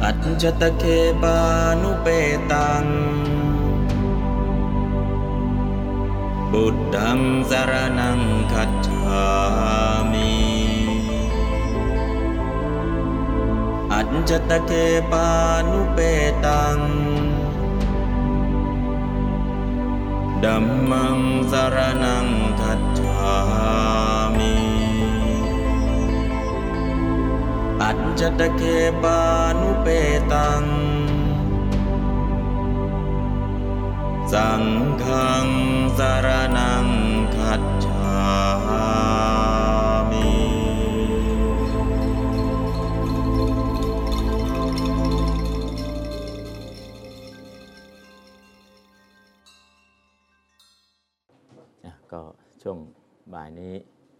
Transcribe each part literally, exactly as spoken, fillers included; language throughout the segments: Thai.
อัจจตเคปานุเปตังบุตตังสรณังคัจฉามิอัจจตเคปานุเปตังธัมมังสรณังคัจฉามิอัจจตเคปานุเปตังสังฆังสรณังคัจฉามิก็ช่วงบ่ายนี้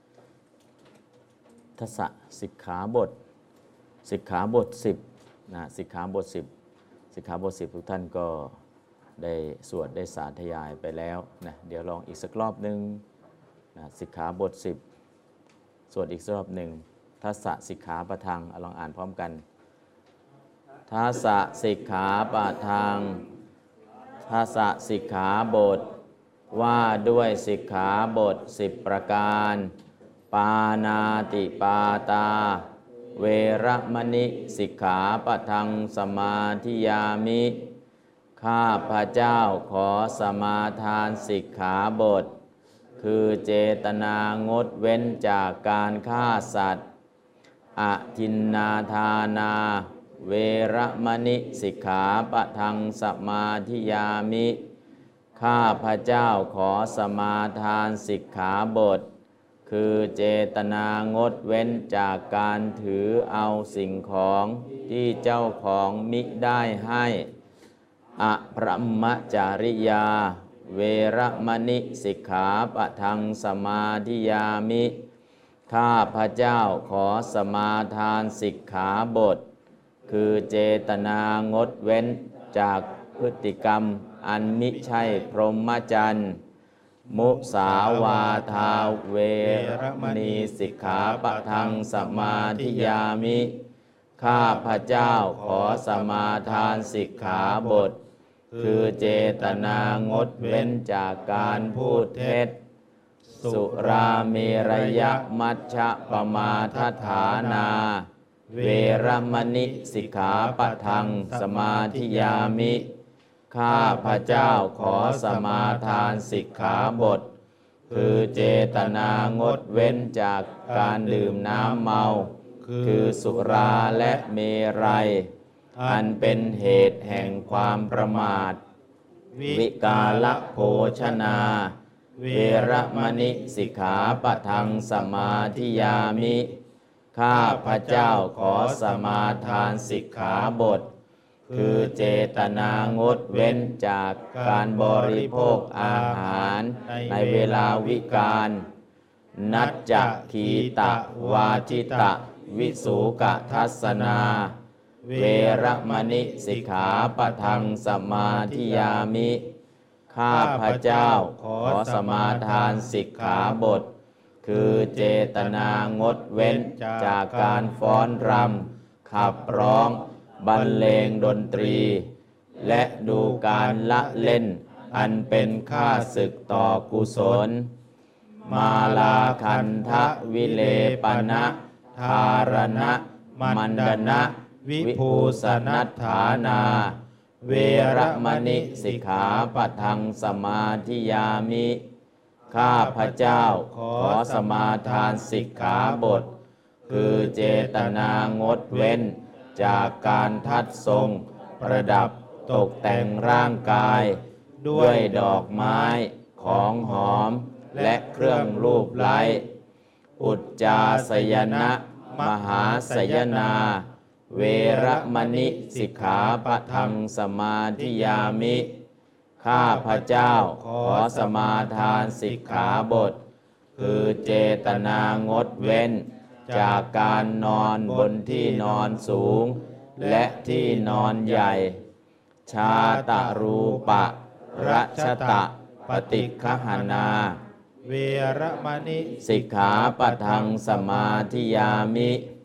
ทัสสะสิกขาบทสิกขาบทสิบนะสิกขาบทสิบสิกขาบทสิบทุกท่านก็ได้สวดได้สาธยายไปแล้วนะเดี๋ยวลองอีกสักรอบหนึ่งนะสิกขาบทสิบสวดอีกรอบหนึ่งทัสสะสิกขาปะทังลองอ่านพร้อมกันทัสสะสิกขาปะทังทัสสะสิกขาบทว่าด้วยสิกขาบทสิบประการปานาติปาตาเวระมณิสิกขาปะทังสมาธิยามิข้าพระเจ้าขอสมาทานสิกขาบทคือเจตนางดเว้นจากการฆ่าสัตว์อทินนาทานาเวระมณิสิกขาปะทังสมาธิยามิข้าพระเจ้าขอสมาทานสิกขาบทคือเจตนางดเว้นจากการถือเอาสิ่งของที่เจ้าของมิได้ให้อภรรมจาริยาเวระมณิสิกขาปะทังสมาธิยามิข้าพระเจ้าขอสมาทานสิกขาบทคือเจตนางดเว้นจากพฤติกรรมอันมิใช่พรหมจรรย์มุสาวาทาเวรมณีสิกขาปะทังสมาธิยามิข้าพระเจ้าขอสมาทานสิกขาบทคือเจตนางดเว้นจากการพูดเท็จสุราเมรยมัชฌะปมาทฐานาเวรมณีสิกขาปะทังสมาธิยามิข้าพระเจ้าขอสมาทานสิกขาบทคือเจตนางดเว้นจากการดื่มน้ำเมาคือสุราและเมรัยอันเป็นเหตุแห่งความประมาทวิกาลโภชนาเวระมณิสิกขาปะทังสมาธิยามิข้าพระเจ้าขอสมาทานสิกขาบทคือเจตนางดเว้นจากการบริโภคอาหารในเวลาวิกาลนัจจคีตะวาจิตะวิสูกทัสสนาเวระมณิสิกขาปะทังสมาธิยามิข้าพระเจ้าขอสมาทานสิกขาบทคือเจตนางดเว้นจากการฟ้อนรำขับร้องบรรเลงดนตรีและดูการละเล่นอันเป็นค่าศึกต่อกุศลมาลาคันทะวิเลปนะธารณะมันดนะวิภูสนัฏฐานาเวระมณิสิกขาปะทังสมาธิยามิข้าพระเจ้าขอสมาทานสิกขาบทคือเจตนางดเว้นจากการทัดทรงประดับตกแต่งร่างกายด้วยดอกไม้ของหอมและเครื่องรูปไล้อุจจาสยนะมหาสยนาเวระมณิสิกขาปะทังสมาธิยามิข้าพระเจ้าขอสมาทานสิกขาบทคือเจตนางดเว้นจากการนอนบนที่นอนสูงและที่นอนใหญ่ชาตะรูปะรัชตะปฏิฆหนา เวระมณิสิกขาปะทังสมาธิยามิ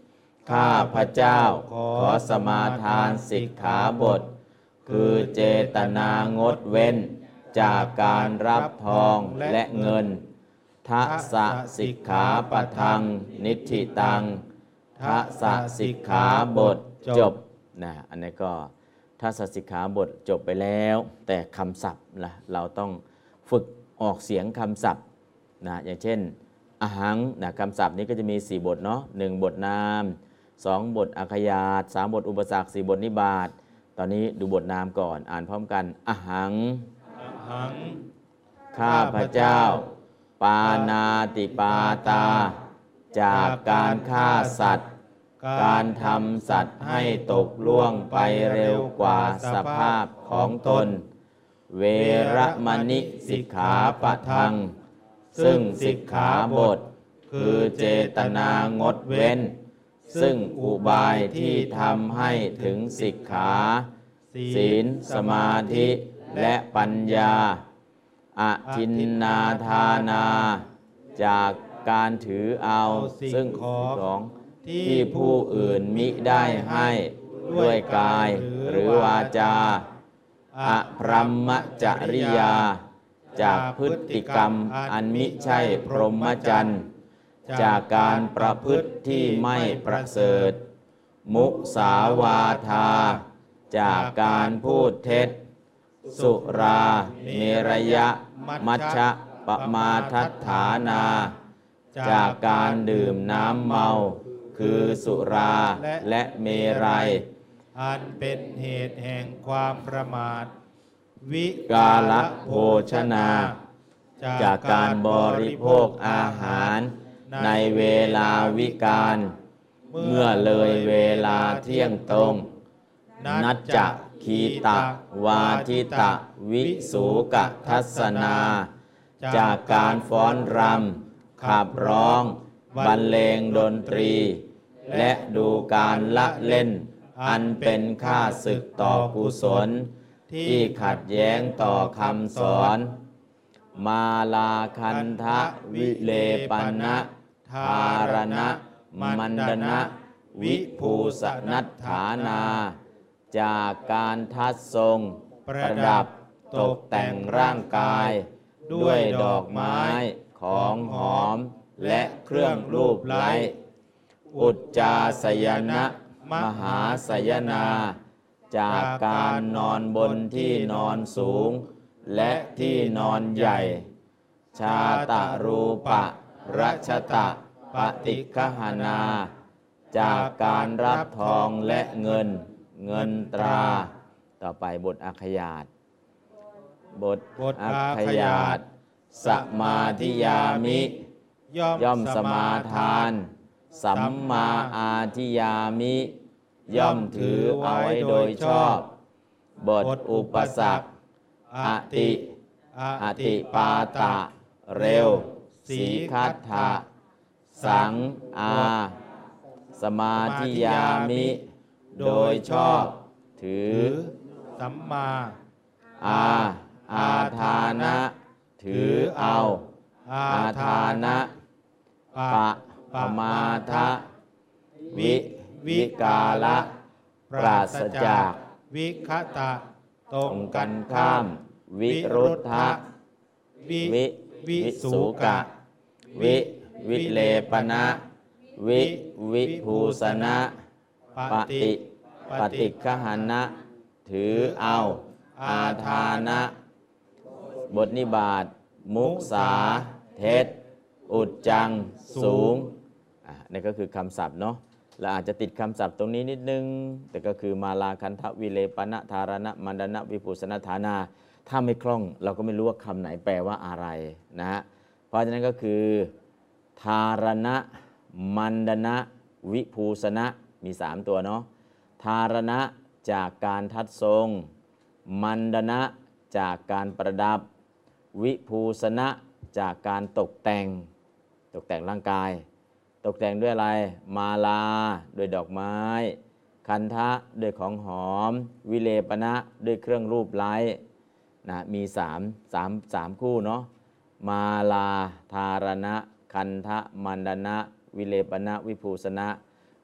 ข้าพเจ้าขอสมาทานสิกขาบทคือเจตนางดเว้นจากการรับทองและเงินทัสสะสิกขาปะทังนิทธิตังทัสสะสิกขาบทจบนะอันนี้ก็ทัสสะสิกขาบทจบไปแล้วแต่คำศัพท์ล่ะเราต้องฝึกออกเสียงคำศัพท์นะอย่างเช่นอหังนะคำศัพท์นี้ก็จะมีสี่บทเนาะหนึ่งบทนามสองบทอัคยาตสามบทอุปสรรคสี่บทนิบาตตอนนี้ดูบทนามก่อนอ่านพร้อมกันอหังหังข้าพเจ้า ปานาติปาตา จากการฆ่าสัตว์ การทำสัตว์ให้ตกล่วงไปเร็วกว่าสภาพของตน เวระมณิสิกขาปะทัง ซึ่งสิกขาบท คือเจตนางดเว้น ซึ่งอุบายที่ทำให้ถึงสิกขาศีลสมาธิและปัญญาอทินนาทานา จากการถือเอาซึ่งของที่ผู้อื่นมิได้ให้ด้วยกายหรือวาจาอพรหมจริยา จากพฤติกรรมอันมิใช่พรหมจรรย์จากการประพฤติที่ไม่ประเสริฐมุสาวาทา จากการพูดเท็จสุราเมรยะมัชฌะปมาทัฏฐานา จากการดื่มน้ำเมาคือสุราและเมรัยอันเป็นเหตุแห่งความประมาทวิกาลโภชนา จากการบริโภคอาหารในเวลาวิกาลเมื่อเลยเวลาเที่ยงตรงนัจจะคีตะวาทิตะวิสูกทัศนา จากการฟ้อนรำขับร้องบรรเลงดนตรีและดูการละเล่นอันเป็นค่าศึกต่อกุศลที่ขัดแย้งต่อคำสอนมาลาคันทะวิเลปนะทารณะมันดนะวิภูสนัฏฐานา จากการทัดทรงประดับตกแต่งร่างกายด้วยดอกไม้ของหอมและเครื่องรูปไล้อุจจาสยนะมหาสยนา จากการนอนบนที่นอนสูงและที่นอนใหญ่ชาตะรูปะรัชตะปฏิคหนา จากการรับทองและเงินเงินตราต่อไปบทอัคคยาตบทอัคคยาตสมาธิยามิย่อมสมาทานสัมมาอาทิยามิย่อมถือเอาไว้โดยชอบบทอุปสรรคอติอติปาตะเร็วสีคัตถะสังอาสมาธิยามิโดยชอบถือสัมมาอาอาทานะถือเอาอาทานะปะปมาทะวิวิกาละปราศจากวิคตะตรงกันข้ามวิรุทธะวิวิสุกะวิวิเลปนะวิวิภูสนะปฏิปฏิฆหนะถือเอาอาทานะบทนิบาตมุสาเท็จอุจจังสูงอ่ะนี่ก็คือคำศัพท์เนาะเราอาจจะติดคำศัพท์ตรงนี้นิดนึงแต่ก็คือมาลาคันทะวิเลปนะธารณะมันดนะวิภูสนฐานาถ้าไม่คล่องเราก็ไม่รู้ว่าคำไหนแปลว่าอะไรนะฮะเพราะฉะนั้นก็คือธารณะมันดนะวิภูสนะมีสามตัวเนาะธารณะจากการทัดทรงมันดนะจากการประดับวิภูสนะจากการตกแต่งตกแต่งร่างกายตกแต่งด้วยอะไรมาลาด้วยดอกไม้คันทะด้วยของหอมวิเลปนะด้วยเครื่องรูปไล้นะมีสามสามสามคู่เนาะมาลาธารณะคันทะมันดนะวิเลปนะวิภูสนะ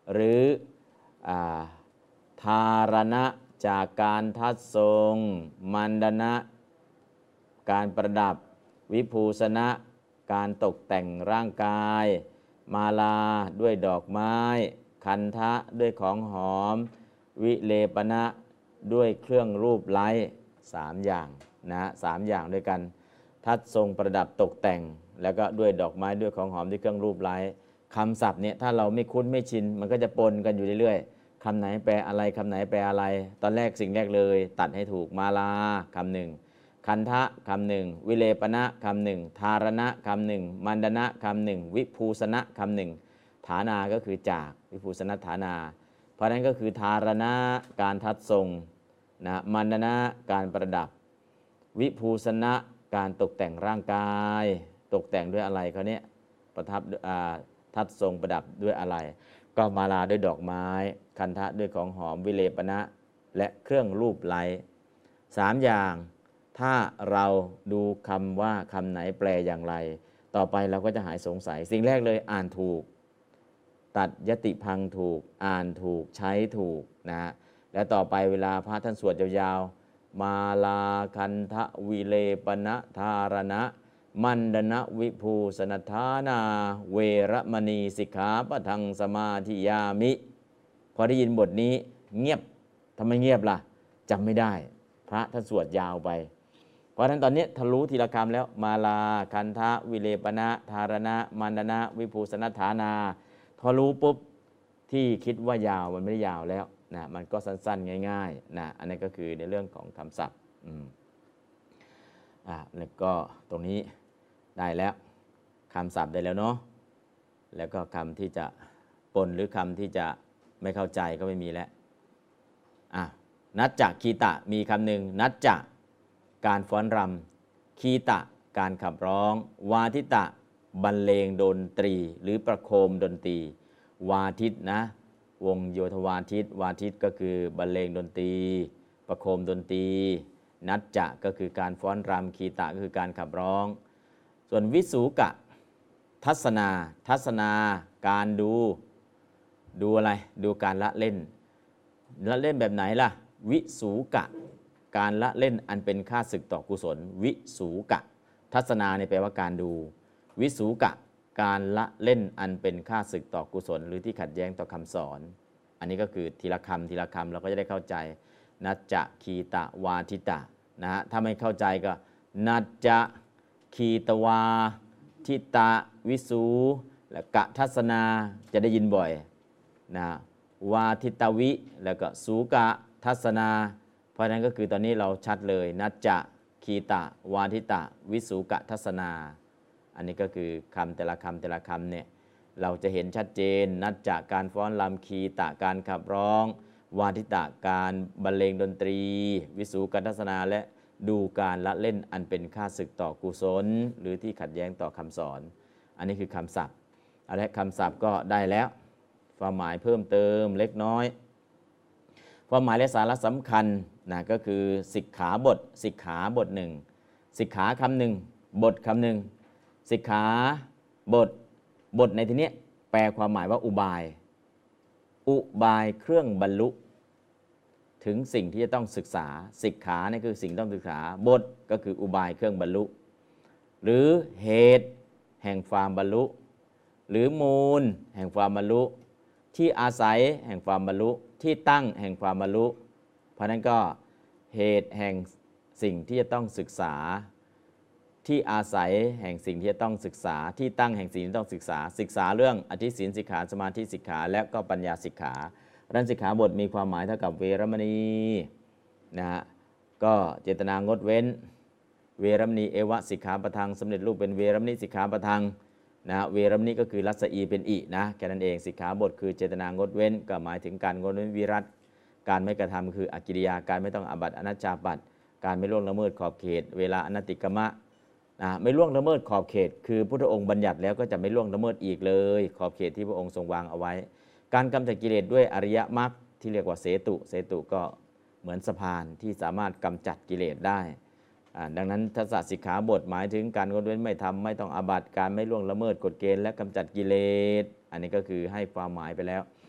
หรืออ่าธารณะจากการทัดทรงมันดนะการประดับวิภูสนะการตกแต่งร่างกายมาลาด้วยดอกไม้คันทะด้วยของหอมวิเลปนะด้วยเครื่องรูปไล้สามอย่างนะสามอย่างด้วยกันทัดทรงประดับตกแต่งแล้วก็ด้วยดอกไม้ด้วยของหอมด้วยเครื่องรูปไล้คำศัพท์เนี่ยถ้าเราไม่คุ้นไม่ชินมันก็จะปนกันอยู่เรื่อยๆคำไหนแปลอะไรคำไหนแปลอะไรตอนแรกสิ่งแรกเลยตัดให้ถูกมาลาคำหนึ่งคันทะคำหนึ่งวิเลปนะคำหนึ่งธารณะคำหนึ่งมันดนะคำหนึ่งวิภูสนะคำหนึ่งฐานาก็คือจากวิภูสนะฐานาเพราะนั้นก็คือธารณะการทัดทรงนะมันดนะการประดับวิภูสนะการตกแต่งร่างกายตกแต่งด้วยอะไรเขาเนี้ยประทับทัดทรงประดับด้วยอะไรก็มาลาด้วยดอกไม้คันทะด้วยของหอมวิเลปนะและเครื่องรูปไล้สามอย่างถ้าเราดูคำว่าคำไหนแปลอย่างไรต่อไปเราก็จะหายสงสัยสิ่งแรกเลยอ่านถูกตัดยติพังถูกอ่านถูกใช้ถูกนะฮะแล้วต่อไปเวลาพระท่านสวดยาวๆมาลาคันทะวิเลปนะธารณะมันดนะวิภูสนทานาเวรมณีสิกขาปะทังสมาธิยามิพอได้ยินบทนี้เงียบทำไมเงียบล่ะจำไม่ได้พระท่านสวดยาวไปเพราะฉะนั้นตอนนี้ทะลุทีละคำแล้วมาลาคันทะวิเลปนะธารณะมันดนะวิภูสนฐานาพอรู้ปุ๊บที่คิดว่ายาวมันไม่ได้ยาวแล้วนะมันก็สั้นๆง่ายๆนะอันนี้ก็คือในเรื่องของคำศัพท์อืมอ่าแล้วก็ตรงนี้ได้แล้วคำศัพท์ได้แล้วเนาะแล้วก็คำที่จะปนหรือคำที่จะไม่เข้าใจก็ไม่มีแล้วอ่ะนัจจะคีตะมีคำหนึ่งนัจจะการฟ้อนรำคีตะการขับร้องวาทิตะบรรเลงดนตรีหรือประโคมดนตรีวาทิตนะวงโยธวาทิตวาทิตก็คือบรรเลงดนตรีประโคมดนตรีนัจจะก็คือการฟ้อนรำคีตะก็คือการขับร้องส่วนวิสูกะทัศนาทัศนาการดูดูอะไรดูการละเล่นละเล่นแบบไหนล่ะวิสูกะการละเล่นอันเป็นค่าศึกต่อกุศลวิสูกะทัศนาเนี่ยแปลว่าการดูวิสูกะการละเล่นอันเป็นค่าศึกต่อกุศลหรือที่ขัดแย้งต่อคำสอนอันนี้ก็คือทีละคำทีละคำเราก็จะได้เข้าใจนัจจะคีตะวาทิตะนะฮะถ้าไม่เข้าใจก็นัจจะคีตวาทิตะวิสูและกะทัศนาจะได้ยินบ่อยนะวาทิตวิแล้วก็สูกะทัศนาเพราะนั้นก็คือตอนนี้เราชัดเลยนัจจะคีตะวาทิตะวิสูกะทัศนาอันนี้ก็คือคำแต่ละคำแต่ละคำเนี่ยเราจะเห็นชัดเจนนัจจะการฟ้อนรำคีตะการขับร้องวาทิตะการบรรเลงดนตรีวิสูกะทัศนาและดูการละเล่นอันเป็นค่าศึกต่อกุศลหรือที่ขัดแย้งต่อคำสอนอันนี้คือคำศัพท์อะไรคำศัพท์ก็ได้แล้วความหมายเพิ่มเติมเล็กน้อยความหมายและสาระสำคัญนะก็คือสิกขาบทสิกขาบทหนึ่งสิกขาคำหนึ่งบทคำหนึ่งสิกขาบทบทในที่นี้แปลความหมายว่าอุบายอุบายเครื่องบรรลุถึงสิ่งที่จะต้องศึกษาสิกขานี่คือสิ่งต้องศึกษาบทก็คืออุบายเครื่องบรรลุหรือเหตุแห่งความบรรลุหรือมูลแห่งความบรรลุที่อาศัยแห่งความบรรลุที่ตั้งแห่งความบรรลุเพราะนั้นก็เหตุแห่งสิ่งที่จะต้องศึกษาที่อาศัยแห่งสิ่งที่จะต้องศึกษาที่ตั้งแห่งสิ่งที่ต้องศึกษาศึกษาเรื่องอธิศีลสิกขาสมาธิสิกขาและก็ปัญญาสิกขาดังสิกขาบทมีความหมายเท่ากับเวรมณีนะฮะก็เจตนางดเว้นเวรมณีเอวะสิกขาปะทังสำเร็จรูปเป็นเวรมณีสิกขาปะทังนะเวรมณีก็คือรัศอีเป็นอินะแค่นั้นเองสิกขาบทคือเจตนางดเว้นก็หมายถึงการงดเว้นวิรัตการไม่กระทำคืออกิริยาการไม่ต้องอาบัติอนัจจาบัติการไม่ล่วงละเมิดขอบเขตเวลาอนัตติกมะนะไม่ล่วงละเมิดขอบเขตคือพุทธองค์บัญญัติแล้วก็จะไม่ล่วงละเมิดอีกเลยขอบเขตที่พระองค์ทรงวางเอาไว้การกำจัดกิเลสด้วยอริยมรรคที่เรียกว่าเสตุเสตุก็เหมือนสะพานที่สามารถกำจัดกิเลสได้ดังนั้นทัศสิกขาบทหมายถึงการงดเว้นไม่ทำไม่ต้องอาบัติการไม่ล่วงละเมิดกฎเกณฑ์และกำจัดกิเลสอันนี้ก็คือให้ความหมายไปแล้ว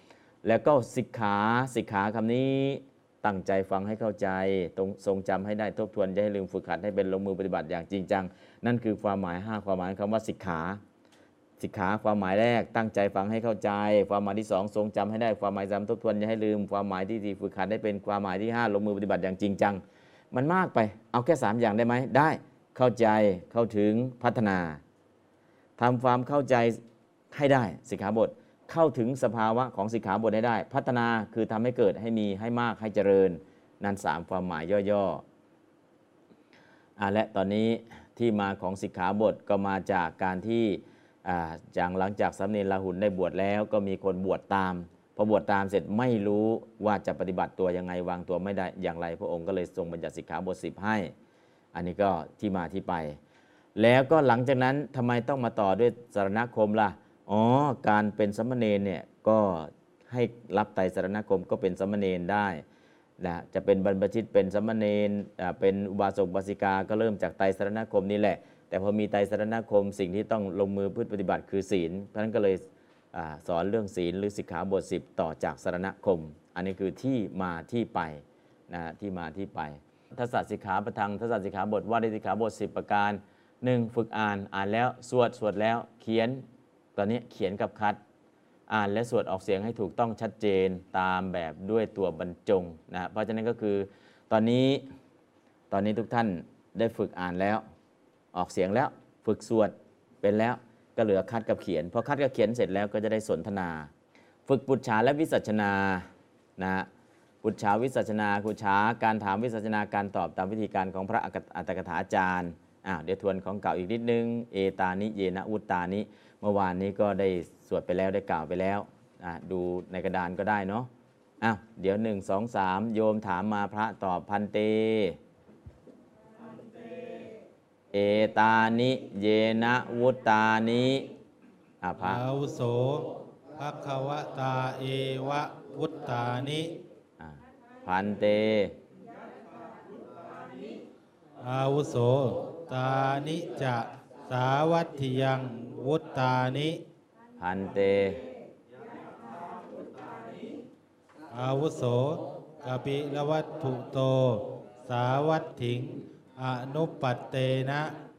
แล้วก็สิกขาสิกขาคำนี้ตั้งใจฟังให้เข้าใจตรงทรงจำให้ได้ทบทวนอย่าให้ลืมฝึกหัดให้เป็นลงมือปฏิบัติอย่างจริงจังนั่นคือความหมายห้าความหมายคำว่าสิกขาสิกขาความหมายแรกตั้งใจฟังให้เข้าใจความหมายที่สองทรงจำให้ได้ความหมายจำทบทวนอย่าให้ลืมความหมายที่สี่ฝึกหัดให้เป็นความหมายที่ห้าลงมือปฏิบัติอย่างจริงจังมันมากไปเอาแค่สามอย่างได้ไหมได้เข้าใจเข้าถึงพัฒนาทำความเข้าใจให้ได้สิกขาบทเข้าถึงสภาวะของสิกขาบทให้ได้พัฒนาคือทำให้เกิดให้มีให้มากให้เจริญนั่นสามความหมายย่อๆอ่าและตอนนี้ที่มาของสิกขาบทก็มาจากการที่อ่าจากหลังจากสามเณรราหุลได้บวชแล้วก็มีคนบวชตามพอบวชตามเสร็จไม่รู้ว่าจะปฏิบัติตัวยังไงวางตัวไม่ได้อย่างไรพระองค์ก็เลยทรงบัญญัติสิกขาบทสิบให้อันนี้ก็ที่มาที่ไปแล้วก็หลังจากนั้นทำไมต้องมาต่อด้วยสรณคมล่ะอ๋อการเป็นสามเณรเนี่ยก็ให้รับไตรสรณคมก็เป็นสามเณรได้นะจะเป็นบรรพชิตเป็นสามเณรเป็นอุบาสกอุบาสิกาก็เริ่มจากไตรสรณคมนี่แหละแต่พอมีไตรสรณคมสิ่งที่ต้องลงมือพฤติปฏิบัติคือศีลเพราะฉะนั้นก็เลยสอนเรื่องศีลหรือสิกขาบทสิบต่อจากสรณคมอันนี้คือที่มาที่ไปนะที่มาที่ไปทัศนสิกขาประทังทัศนสิกขาบทว่าด้วยสิกขาบทสิบประการหนึ่งฝึกอ่านอ่านแล้วสวดสวดแล้วเขียนตอนนี้เขียนกับคัดอ่านและสวดออกเสียงให้ถูกต้องชัดเจนตามแบบด้วยตัวบรรจงนะเพราะฉะนั้นก็คือตอนนี้ตอนนี้ทุกท่านได้ฝึกอ่านแล้วออกเสียงแล้วฝึกสวดเป็นแล้วก็เหลือคัดกับเขียนพอคัดกับเขียนเสร็จแล้วก็จะได้สนทนาฝึกปุจฉาและวิสัชนานะปุจฉาวิสัชนาปุจฉาการถามวิสัชนาการตอบตามวิธีการของพระอัตถกถาจารย์อ้าวเดี๋ยวทวนของเก่าอีกนิดนึงเอตานิเยนะวุตตานิเมื่อวานนี้ก็ได้สวดไปแล้วได้กล่าวไปแล้วดูในกระดานก็ได้เนาะอ้าวเดี๋ยวหนึ่งสองสามโยมถามมาพระตอบพันเตเอตานิเยนะวุตตานิอาภะอาวุโสภควตาเอวะวุตตานิพันเตอาวุโสตานิจะสาวัตถิยังวุตตานิพันเตอาวุโสกปิลวัตถุโตสาวัตถิงอนุปัตเตนะ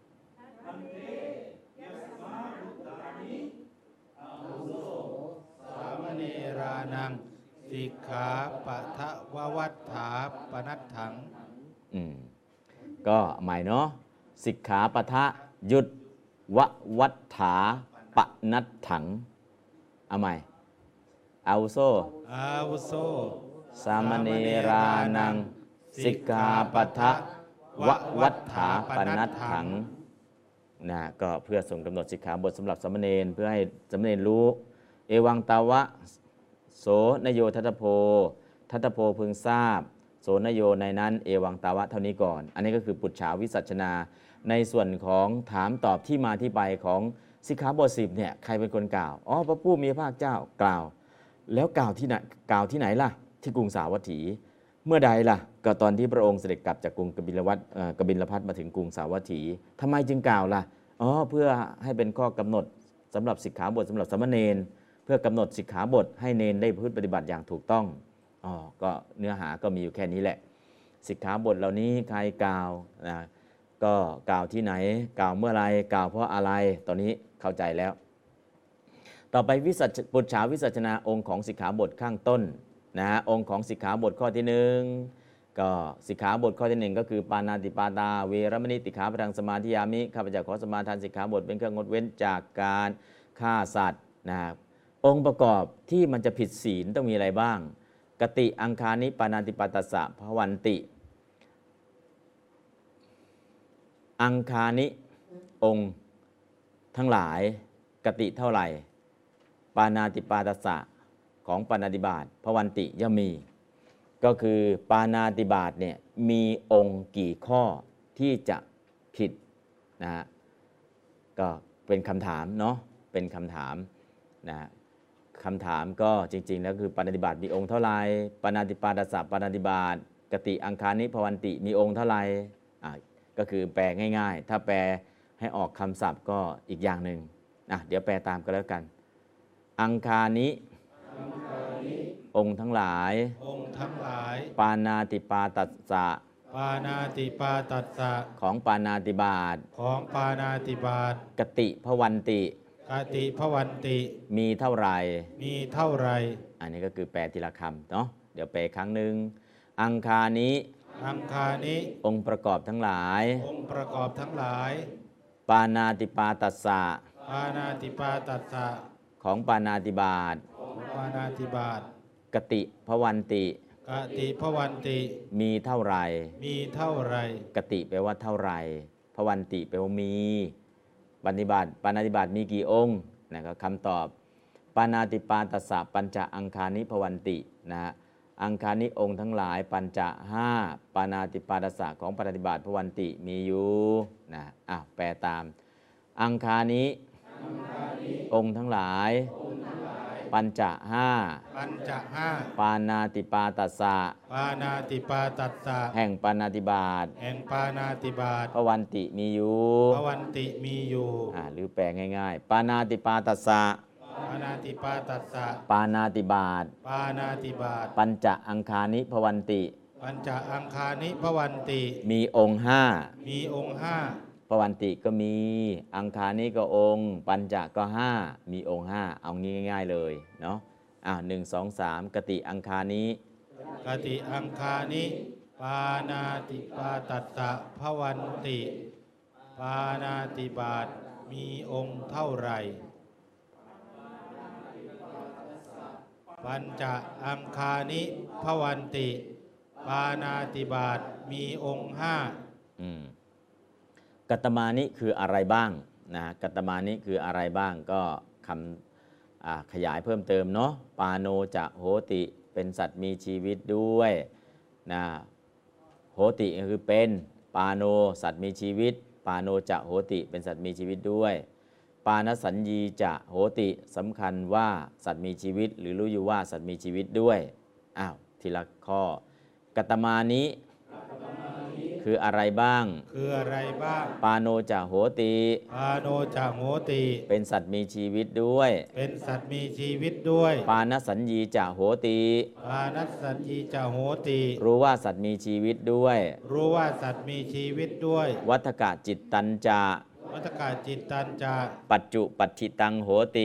สามเณรานังสิกขาปะทะววัฏฐาปนัตถังอืมก็ใหม่เนาะสิกขาปะทะยุตววัฏฐาปนัตถังเอาใหม่อาวุโสอาวุโสสามเณรานังสิกขาปะทะววัฏฐาปนัตถังนะก็เพื่อส่งกำหนดสิกขาบทสำหรับสามเณรเพื่อให้สามเณรรู้เอวังตาวะโสนโยทัตโพทัตโพพึงทราบโสนโยในนั้นเอวังตาวะเท่านี้ก่อนอันนี้ก็คือปุจฉาวิสัชนาในส่วนของถามตอบที่มาที่ไปของสิกขาบทสิบเนี่ยใครเป็นคนกล่าวอ๋อพระผู้มีพระภาคเจ้ากล่าวแล้วกล่าวที่ไหนกล่าวที่ไหนล่ะที่กรุงสาวัตถีเมื่อใดล่ะก็ตอนที่พระองค์เสด็จกลับจากกรุงกบิลวัฏกบิลพัสมาถึงกรุงสาวัตถีทำไมจึงกล่าวล่ะอ๋อเพื่อให้เป็นข้อกำหนดสำหรับสิกขาบทสำหรับสามเณรเพื่อกำหนดสิกขาบทให้เณรได้พฤติปฏิบัติอย่างถูกต้องอ๋อก็เนื้อหาก็มีอยู่แค่นี้แหละสิกขาบทเหล่านี้ใครกล่าวนะก็กล่าวที่ไหนกล่าวเมื่อไรกล่าวเพราะอะไรตอนนี้เข้าใจแล้วต่อไปวิสัชปุจฉาวิสัชนาองค์ของสิกขาบทข้างต้นนะองค์ของสิกขาบทข้อที่หนึ่งก็สิกขาบทข้อที่หนึ่งก็คือปาณาติปาตาเวรมณีติขาพทังสมาธิยามิข้าพเจ้าขอสมาทานสิกขาบทเป็นเครื่องงดเว้นจากการฆ่าสัตว์นะองค์ประกอบที่มันจะผิดศีลต้องมีอะไรบ้างกติอังคานิปาณาติปาตัสสะภวันติอังคานิองค์ทั้งหลายกติเท่าไหร่ปาณาติปาตัสสะของปาณาติบาตภวันติย่อมมีก็คือปาณาติบาตเนี่ยมีองค์กี่ข้อที่จะผิดนะฮะก็เป็นคำถามเนาะเป็นคำถามนะคำถามก็จริงๆแล้วคือปาณาติบาตมีองค์เท่าไหร่ปาณาติปาตัสสะปาณาติบาตกติอังคานิภวันติมีองค์เท่าไหร่อ่ะก็คือแปลง่ายๆถ้าแปลให้ออกคำศัพท์ก็อีกอย่างหนึ่งนะเดี๋ยวแปลตามกันแล้วกันอังคานิองค์ทั้งหลายองค์ทั้งหลายปานาติปาตัสสะปานาติปาตัสสะของปานาติบาตของปานาติบาตกติภวันติกติภวันติมีเท่าไหร่มีเท่าไรอันนี้ก็คือแปลทีละคำเนาะเดี๋ยวแปลครั้งหนึ่งอังคานิอังคานิองค์ประกอบทั้งหลายองค์ประกอบทั้งหลายปานาติปาตัสสะปานาติปาตัสสะของปานาติบาตของปานาติบาตกติภวันติกติภวันติมีเท่าไหร่มีเท่าไรกติแปลว่าเท่าไหร่ภวันติแปลว่ามีปฏิบัติปานาติบาตมีกี่องค์นะครับคำตอบปานาติปาตัสสะปัญจอังคานิภวันตินะฮะอังคานิองค์ทั้งหลายปัญจะห้าปานาติปาตัสสะของปานาติบาตภวันติมีอยู่นะอ้าวแปลตามอังคานิองค์ทั้งหลายปัญจะห้าปัญจห้าปานาติปาตัสสะปานาติปาตัสสะแห่งปานาติบาตแห่งปานาติบาตภวันติมีอยู่ภวันติมีอยู่อ่าหรือแปลง่ายๆ ปานาติปาตัสสะปานาติปาตัสสะปานาติบาตปานาติบาตปัญจอังคานิภวันติปัญจอังคานิภวันติมีองค์ห้ามีองค์ห้าภวันติก็มีอังคานิก็องค์ ปัญจก็ห้ามีองค์ห้าเอางี้ง่ายๆเลยเนาะอ่าหนึ่งสองสามกติอังคานิกติอังคานิปานาติปาตัสสะภวันติ ปานาติบาตมีองค์เท่าไหร่ปัญจอังคานิภวันติ ปานาติบาตมีองค์ห้าอืมกัตตมานิคืออะไรบ้างนะกัตตมานิคืออะไรบ้างก็คำอ่าขยายเพิ่มเติมเนาะปาโนจะโหติเป็นสัตว์มีชีวิตด้วยนะโหติก็คือเป็นปาโนสัตว์มีชีวิตปาโนจะโหติเป็นสัตว์มีชีวิตด้วยปานสัญญีจะโหติสำคัญว่าสัตว์มีชีวิตหรือรู้อยู่ว่าสัตว์มีชีวิตด้วยอ้าวทีละข้อกัตตมานิคืออะไรบ้างคืออะไรบ้างปาโนจะโหติปาโนจะโหติเป็นสัตว์มีชีวิตด้วยเป็นสัตว์มีชีวิตด้วยปานสัญญีจะโหติปานัสสัญญีจะโหติรู้ว่าสัตว์มีชีวิตด้วยรู้ว่าสัตว์มีชีวิตด้วยวัฏกะจิตตัญจะวัฏกาจิตตัญจะปัจจุปัจฉิตังโหติ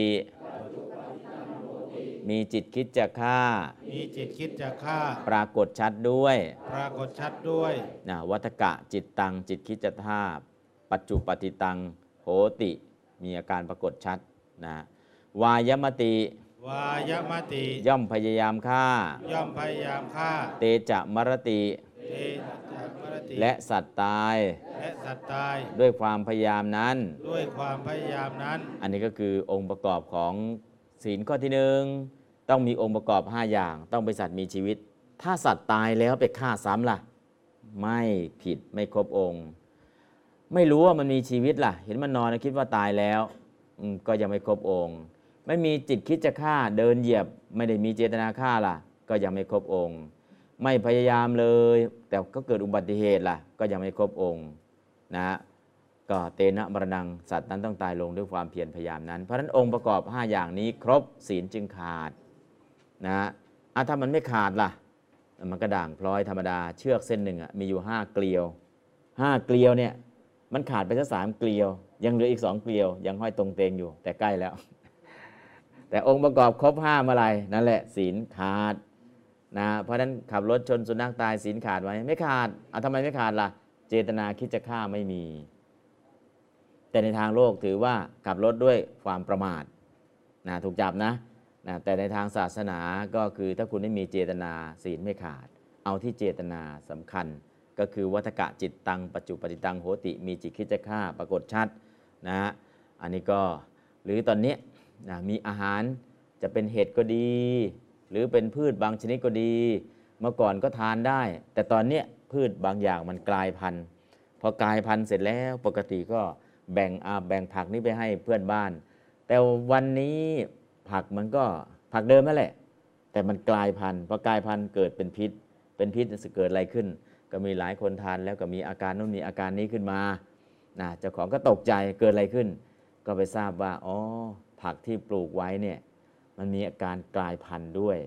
มีจิตคิดจะฆ่ามีจิตคิดจะฆ่าปรากฏชัดด้วยปรากฏชัดด้วยนะวัฏกะจิตตังจิตคิดจะฆ่าปัจจุปฏิตังโหติ มีอาการปรากฏชัดนะวายมติวายมติย่อมพยายามฆ่าย่อมพยายามฆ่าเตจะมรติเตจักมรติและสัตว์ตายและสัตว์ตายด้วยความพยายามนั้นด้วยความพยายามนั้นอันนี้ก็คือองค์ประกอบของศีลข้อที่หนึ่งต้องมีองค์ประกอบห้าอย่างต้องเป็นสัตว์มีชีวิต ถ้าสัตว์ตายแล้วไปฆ่าซ้ำล่ะไม่ผิดไม่ครบองค์ ไม่รู้ว่ามันมีชีวิตล่ะ เห็นมันนอนแล้วคิดว่าตายแล้วก็ยังไม่ครบองค์ ไม่มีจิตคิดจะฆ่าเดินเหยียบไม่ได้มีเจตนาฆ่าล่ะก็ยังไม่ครบองค์ ไม่พยายามเลยแต่ก็เกิดอุบัติเหตุล่ะก็ยังไม่ครบองค์นะก็เตนะมรณังสัตว์นั้นต้องตายลงด้วยความเพียรพยายามนั้นเพราะฉะนั้นองค์ประกอบห้าอย่างนี้ครบศีลจึงขาดนะอ่ะถ้ามันไม่ขาดล่ะมันกระด่างพลอยธรรมดาเชือกเส้นหนึ่งอ่ะมีอยู่ห้าเกลียวห้าเกลียวเนี่ยมันขาดไปสักสามเกลียวยังเหลืออีกสองเกลียวยังห้อยตรงเตงอยู่แต่ใกล้แล้ว แต่องค์ประกอบครบห้าเมื่อไหร่นั่นแหละศีลขาดนะเพราะฉะนั้นขับรถชนสุนัขตายศีลขาดไหมไม่ขาดอ่ะทำไมไม่ขาดล่ะเจตนาคิดจะฆ่าไม่มีแต่ในทางโลกถือว่าขับรถด้วยความประมาทนะถูกจับนะนะแต่ในทางศาสนาก็คือถ้าคุณไม่มีเจตนาศีลไม่ขาดเอาที่เจตนาสำคัญก็คือวัฏกะจิตตังปัจจุปฏิตังโหติมีจิตคิดจะฆ่าปรากฏชัดนะฮะอันนี้ก็หรือตอนนี้นะมีอาหารจะเป็นเห็ดก็ดีหรือเป็นพืชบางชนิดก็ดีเมื่อก่อนก็ทานได้แต่ตอนนี้พืชบางอย่างมันกลายพันธุ์พอกลายพันธุ์เสร็จแล้วปกติก็แบ่งอาแบ่งผักนี้ไปให้เพื่อนบ้านแต่วันนี้ผักมันก็ผักเดิมนั่นแหละแต่มันกลายพันธุ์พอกลายพันธุ์เกิดเป็นพิษเป็นพิษจะเกิดอะไรขึ้นก็มีหลายคนทานแล้วก็มีอาการนู้นมีอาการนี้ขึ้นมานะเจ้าของก็ตกใจเกิดอะไรขึ้นก็ไปทราบว่าอ๋อผักที่ปลูกไว้เนี่ยมันมีอาการกลายพันธุ์ด้วย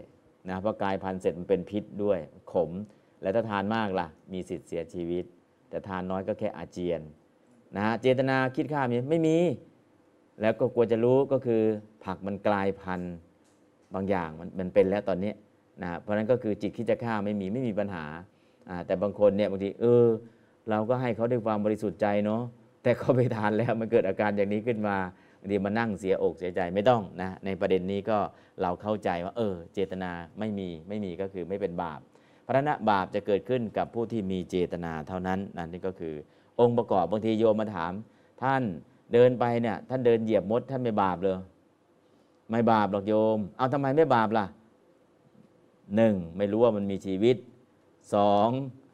นะเพราะกลายพันธุ์เสร็จมันเป็นพิษด้วยขมและถ้าทานมากล่ะมีสิทธิ์เสียชีวิตแต่ทานน้อยก็แค่อาเจียนนะฮะเจตนาคิดฆ่ามีไม่มีแล้วก็ควรจะรู้ก็คือผักมันกลายพันธุ์บางอย่างมันมันเป็นแล้วตอนนี้นะเพราะฉะนั้นก็คือจิตคิดจะฆ่าไม่มีไม่มีปัญหาแต่บางคนเนี่ยบางทีเออเราก็ให้เขาด้วยความบริสุทธิ์ใจเนาะแต่เขาไปทานแล้วมันเกิดอาการอย่างนี้ขึ้นมาบางทีมานั่งเสียอกเสียใจไม่ต้องนะในประเด็นนี้ก็เราเข้าใจว่าเออเจตนาไม่มีไม่มีก็คือไม่เป็นบาปเพราะฉะนั้นบาปจะเกิดขึ้นกับผู้ที่มีเจตนาเท่านั้นนั่นนี่ก็คือองค์ประกอบบางทีโยมมาถามท่านเดินไปเนี่ยท่านเดินเหยียบมดท่านไม่บาปเลยไม่บาปหรอกโยมเอาทำไมไม่บาปล่ะหนึ่งไม่รู้ว่ามันมีชีวิตสอง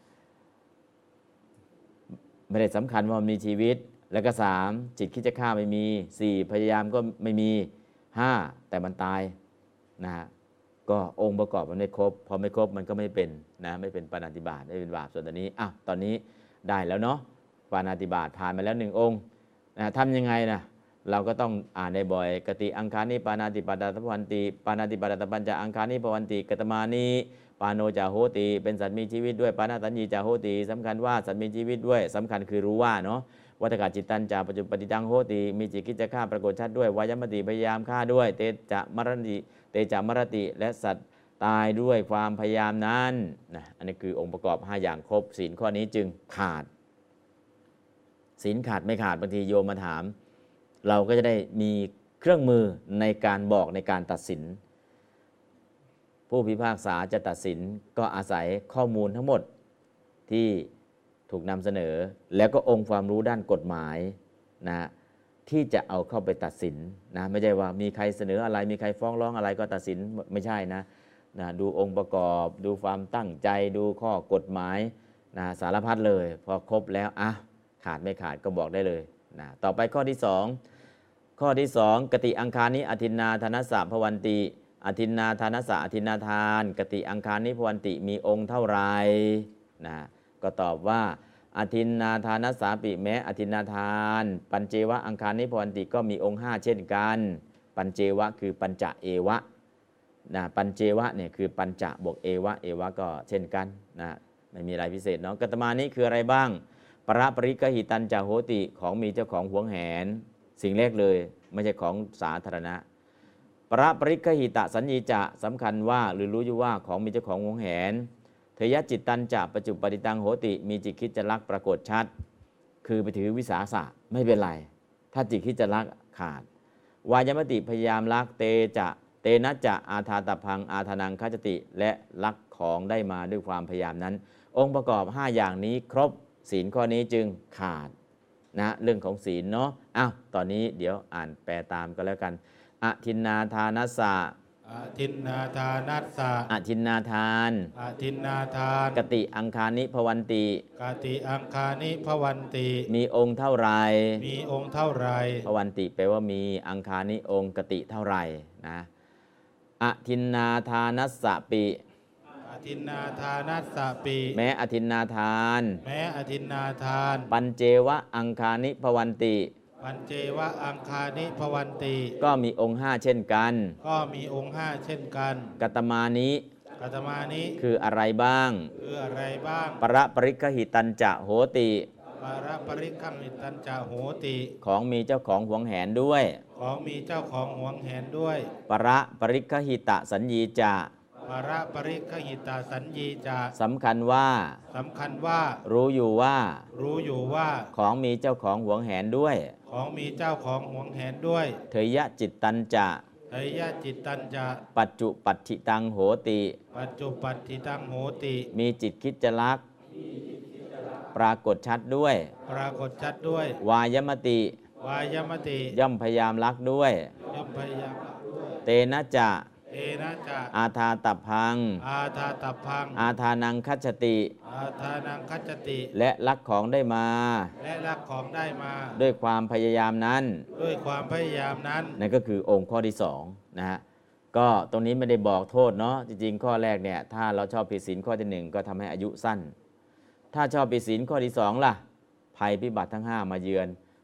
ไม่ได้สำคัญว่ามันมีชีวิตแล้วก็สามจิตคิดจะฆ่าไม่มีสี่พยายามก็ไม่มีห้าแต่มันตายนะฮะก็องค์ประกอบมันไม่ครบพอไม่ครบมันก็ไม่เป็นนะไม่เป็นปาณาติบาตไม่เป็นบาปส่วนตอนนี้อ้าวตอนนี้ได้แล้วเนาะปาณาติบาตผ่านมาแล้วหนึ่งองค์นะทำยังไงนะเราก็ต้องอ่านได้บ่อยกติอังคานิปาณาติปาตตวันติปาณาติปาตตปัญจอังคานิปวันติกตมานิปาโนจาโหติเป็นสัตว์มีชีวิตด้วยปานาตัญญีจาโหติสำคัญว่าสัตว์มีชีวิตด้วยสำคัญคือรู้ว่าเนาะวัฏกาจิตตัญจาปัจจุปฏิตังโหติมีจิตคิดจะฆ่าปรากฏชัดด้วยวายมติพยายามฆ่าด้วยเตจะมรติเตจะมรติและสัตว์ตายด้วยความพยายามนั้นนะอันนี้คือองค์ประกอบห้าอย่างครบศีลข้อนี้จึงขาดศีลขาดไม่ขาดบางทีโยมมาถามเราก็จะได้มีเครื่องมือในการบอกในการตัดสินผู้พิพากษาจะตัดสินก็อาศัยข้อมูลทั้งหมดที่ถูกนำเสนอแล้วก็องค์ความรู้ด้านกฎหมายนะที่จะเอาเข้าไปตัดสินนะไม่ใช่ว่ามีใครเสนออะไรมีใครฟ้องร้องอะไรก็ตัดสินไม่ใช่นะนะดูองค์ประกอบดูความตั้งใจดูข้อกฎหมายนะสารพัดเลยพอครบแล้วอ่ะขาดไม่ขาดก็บอกได้เลยนะต่อไปข้อที่สองข้อที่สองกติอังคานิอทินนาธนสสะภวันติอทินนาทานสะอทินนาทานกติอังคานิภวันติมีองค์เท่าไรนะก็ตอบว่าอทินนาทานสาปิแม้อทินนาทานปัญเจวะอังคานิภวันติก็มีองค์ห้าเช่นกันปัญเจวะคือปัญจเอวะนะปัญเจวะเนี่ยคือปัญจบวกเอวะเอวะก็เช่นกันนะไม่มีอะไรพิเศษเนาะกัตมานี้คืออะไรบ้างปรปริกหิตันจาโหติของมีเจ้าของหวงแหนสิ่งแรกเลยไม่ใช่ของสาธารณะปรปริกหิตะสัญญีจะสำคัญว่าหรือรู้อยู่ว่าของมีเจ้าของหวงแหนเทยจิตตันจะปัจจุปฏิตังโหติมีจิตคิดจะลักปรากฏชัดคือไปถือวิสาสะไม่เป็นไรถ้าจิตคิดจะลักขาดวายมติพยายามลักเตจะเตนะจะอาทาตพังอาทานังคัจติและลักของได้มาด้วยความพยายามนั้นองค์ประกอบห้าอย่างนี้ครบศีลข้อนี้จึงขาดนะเรื่องของศีลเนาะอ้าวตอนนี้เดี๋ยวอ่านแปลตามก็แล้วกันอทินนาทานัสสะอทินนาทานัสสะอทินนาทานอทินนาทานกติอังคานิภวันติกติอังคานิภวันติมีองค์เท่าไรมีองค์เท่าไรภวันติแปลว่ามีอังคานิองค์กติเท่าไรนะอทินนาทานัสสะปิอทินนาทานัสสะปิแม้อทินนาทานแม้อทินนาทานปัญเจวะอังคานิภวันติปัญเจวะอังคานิภวันติก็มีองค์ห้าเช่นกันก็มีองค์ห้าเช่นกันกัตมานิกัตมานิคืออะไรบ้างคืออะไรบ้างปรปริกหิตันจะโหติปรปริกหิตันจะโหติของมีเจ้าของหวงแหนด้วยของมีเจ้าของหวงแหนด้วยปรปริกหิตะสัญญีจะปรปริกหิตาสัญญีจะสำคัญว่าสำคัญว่ารู้อยู่ว่ารู้อยู่ว่าของมีเจ้าของหวงแหนด้วยของมีเจ้าของหวงแหนด้วยเถยะจิตตันจะเถยะจิตตันจะปัจจุปัฏฐิตังโหติปัจจุปัฏฐิตังโหติมีจิตคิดจะลักปรากฏชัดด้วยปรากฏชัดด้วยวายมติวายมติย่อมพยายามลักด้วยย่อมพยายามลักด้วยเตนะจะเอนะจะอาทาตัพพังอาทาตัพพังอาทานังคัจฉติอาทานังคัจฉติและลักของได้มาและลักของได้มาด้วยความพยายามนั้นด้วยความพยายามนั้นนั่นก็คือองค์ข้อที่สองนะฮะก็ตรงนี้ไม่ได้บอกโทษเนาะจริงๆข้อแรกเนี่ยถ้าเราชอบผิดศีลข้อที่หนึ่งก็ทำให้อายุสั้นถ้าชอบผิดศีลข้อที่สองล่ะภัยพิบัติทั้งห้ามาเยือน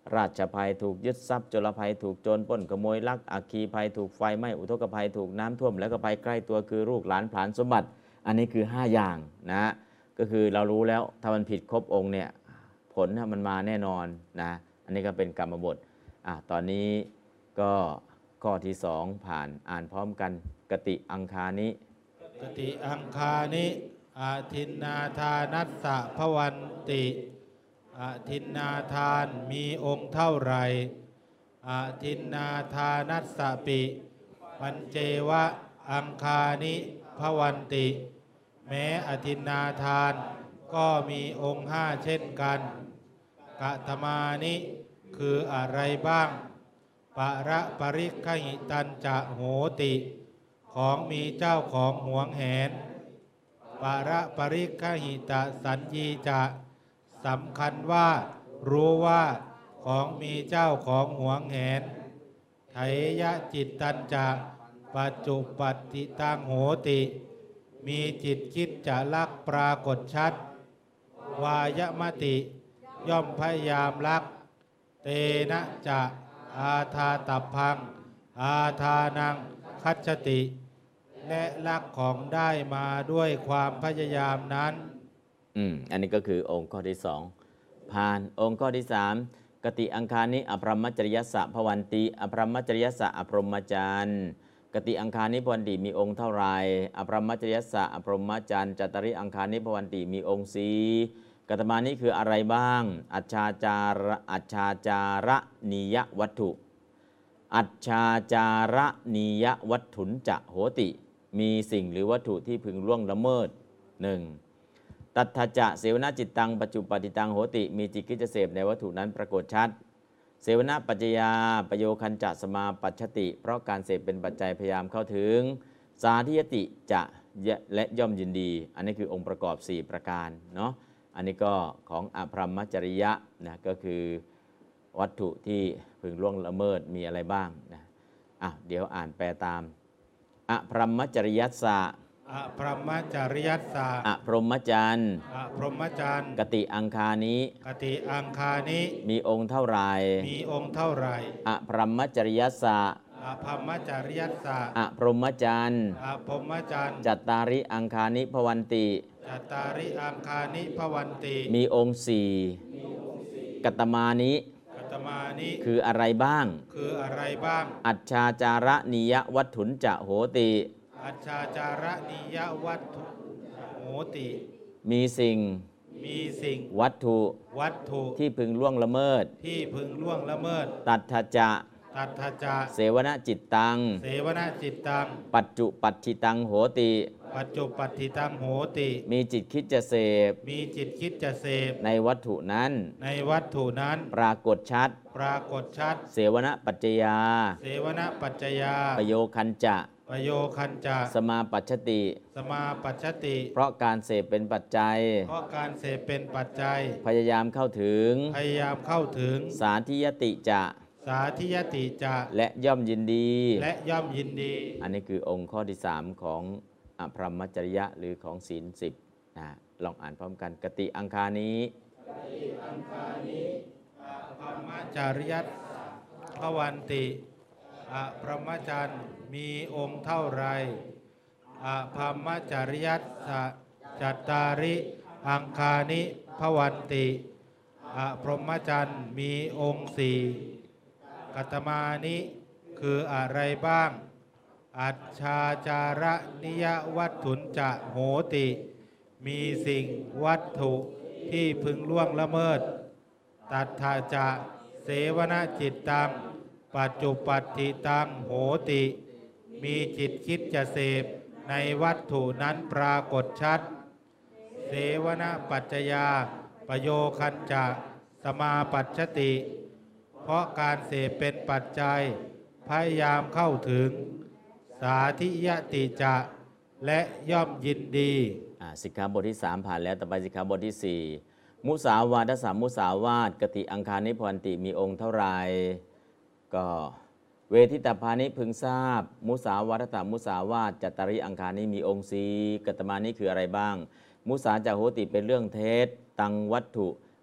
ราชภัยถูกยึดทรัพย์จลภัยถูกโจรปล้นขโมยลักอัคคีภัยถูกไฟไหม้อุทกภัยถูกน้ำท่วมแล้วก็ภัยใกล้ตัวคือลูกหลานผลาญสมบัติ อันนี้คือห้าอย่างนะก็คือเรารู้แล้วถ้ามันผิดครบองค์เนี่ยผลมันมาแน่นอนนะอันนี้ก็เป็นกรรมบทอ่ะตอนนี้ก็ข้อที่สองผ่านอ่านพร้อมกันกติอังคานิกติอังคานิอาทินนาทานัสสะภวันติอาทินนาทานมีองค์เท่าไหร่อาทินนาทานัสสะปิปัญเจวะอังคานิภวันติแม้อาทินนาทานก็มีองค์ห้าเช่นกันกะธมานิคืออะไรบ้างปะระปริคหิตันจะโหติของมีเจ้าของหวงแหนปะระปริคหิตะสัญญีจะสำคัญว่ารู้ว่าของมีเจ้าของหวงแหนไถยะจิตตันจะปัจจุปัตติตังโหติมีจิตคิดจะลักปรากฏชัดวายมติย่อมพยายามลักเตนะจะอาทาตับพังอาทานังคัจฉติและลักของได้มาด้วยความพยายามนั้นอืมอันนี้ก็คือองค์ข้อที่สองผ่านองค์ข้อที่สามกติอังคานิอภรมจริยสะภวันติอภรมจริยสะอพรหมจรรย์กติอังคานิภวันติมีองค์เท่าไรอภรมจริยสะอพรหมจรรย์จตริอังคานิภวันติมีองค์สีกตมานี้คืออะไรบ้างอัจฉาจาระอัจฉาจาระนิยวัตถุอัจฉาจาระนิยวัตถุนจะโหติมีสิ่งหรือวัตถุที่พึงล่วงละเมิดหนึ่งตัทธจะเสวนาจิตตังปัจจุปฏิตังโหติมีจิตคิดจะเสพในวัตถุนั้นปรากฏชัดเสวนาปัจจยาประโยคันจะสมาปัจฉติเพราะการเสพเป็นปัจจัยพยายามเข้าถึงสาธิยติจะและย่อมยินดีอันนี้คือองค์ประกอบสี่ประการเนาะอันนี้ก็ของอภรรมจริยะนะก็คือวัตถุที่พึงล่วงละเมิดมีอะไรบ้างนะอ่ะเดี๋ยวอ่านแปลตามอภรรมจริยัสสะอภรมจริยัสสะอพรหมจรรย์อพรหมจรรย์กติอังคานิกติอังคานิมีองค์เท่าไรมีองค์เท่าไรอภรมจริยัสสะอภรมจริยัสสะอพรหมจรรย์อพรหมจรรย์จัตตาริอังคานิภวันติจัตตาริอังคานิภวันติมีองค์สี่กัตตมานิกัตตมานิคืออะไรบ้างคืออะไรบ้างอัจฉาจาระนิยวัตถุนจะโหติอัจฉาจาระนิยวัตถุโหติมีสิ่งมีสิ่งวัตถุวัตถุที่พึงล่วงละเมิดที่พึงล่วงละเมิดตัทธจะตัทธจะเสวนจิตตังเสวนจิตตังปัจจุปัตถิตังโหติปัจจุปัตถิตังโหติมีจิตคิดจะเสพมีจิตคิดจะเสพในวัตถุนั้นในวัตถุนั้นปรากฏชัดปรากฏชัดเสวนปัจจยาเสวนปัจจยาประโยคันจะประโยคันจะสมาปัจฉติสมาปัจฉติเพราะการเสพเป็นปัจจัยเพราะการเสพเป็นปัจจัยพยายามเข้าถึงพยายามเข้าถึงสาธิยติจะสาธิยติจะและย่อมยินดีและย่อมยินดีอันนี้คือองค์ข้อที่สามของอภรรมจริยะหรือของศีลสิบนะลองอ่านพร้อมกันกติอังคานี้กติอังคานี้อภรรมจริยัสภวันติอภรหมจรรย์มีองค์เท่าไรอภรรมจริยัสสะจัตตาริอังคานิภวันติอพรหมจรรย์มีองค์สี่กัตมานิคืออะไรบ้างอัจฉาจาระนิยวัตถุนจะโหติมีสิ่งวัตถุที่พึงล่วงละเมิดตัทธาจะเสวนจิตตังปัจจุปัตติตังโหติมีจิตคิดจะเสพในวัตถุนั้นปรากฏชัดเสวนปัจจยาประโยคันจะสมาปัจฉติเพราะการเสพเป็นปัจจัยพยายามเข้าถึงสาธิยติจะและย่อมยินดีสิกขาบทที่สามผ่านแล้วต่อไปสิกขาบทที่สี่มุสาวาทสามมุสาวาทกติอังคานิภวันติมีองค์เท่าไรก็เวทิตาภานิพึงทราบมุสาวาทสามมุสาวาทจัตตาริอังคานิมีองค์สีกัตมานี้คืออะไรบ้างมุสาจาโหติเป็นเรื่องเท็จตังวัตถุ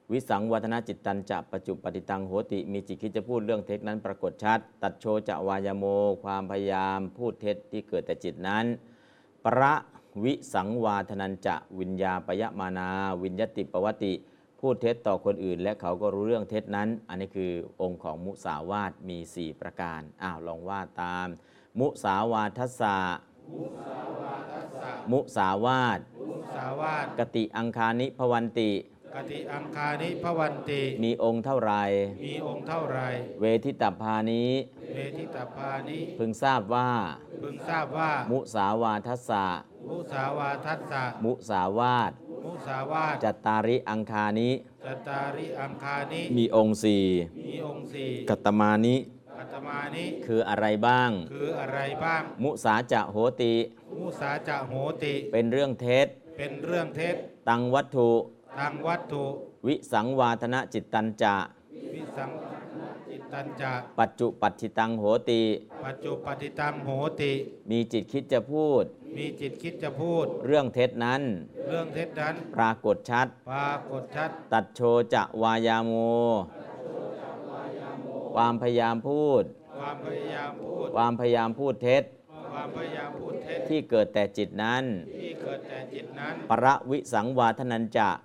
วิสังวัฒนจิตตัญจะปัจจุปฏิตังโหติมีจิตคิดจะพูดเรื่องเท็จนั้นปรากฏชัดตัดโชจะวายโมความพยายามพูดเท็จที่เกิดแต่จิตนั้นประวิสังวาทนันจะวิญญาปยมานาวิญญติปวติพูดเท็จต่อคนอื่นและเขาก็รู้เรื่องเท็จนั้นอันนี้คือองค์ของมุสาวาทมีสี่ประการอ้าวลองว่าตามมุสาวาทัสสะมุสาวาทมุสาวาทกติอังคานิภวันติกติอังคานิภวันติมีองค์เท่าไรมีองค์เท่าไรเวทิตพานิเวทิตพานิพึงทราบว่าพึงทราบว่ามุสาวาทัสสะมุสาวาทัสสะมุสาวาทมุสาวาทจัตตาริอังคานิจตาริอังคานิมีองค์สี่มีองค์สี่กัตตมานิอัตมานิคืออะไรบ้างคืออะไรบ้างมุสาจะโหติมุสาจะโหติเป็นเรื่องเท็จเป็นเรื่องเท็จตังวัตถุทางวัตถุวิสังวาทนะจิตตัญจะวิสังจิตตัญจะปัจจุปัจฉิตังโหติปัจจุปฏิตังโหติมีจิตคิดจะพูดมีจิตคิดจะพูดเรื่องเท็จนั้นเรื่องเท็จนั้นปรากฏชัดปรากฏชัดตัดโชจะวายาโมความพยายามพูดความพยายามพูดความพยายามพูดเท็จความพยายามพูดเท็จที่เกิดแต่จิตนั้นที่เกิดแต่จิตนั้นประวิสังวาทนันจะ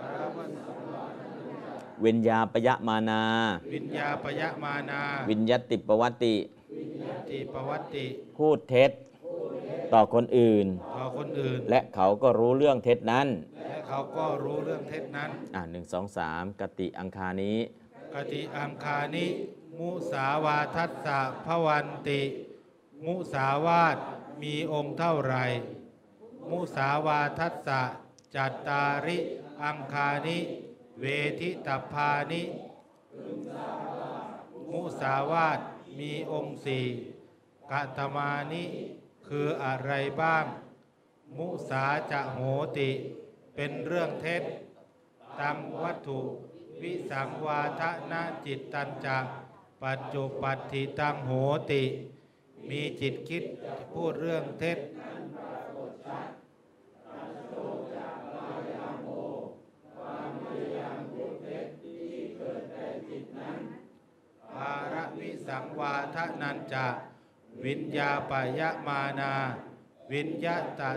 วิญญาปยมานาวิญญาปยมานาวิญญติปวัตติติปวัตติพูดเท็จ ต่อคนอื่นต่อคนอื่นและเขาก็รู้เรื่องเท็จนั้นและเขาก็รู้เรื่องเท็จนั้นอ่าหนึ่งสองสามกติอังคานี้กติอังคานิ มุสาวาทัสสะภวันติ มุสาวาทมีองค์เท่าไรมุสาวาทัสสะจัตตาริอังคานิ เวทิตพานิ มุสาวาทมีองค์สี่กัตมานิคืออะไรบ้าง มุสาจะโหติ เป็นเรื่องเท็จตังวัตถุ วิสังวาทนะจิตตัญจะปัจจุปัฏฐิตังโหติ มีจิตคิดพูดเรื่องเท็จภาระวิสังวาทนันจะวิญญาปยมานา วิญญาตะ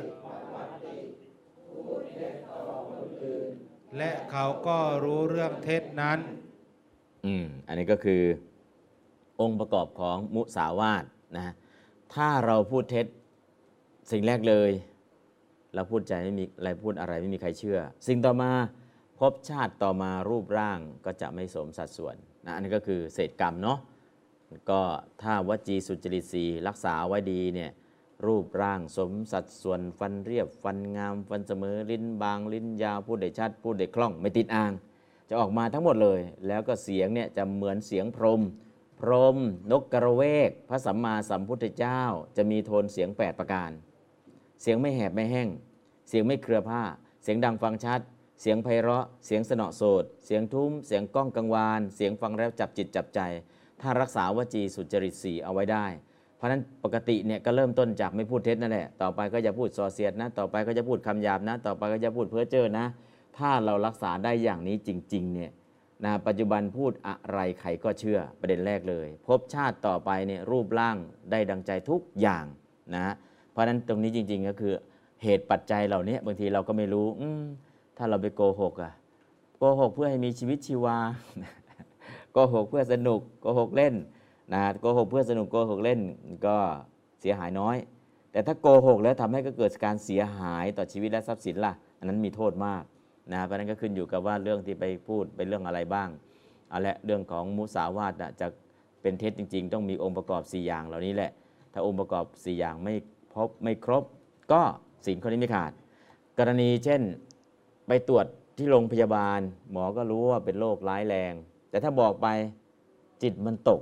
และเขาก็รู้เรื่องเท็จนั้นอืมอันนี้ก็คือองค์ประกอบของมุสาวาทนะถ้าเราพูดเท็จสิ่งแรกเลยเราพูดใจไม่มีอะไรพูดอะไรไม่มีใครเชื่อ สิ่งต่อมาภพชาติต่อมารูปร่างก็จะไม่สมสัดส่วนนะอันนี้ก็คือเศษกรรมเนาะก็ถ้าวจีสุจริตสีรักษาไว้ดีเนี่ยรูปร่างสมสัดส่วนฟันเรียบฟันงามฟันเสมอลิ้นบางลิ้นยาวพูดได้ชัดพูดได้คล่องไม่ติดอ่างจะออกมาทั้งหมดเลยแล้วก็เสียงเนี่ยจะเหมือนเสียงพรหมพรหมนกกระเวกพระสัมมาสัมพุทธเจ้าจะมีโทนเสียงแปดประการเสียงไม่แหบไม่แห้งเสียงไม่เครือผ้าเสียงดังฟังชัดเสียงไพเราะเสียงสนอโสดเสียงทุ้มเสียงก้องกังวานเสียงฟังแล้วจับจิตจับใจถ้ารักษาวจีสุจริตสี่เอาไว้ได้เพราะฉะนั้นปกติเนี่ยก็เริ่มต้นจากไม่พูดเท็จนั่นแหละต่อไปก็จะพูดส่อเสียดนะต่อไปก็จะพูดคำหยาบนะต่อไปก็จะพูดเพ้อเจ้อนะถ้าเรารักษาได้อย่างนี้จริงๆเนี่ยนะปัจจุบันพูดอะไรใครก็เชื่อประเด็นแรกเลยภพชาติต่อไปเนี่ยรูปร่างได้ดังใจทุกอย่างนะเพราะฉะนั้นตรงนี้จริงๆก็คือเหตุปัจจัยเหล่านี้บางทีเราก็ไม่รู้อืมถ้าเราไปโกหกอะโกหกเพื่อให้มีชีวิตชีวา โกหกเพื่อสนุกโกหกเล่นนะโกหกเพื่อสนุกโกหกเล่นก็เสียหายน้อยแต่ถ้าโกหกแล้วทำให้ก็เกิดการเสียหายต่อชีวิตและทรัพย์สินล่ะอันนั้นมีโทษมากนะเพราะนั้นก็ขึ้นอยู่กับว่าเรื่องที่ไปพูดเป็นเรื่องอะไรบ้างเอาละเรื่องของมุสาวาทจะเป็นเท็จจริงๆต้องมีองค์ประกอบสี่อย่างเหล่านี้แหละถ้าองค์ประกอบสี่อย่างไม่พบไม่ครบก็ศีลข้อนี้ไม่ขาดกรณีเช่นไปตรวจที่โรงพยาบาลหมอก็รู้ว่าเป็นโรคร้ายแรงแต่ถ้าบอกไปจิตมันตก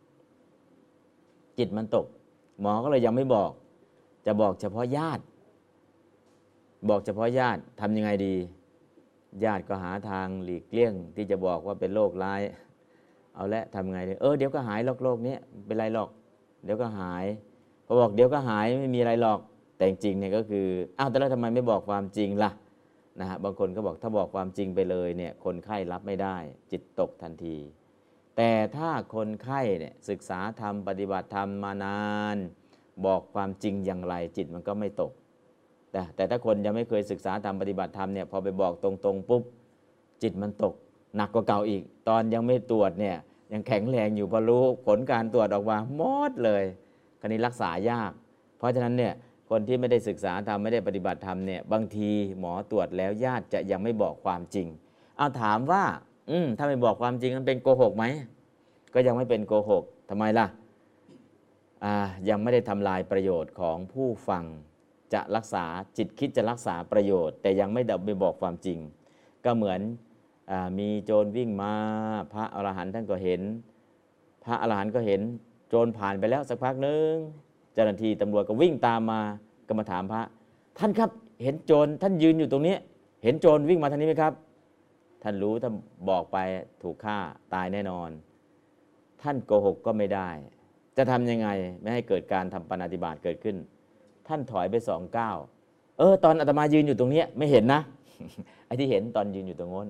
จิตมันตกหมอก็เลยยังไม่บอกจะบอกเฉพาะญาติบอกเฉพาะญาติทำยังไงดีญาติก็หาทางหลีกเลี่ยงที่จะบอกว่าเป็นโรคร้ายเอาละทำไงดีเออเดี๋ยวก็หายโรคโรคนี้เป็นไรหรอกเดี๋ยวก็หายพอบอกเดี๋ยวก็หายไม่มีอะไรหรอกแต่จริงเนี่ยก็คืออ้าวแต่แล้วทำไมไม่บอกความจริงล่ะนะฮะบางคนก็บอกถ้าบอกความจริงไปเลยเนี่ยคนไข้รับไม่ได้จิตตกทันทีแต่ถ้าคนไข้เนี่ยศึกษาธรรมปฏิบัติธรรมมานานบอกความจริงอย่างไรจิตมันก็ไม่ตกแต่แต่ถ้าคนยังไม่เคยศึกษาธรรมปฏิบัติธรรมเนี่ยพอไปบอกตรงๆปุ๊บจิตมันตกหนักกว่าเก่าอีกตอนยังไม่ตรวจเนี่ยยังแข็งแรงอยู่พอรู้ผลการตรวจออกมาหมดเลยคราวนี้รักษายากเพราะฉะนั้นเนี่ยคนที่ไม่ได้ศึกษาธรรมไม่ได้ปฏิบัติธรรมเนี่ยบางทีหมอตรวจแล้วญาติจะยังไม่บอกความจริงเอาถามว่าอืมถ้าไม่บอกความจริงมันเป็นโกหกไหมก็ยังไม่เป็นโกหกทำไมล่ะอ่ายังไม่ได้ทำลายประโยชน์ของผู้ฟังจะรักษาจิตคิดจะรักษาประโยชน์แต่ยังไม่ได้ไปบอกความจริงก็เหมือนอ่ามีโจรวิ่งมาพระอรหันต์ท่านก็เห็นพระอรหันต์ก็เห็นโจรผ่านไปแล้วสักพักนึงเจ้าหน้าที่ตำรวจก็วิ่งตามมาก็มาถามพระท่านครับเห็นโจรท่านยืนอยู่ตรงนี้เห็นโจรวิ่งมาทางนี้ไหมครับท่านรู้ถ้าบอกไปถูกฆ่าตายแน่นอนท่านโกหกก็ไม่ได้จะทำยังไงไม่ให้เกิดการทำปาณาติบาตเกิดขึ้นท่านถอยไปสองก้าวเออตอนอาตมายืนอยู่ตรงนี้ไม่เห็นนะ ไอ้ที่เห็นตอนยืนอยู่ตรงโน้น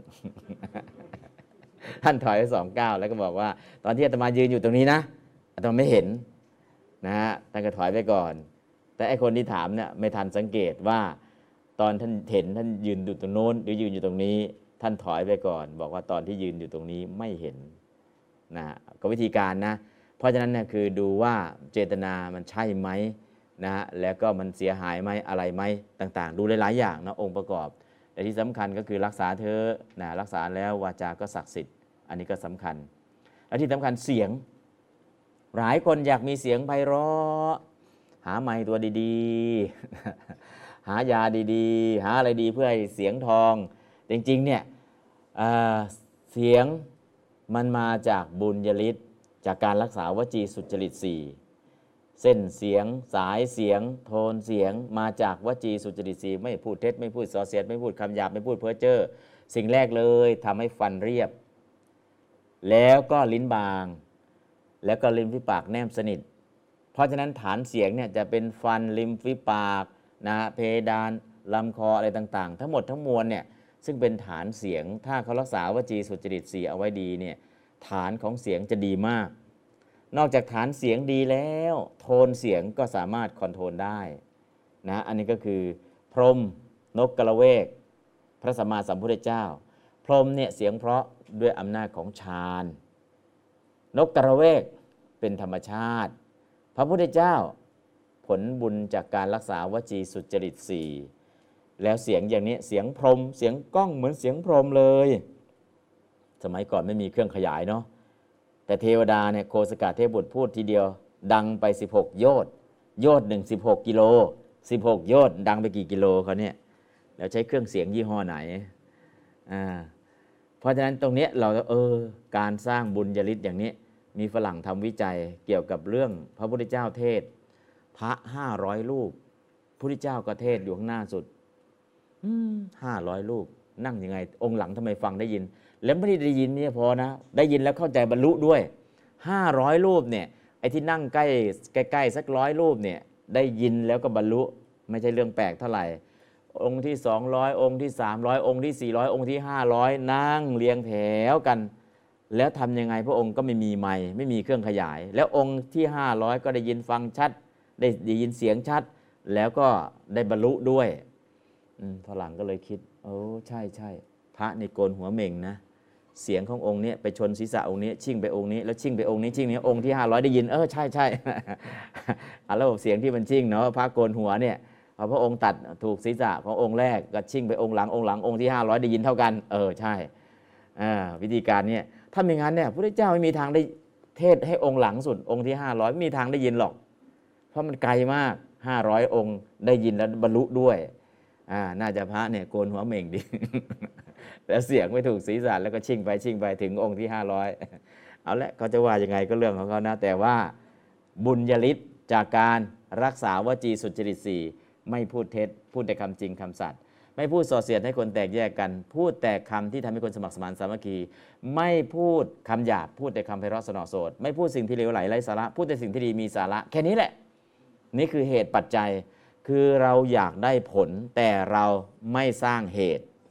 ท่านถอยไปสองก้าวแล้วก็บอกว่าตอนที่อาตมายืนอยู่ตรงนี้นะอาตมาไม่เห็นนะฮะท่านก็ถอยไปก่อนแต่ไอ้คนที่ถามเนี่ยไม่ทันสังเกตว่าตอนท่านเห็นท่านยืนอยู่ตรงโน้นหรือยืนอยู่ตรงนี้ท่านถอยไปก่อนบอกว่าตอนที่ยืนอยู่ตรงนี้ไม่เห็นนะก็วิธีการนะเพราะฉะนั้นเนี่ยคือดูว่าเจตนามันใช่ไหมนะฮะแล้วก็มันเสียหายไหมอะไรไหมต่างๆดูหลายๆอย่างนะองค์ประกอบแต่ที่สำคัญก็คือรักษาเธอนะรักษาแล้ววาจาก็ศักดิ์สิทธิ์อันนี้ก็สำคัญและที่สำคัญเสียงหลายคนอยากมีเสียงไพเราะหาไมค์ตัวดีๆ หายาดีๆหาอะไรดีเพื่อให้เสียงทองจริงๆเนี่ยเสียงมันมาจากบุญญาฤทธิ์จากการรักษาวจีสุจริตสี่เส้นเสียงสายเสียงโทนเสียงมาจากวจีสุจริตสี่ไม่พูดเท็จไม่พูดส่อเสียดไม่พูดคำหยาบไม่พูดเพ้อเจ้อสิ่งแรกเลยทำให้ฟันเรียบแล้วก็ลิ้นบางแล้วก็ริมฝีปากแนบสนิทเพราะฉะนั้นฐานเสียงเนี่ยจะเป็นฟันริมฝีปากนะเพดานลำคออะไรต่างๆทั้งหมดทั้งมวลเนี่ยซึ่งเป็นฐานเสียงถ้าเขารักษาวจีสุจริตสี่เอาไว้ดีเนี่ยฐานของเสียงจะดีมากนอกจากฐานเสียงดีแล้วโทนเสียงก็สามารถคอนโทรลได้นะอันนี้ก็คือพรหมนกกระเวกพระสัมมาสัมพุทธเจ้าพรหมเนี่ยเสียงเพราะด้วยอำนาจของฌานนกกระเวกเป็นธรรมชาติพระพุทธเจ้าผลบุญจากการรักษาวจีสุจริตสี่แล้วเสียงอย่างนี้เสียงพรหมเสียงก้องเหมือนเสียงพรหมเลยสมัยก่อนไม่มีเครื่องขยายเนาะแต่เทวดาเนี่ยโคสกะเทพบุตรพูดทีเดียวดังไปสิบหกโยชน์โยชน์หนึ่ง สิบหกกิโลสิบหกโยชน์ดังไปกี่กิโลเขาเนี่ยแล้วใช้เครื่องเสียงยี่ห้อไหนอ่าเพราะฉะนั้นตรงนี้เราเออการสร้างบุญญาฤทธิ์อย่างนี้มีฝรั่งทำวิจัยเกี่ยวกับเรื่องพระพุทธเจ้าเทศพระห้าร้อยรูปพระพุทธเจ้าก็เทศอยู่ข้างหน้าสุดห้าร้อยรูปนั่งยังไงองค์หลังทำไมฟังได้ยินแล้วไม่ได้ยินเนี่ยพอนะได้ยินแล้วเข้าใจบรรลุด้วยห้าร้อยรูปเนี่ยไอ้ที่นั่งใกล้ใกล้ๆสักร้อยรูปเนี่ยได้ยินแล้วก็บรรลุไม่ใช่เรื่องแปลกเท่าไหร่องค์ที่สองร้อยองค์ที่สามร้อยองค์ที่สี่ร้อยองค์ที่ห้าร้อยนั่งเรียงแถวกันแล้วทำยังไงพระองค์ก็ไม่มีไมค์ไม่มีเครื่องขยายแล้วองค์ที่ห้าร้อยก็ได้ยินฟังชัดได้ได้ยินเสียงชัดแล้วก็ได้บรรลุด้วยฝรั่งก็เลยคิดโอ้ใช่ใช่พระในโกนหัวเม่งนะเสียงขององค์นี้ไปชนศีรษะองค์นี้ชิ่งไปองค์นี้แล้วชิ่งไปองค์นี้ชิ่งนี้องค์ที่ห้าร้อยได้ยินเออใช่ใช่ อ่ะระบบเสียงที่มันชิ่งเนาะพระโกนหัวเนี่ยพอพระองค์ตัดถูกศีรษะขององค์แรกก็ชิ่งไปองค์หลังองค์หลังองค์ที่ห้าร้อยได้ยินเท่ากันเออใช่อ่าวิธีการเนี่ยถ้าไม่งั้นเนี่ยพระพุทธเจ้าไม่มีทางได้เทศให้องค์หลังสุดองค์ที่ห้าร้อยไม่มีทางได้ยินหรอกเพราะมันไกลมากห้าร้อยองค์ได้ยินแล้วบรรลุด้วยอ่าน่าจะพระเนี่ยโกนหัวเม่งดี แล้วเสียงไม่ถูกศีรษะแล้วก็ชิ่งไปชิ่งไปถึงองค์ที่ห้าร้อยเอาละเขาจะว่ายังไงก็เรื่องของเขานะแต่ว่าบุญญาฤทธิ์จากการรักษาวจีสุจริตสี่ไม่พูดเท็จพูดแต่คำจริงคำสัตย์ไม่พูดส่อเสียดให้คนแตกแยกกันพูดแต่คำที่ทำให้คนสมัครสมานสามัคคีไม่พูดคำหยาบพูดแต่คำไพเราะสนอโสดไม่พูดสิ่งที่เลวไหลไร้สาระพูดแต่สิ่งที่ดีมีสาระแค่นี้แหละนี่คือเหตุปัจจัยคือเราอยากได้ผลแต่เราไม่สร้างเหตุ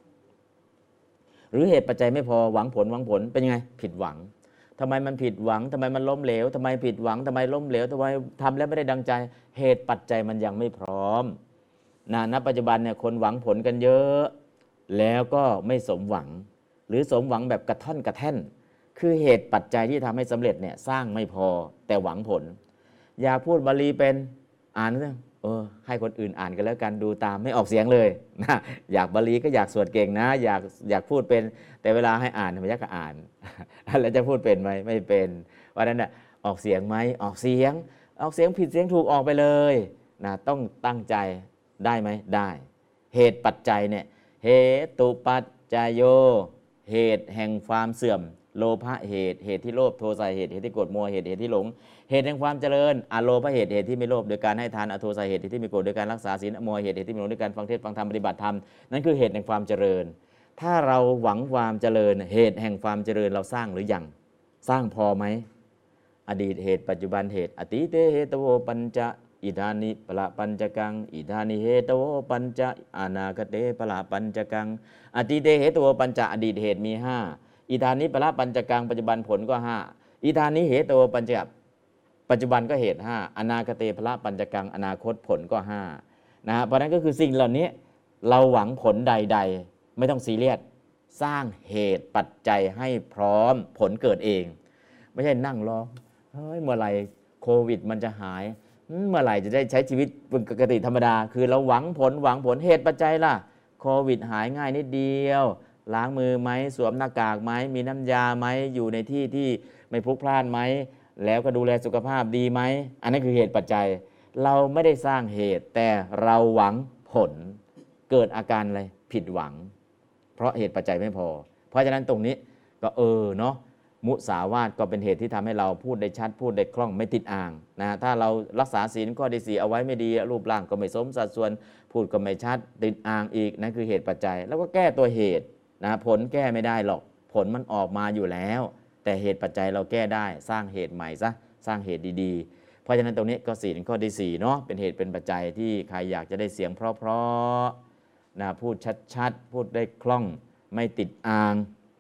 หรือเหตุปัจจัยไม่พอหวังผลหวังผลเป็นยังไงผิดหวังทำไมมันผิดหวังทำไมมันล้มเหลวทำไมผิดหวังทำไมล้มเหลวทำไมทำแล้วไม่ได้ดังใจเหตุปัจจัยมันยังไม่พร้อมนะณปัจจุบันเนี่ยคนหวังผลกันเยอะแล้วก็ไม่สมหวังหรือสมหวังแบบกระท่อนกระแท่นคือเหตุปัจจัยที่ทำให้สำเร็จเนี่ยสร้างไม่พอแต่หวังผลอยากพูดบาลีเป็นอ่านเรื่องเออให้คนอื่นอ่านกันแล้วกันดูตามไม่ออกเสียงเลยนะอยากบาลีก็อยากสวดเก่งนะอยากอยากพูดเป็นแต่เวลาให้อ่านไม่อยากอ่านแล้วจะพูดเป็นไหมไม่เป็นวันนั้นน่ะออกเสียงไหมออกเสียงออกเสียงผิดเสียงถูกออกไปเลยนะต้องตั้งใจได้ไหมได้เหตุปัจจัยเนี่ยเหตุปัจจโยเหตุแห่งความเสื่อมโลภะเหตุเหตุที่โลภโทสะเหตุเหตุที่โกรธโมหะเหตุเหตุที่หลงเหตุแห่งความเจริญอโลภะเหตุเหตุที่ไม่โลภโดยการให้ทานอโทสะเหตุเหตุที่ไม่โกรธโดยการรักษาศีลอโมหะเหตุเหตุที่ไม่หลงโดยการฟังเทศน์ฟังธรรมปฏิบัติธรรมนั่นคือเหตุแห่งความเจริญถ้าเราหวังความเจริญเหตุแห่งความเจริญเราสร้างหรือยังสร้างพอไหมอดีตเหตุปัจจุบันเหตุอติเตเหตโวปัญจอิธานิปละปัญจกังอิธานิเหตโวปัญจอนาคเตปละปัญจกังอติเตเหตโวปัญจอดีตเหตุมีห้าอิธานิปละปัญจกังปัจจุบันผลก็ห้าอิธานิเหตโวปัญจปัจจุบันก็เหตุห้าอนาคเตพละปัญจกังอนาคตผลก็ห้านะฮะเพราะนั้นก็คือสิ่งเหล่านี้เราหวังผลใดๆไม่ต้องซีเรียสสร้างเหตุปัจจัยให้พร้อมผลเกิดเองไม่ใช่นั่งรอเฮ้ยเมื่อไหร่โควิดมันจะหายเมื่อไหร่จะได้ใช้ชีวิตปกติธรรมดาคือเราหวังผลหวังผลเหตุปัจจัยล่ะโควิดหายง่ายนิดเดียวล้างมือไหมสวมหน้ากากไหมมีน้ำยาไหมอยู่ในที่ที่ไม่พลุกพล่านไหมแล้วก็ดูแลสุขภาพดีไหมอันนั้นคือเหตุปัจจัยเราไม่ได้สร้างเหตุแต่เราหวังผลเกิดอาการอะไรผิดหวังเพราะเหตุปัจจัยไม่พอเพราะฉะนั้นตรงนี้ก็เออเนาะมุสาวาทก็เป็นเหตุที่ทำให้เราพูดได้ชัดพูดได้คล่องไม่ติดอ่างนะถ้าเรารักษาศีลข้อที่สี่เอาไว้ไม่ดีรูปร่างก็ไม่สมสัดส่วนพูดก็ไม่ชัดติดอ่างอีกนั่นคือเหตุปัจจัยแล้วก็แก้ตัวเหตุนะผลแก้ไม่ได้หรอกผลมันออกมาอยู่แล้วแต่เหตุปัจจัยเราแก้ได้สร้างเหตุใหม่ซะสร้างเหตุดีๆเพราะฉะนั้นตรงนี้ก็ศีลข้อที่สี่เนาะเป็นเหตุเป็นปัจจัยที่ใครอยากจะได้เสียงเพราะๆนะพูดชัดๆพูดได้คล่องไม่ติดอ่าง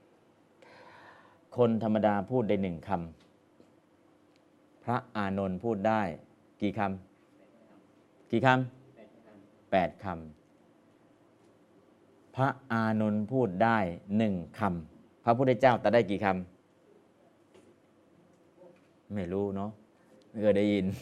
คนธรรมดาพูดได้หนึ่งคำพระอานนท์พูดได้กี่คำกี่คำแปดคำพระอานนท์พูดได้หนึ่งคำพระพุทธเจ้าแต่ได้กี่คำไม่รู้เนาะไม่เคยได้ยิน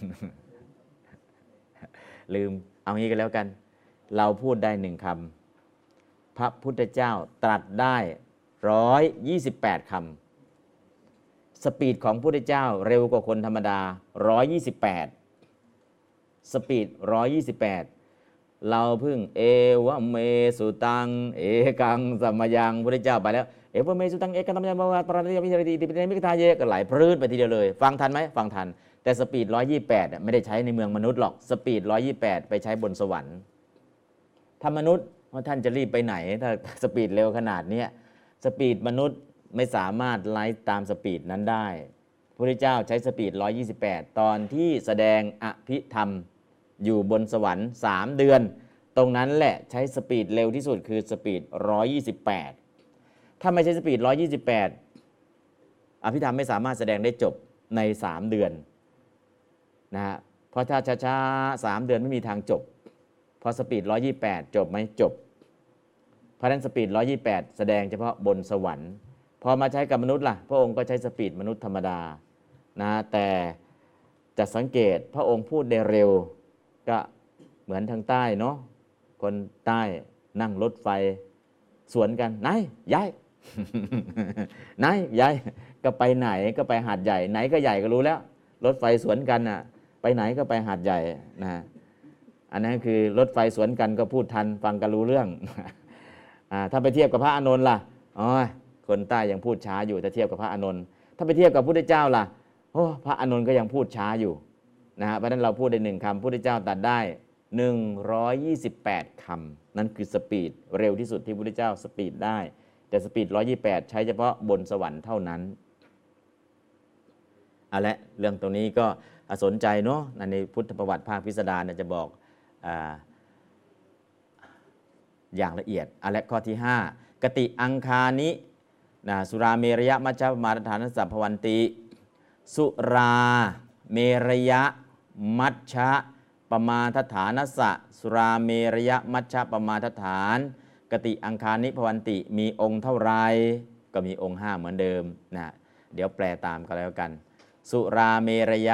ลืมเอางี้กันแล้วกันเราพูดได้หนึ่งคำพระพุทธเจ้าตรัสได้ร้อยยี่สิบแปดคำสปีดของพระพุทธเจ้าเร็วกว่าคนธรรมดาหนึ่งร้อยยี่สิบแปดสปีดหนึ่งร้อยยี่สิบแปดเราเพิ่งเอวะเมสุตังเอกังสัมมายังพระพุทธเจ้าไปแล้วเอวะเมสุตังเอกังสัมมายังบวรปราณยมิจริติปิเตมิกทาเยก็ไหลพรื้นไปทีเดียวเลยฟังทันไหมฟังทันแต่สปีดหนึ่งร้อยยี่สิบแปดไม่ได้ใช้ในเมืองมนุษย์หรอกสปีดหนึ่งร้อยยี่สิบแปดไปใช้บนสวรรค์ถ้ามนุษย์ว่าท่านจะรีบไปไหนถ้าสปีดเร็วขนาดนี้สปีดมนุษย์ไม่สามารถไล่ตามสปีดนั้นได้พระพุทธเจ้าใช้สปีดหนึ่งร้อยยี่สิบแปดตอนที่แสดงอภิธรรมอยู่บนสวรรค์สามเดือนตรงนั้นแหละใช้สปีดเร็วที่สุดคือสปีดหนึ่งร้อยยี่สิบแปดถ้าไม่ใช่สปีดหนึ่งร้อยยี่สิบแปดอภิธรรมไม่สามารถแสดงได้จบในสามเดือนนะฮะเพราะถ้าช้าๆสามเดือนไม่มีทางจบพอสปีดหนึ่งร้อยยี่สิบแปดจบไหมจบเพราะฉะนั้นสปีดหนึ่งร้อยยี่สิบแปดแสดงเฉพาะบนสวรรค์พอมาใช้กับมนุษย์ล่ะพระองค์ก็ใช้สปีดมนุษย์ธรรมดานะแต่จะสังเกตพระองค์พูดได้เร็วก็เหมือนทางใต้เนาะคนใต้นั่งรถไฟสวนกันไหนย้าย ไหนย้ายก็ไปไหนก็ไปหาดใหญ่ไหนก็ใหญ่ก็รู้แล้วรถไฟสวนกันน่ะไปไหนก็ไปหาดใหญ่นะอันนั้นคือรถไฟสวนกันก็พูดทันฟังกันรู้เรื่อง ถ้าไปเทียบกับพระอานนท์ล่ะอ๋อคนใต้ยังพูดช้าอยู่ถ้าเทียบกับพระอานนท์ถ้าไปเทียบกับพระพุทธเจ้าล่ะโอ้พระอานนท์ก็ยังพูดช้าอยู่นะฮะเพราะฉะนั้นเราพูดได้หนึ่งคำพระพุทธเจ้าตรัสได้หนึ่งร้อยยี่สิบแปดคำนั่นคือสปีดเร็วที่สุดที่พระพุทธเจ้าสปีดได้แต่สปีดหนึ่งร้อยยี่สิบแปดใช้เฉพาะบนสวรรค์เท่านั้นเอาละเรื่องตรงนี้ก็สนใจเนาะในพุทธประวัติภาคพิสดารเนี่ยจะบอกอ่าอย่างละเอียดเอาละข้อที่ห้ากติอังคานินะสุราเมรยมัชฌะปมาทฐานัสสะภวันติสุราเมรยมัชฌะปมาทฐานัสสะสุราเมรยมัชฌะปมาทฐานกติอังคานิภวันติมีองค์เท่าไรก็มีองค์ห้าเหมือนเดิมนะเดี๋ยวแปลตามกันแล้วกันสุราเมรย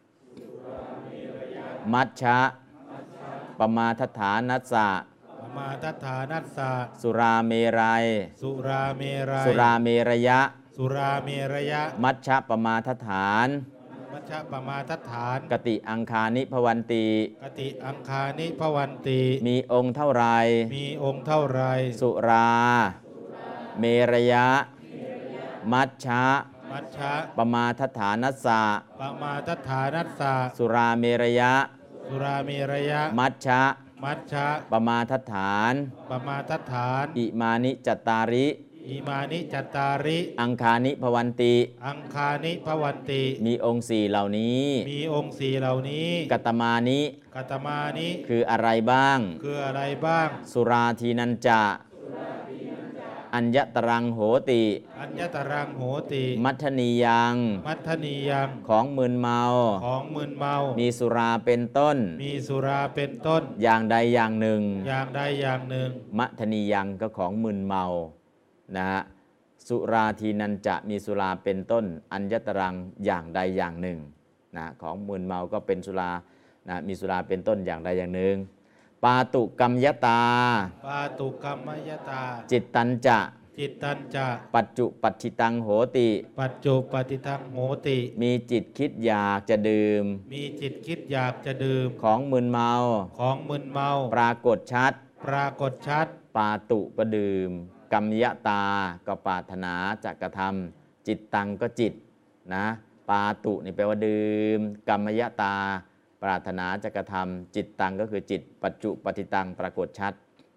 มัชฌะปมาทฐานัสสะปมาทฐานัสสะสุราเมรัยสุราเมรัยสุราเมรยะสุราเมรยะมัชฌะปมาทฐานมัชฌะปมาทฐานกติอังคานิภวันติกติอังคานิภวันติมีองค์เท่าไรมีองค์เท่าไรสุราเมรยะมัชฌะมัชฌะปมาทฐานัสสะปมาทฐานัสสะสุราเมรยะสุราเมรยะมัชฌะมัชฌะปมาทฐานปมาทฐานอิมานิจัตตาริอิมานิจัตตาริอังคานิภวันติอังคานิภวันติมีองค์สี่เหล่านี้มีองค์สี่เหล่านี้กัตมานิกัตมานิคืออะไรบ้างคืออะไรบ้างสุราทีนันจะอัญญตรังโหติอัญญตรังโหติมัทนียังมัทนียังของมึนเมาของมึนเมามีสุราเป็นต้นมีสุราเป็นต้นอย่างใดอย่างหนึ่งอย่างใดอย่างหนึ่งมัทนียังก็ของมึนเมานะฮะสุราทีนันจะมีสุราเป็นต้นอัญญตรังอย่างใดอย่างหนึ่งนะของมึนเมาก็เป็นสุรานะมีสุราเป็นต้นอย่างใดอย่างหนึ่งปาตุกรรมยตาปาตุกรรมยตาจิตตัญจะจิตตัญจะปัจจุปัจฉิตังโหติปัจจุปฏิทังโหติมีจิตคิดอยากจะดื่มมีจิตคิดอยากจะดื่มของมึนเมาของมึนเมาปรากฏชัดปรากฏชัดปาตุก็ดื่มกรรมยตาก็ปรารถนาจะกระทำจิตตังก็จิตนะปาตุนี่แปลว่าดื่มกรรมยตาปรารถนาจะกระทำจิตตังก็คือจิตปัจจุปฏิตังปรากฏชัด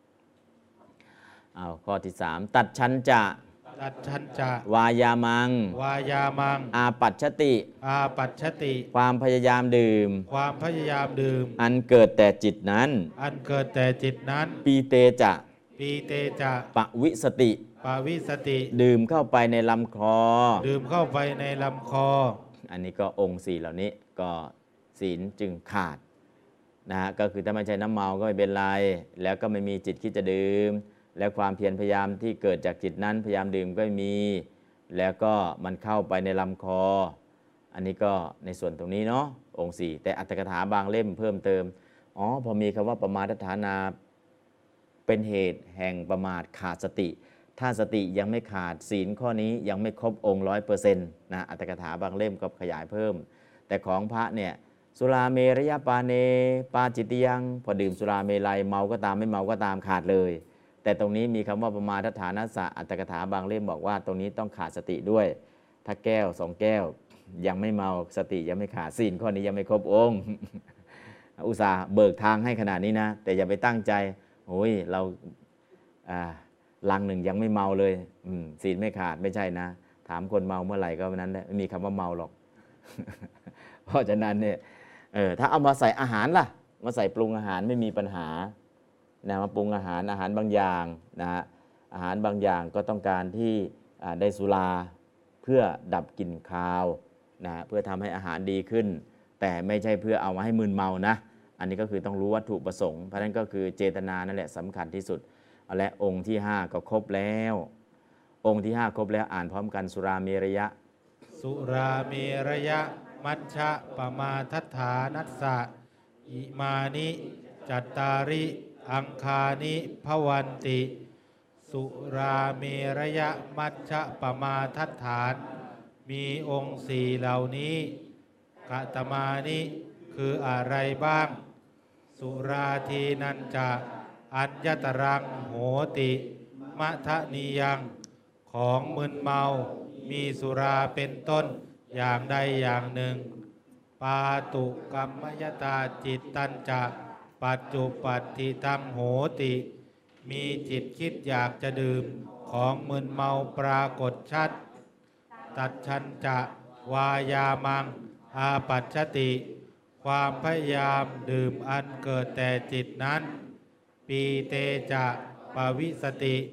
เอาข้อที่สามตัดชันจะตัดชันจะวายามังวายามังอาปัชชติอาปัชชติความพยายามดื่มความพยายามดื่มอันเกิดแต่จิตนั้นอันเกิดแต่จิตนั้นปีเตจะปีเตจะปวิสติปวิสติดื่มเข้าไปในลำคอดื่มเข้าไปในลำคออันนี้ก็องค์สี่เหล่านี้ก็ศีลจึงขาดนะฮะก็คือถ้าไม่ใช่น้ำเมาก็ไม่เป็นไรแล้วก็ไม่มีจิตคิดจะดื่มและความเพียรพยายามที่เกิดจากจิตนั้นพยายามดื่มก็ไม่มีแล้วก็มันเข้าไปในลำคออันนี้ก็ในส่วนตรงนี้เนาะองค์สี่แต่อรรถกถาบางเล่มเพิ่มเติมอ๋อพอมีคำว่าประมาทฐานาเป็นเหตุแห่งประมาทขาดสติถ้าสติยังไม่ขาดศีลข้อนี้ยังไม่ครบองค์ร้อยเปอร์เซ็นต์นะอรรถกถาบางเล่มก็ขยายเพิ่มแต่ของพระเนี่ยสุราเมรยปาเนปาจิตยังพอดื่มสุราเมลัยเมาก็ตามไม่เมาก็ตามขาดเลยแต่ตรงนี้มีคำว่าประมาทฐานัสสะอัตถกถาบางเล่มบอกว่าตรงนี้ต้องขาดสติด้วยถ้าแก้วสองแก้วยังไม่เมาสติยังไม่ขาดศีลข้อนี้ยังไม่ครบองค์ อุตส่าห์เบิกทางให้ขนาดนี้นะแต่อย่าไปตั้งใจโอ้ยเราลังหนึ่งยังไม่เมาเลยศีลไม่ขาดไม่ใช่นะถามคนเมาเมื่อไหร่ก็วันนั้นแหละไม่มีคำว่าเมาหรอก เพราะฉะนั้นเนี่ยเออถ้าเอามาใส่อาหารล่ะมาใส่ปรุงอาหารไม่มีปัญหานะมาปรุงอาหารอาหารบางอย่างนะฮะอาหารบางอย่างก็ต้องการที่ได้สุราเพื่อดับกลิ่นคาวนะเพื่อทำให้อาหารดีขึ้นแต่ไม่ใช่เพื่อเอามาให้มึนเมานะอันนี้ก็คือต้องรู้วัตถุประสงค์เพราะนั้นก็คือเจตนานั่นแหละสำคัญที่สุดและองค์ที่ห้าก็ครบแล้วองค์ที่ห้าครบแล้วอ่านพร้อมกันสุราเมรยะสุราเมรยะมัชฌะปมาทฐานัสสะอิมานิจัตตาริอังคานิภวันติสุราเมรยะมัชฌะปมาทฐานมีองค์สี่เหล่านี้กตมานิคืออะไรบ้างสุราทีนันจะอัญญตรังโหติมัทนียังของมึนเมามีสุราเป็นต้นอย่างใดอย่างหนึ่งปาตุกรรมยตาจิตตัญจะปัจจุปัฏฐิตังโหติมีจิตคิดอยากจะดื่มของมึนเมาปรากฏชัดตัดชันจะวายามังอาปัชชติความพยายามดื่มอันเกิดแต่จิตนั้นปีเตจะปวิสติ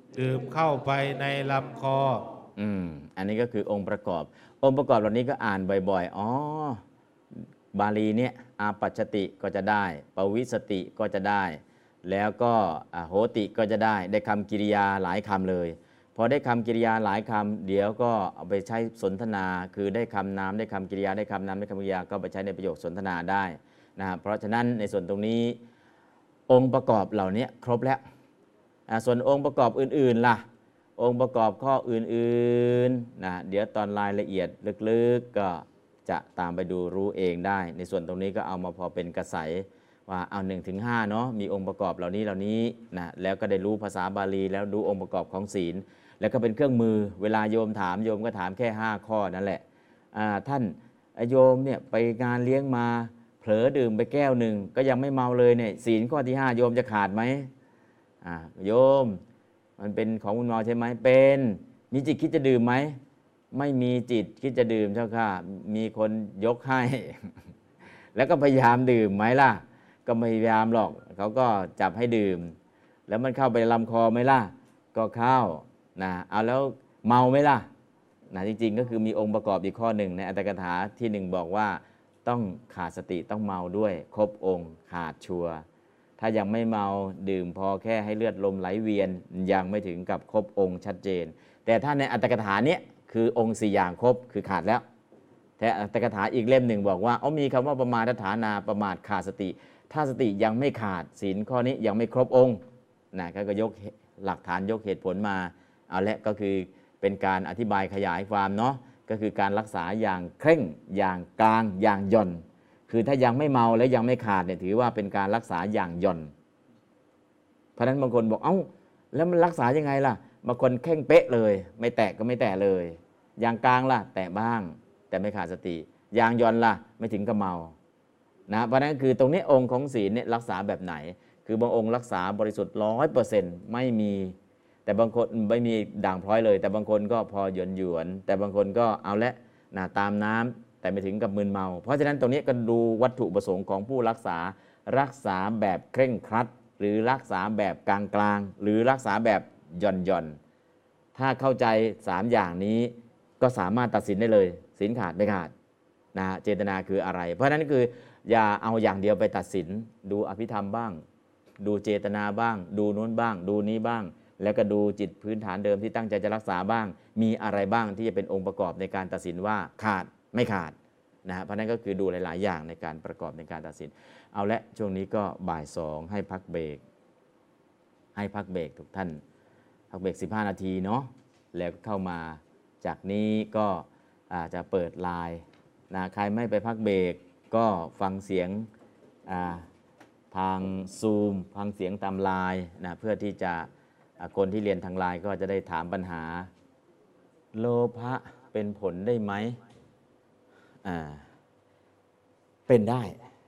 ดื่มเข้าไปในลำคออืมอันนี้ก็คือองค์ประกอบ องค์ประกอบเหล่านี้ก็อ่านบ่อยๆอ๋อบาลีเนี่ยอาปัจจติก็จะได้ปวิสติก็จะได้ แล้วก็โหติก็จะได้ได้คำกริยาหลายคำเลยพอได้คำกริยาหลายคำเดี๋ยวก็เอาไปใช้สนทนาคือได้คำนามได้คำกริยาได้คำนามได้คำกริยาก็ไปใช้ในประโยคสนทนาได้นะครับเพราะฉะนั้นในส่วนตรงนี้องค์ประกอบเหล่านี้ครบแล้วส่วนองค์ประกอบอื่นๆล่ะองค์ประกอบข้ออื่นๆนะเดี๋ยวตอนรายละเอียดลึกๆก็จะตามไปดูรู้เองได้ในส่วนตรงนี้ก็เอามาพอเป็นกระใสว่าเอาหนึ่งถึงห้าเนาะมีองค์ประกอบเหล่านี้เหล่านี้นะแล้วก็ได้รู้ภาษาบาลีแล้วดูองค์ประกอบของศีลแล้วก็เป็นเครื่องมือเวลาโยมถามโยมก็ถามแค่ห้าข้อนั่นแหละท่านโยมเนี่ยไปงานเลี้ยงมาเผลอดื่มไปแก้วหนึ่งก็ยังไม่เมาเลยเนี่ยศีลข้อที่ห้าโยมจะขาดไหมโยมมันเป็นของคุณเมาใช่ไหมเป็นมีจิตคิดจะดื่มไหมไม่มีจิตคิดจะดื่มเจ้าค่ะมีคนยกให้ แล้วก็พยายามดื่มไหมล่ะก็ไม่พยายามหรอกเขาก็จับให้ดื่มแล้วมันเข้าไปลำคอไหมล่ะก็เข้านะเอาแล้วเมาไหมล่ะนะจริงๆก็คือมีองค์ประกอบอีกข้อหนึ่งในอัตถกถาที่หนึ่งบอกว่าต้องขาดสติต้องเมาด้วยครบองค์ขาดชัวร์ถ้ายังไม่เมาดื่มพอแค่ให้เลือดลมไหลเวียนยังไม่ถึงกับครบองค์ชัดเจนแต่ถ้าในอัตถกถาเนี้ยคือองค์สี่อย่างครบคือขาดแล้วแต่อัตถกถาอีกเล่มหนึ่งบอกว่าอ๋อมีคำว่าประมาทฐานาประมาทขาดสติถ้าสติยังไม่ขาดศีลข้อนี้ยังไม่ครบองค์นะก็ยกหลักฐานยกเหตุผลมาเอาละก็คือเป็นการอธิบายขยายความเนาะก็คือการรักษาอย่างเคร่งอย่างกลางอย่างหย่อนคือถ้ายังไม่เมาและยังไม่ขาดเนี่ยถือว่าเป็นการรักษาอย่างหย่อนเพราะฉะนั้นบางคนบอกเอ้าแล้วมันรักษายังไงล่ะบางคนเคร่งเป๊ะเลยไม่แตะก็ไม่แตะเลยอย่างกลางล่ะแตะบ้างแต่ไม่ขาดสติอย่างหย่อนล่ะไม่ถึงกับเมานะเพราะนั้นคือตรงนี้องค์ของศีลเนี่ยรักษาแบบไหนคือบางองค์รักษาบริสุทธิ์ร้อยเปอร์เซ็นต์ไม่มีแต่บางคนไม่มีด่างพร้อยเลยแต่บางคนก็พอหยวนหยวนแต่บางคนก็เอาละนะตามน้ำแต่ไม่ถึงกับมึนเมาเพราะฉะนั้นตรงนี้ก็ดูวัตถุประสงค์ของผู้รักษารักษาแบบเคร่งครัดหรือรักษาแบบกลางกลางหรือรักษาแบบหย่อนหย่อนถ้าเข้าใจสามอย่างนี้ก็สามารถตัดสินได้เลยศีลขาดไม่ขาดนะเจตนาคืออะไรเพราะฉะนั้นคืออย่าเอาอย่างเดียวไปตัดสินดูอภิธรรมบ้างดูเจตนาบ้างดูนู้นบ้างดูนี้บ้างแล้วก็ดูจิตพื้นฐานเดิมที่ตั้งใจจะรักษาบ้างมีอะไรบ้างที่จะเป็นองค์ประกอบในการตัดสินว่าขาดไม่ขาดนะฮะเพราะนั้นก็คือดูหลายๆอย่างในการประกอบในการตัดสินเอาละช่วงนี้ก็บ่ายสองให้พักเบรกให้พักเบรกทุกท่านพักเบรกสิบห้านาทีเนาะแล้วเข้ามาจากนี้ก็อาจจะเปิดไลน์นะใครไม่ไปพักเบรกก็ฟังเสียงทางซูมฟังเสียงตามไลน์นะเพื่อที่จะคนที่เรียนทางไลน์ก็จะได้ถามปัญหาโลภะเป็นผลได้ไหมอ่าเป็นได้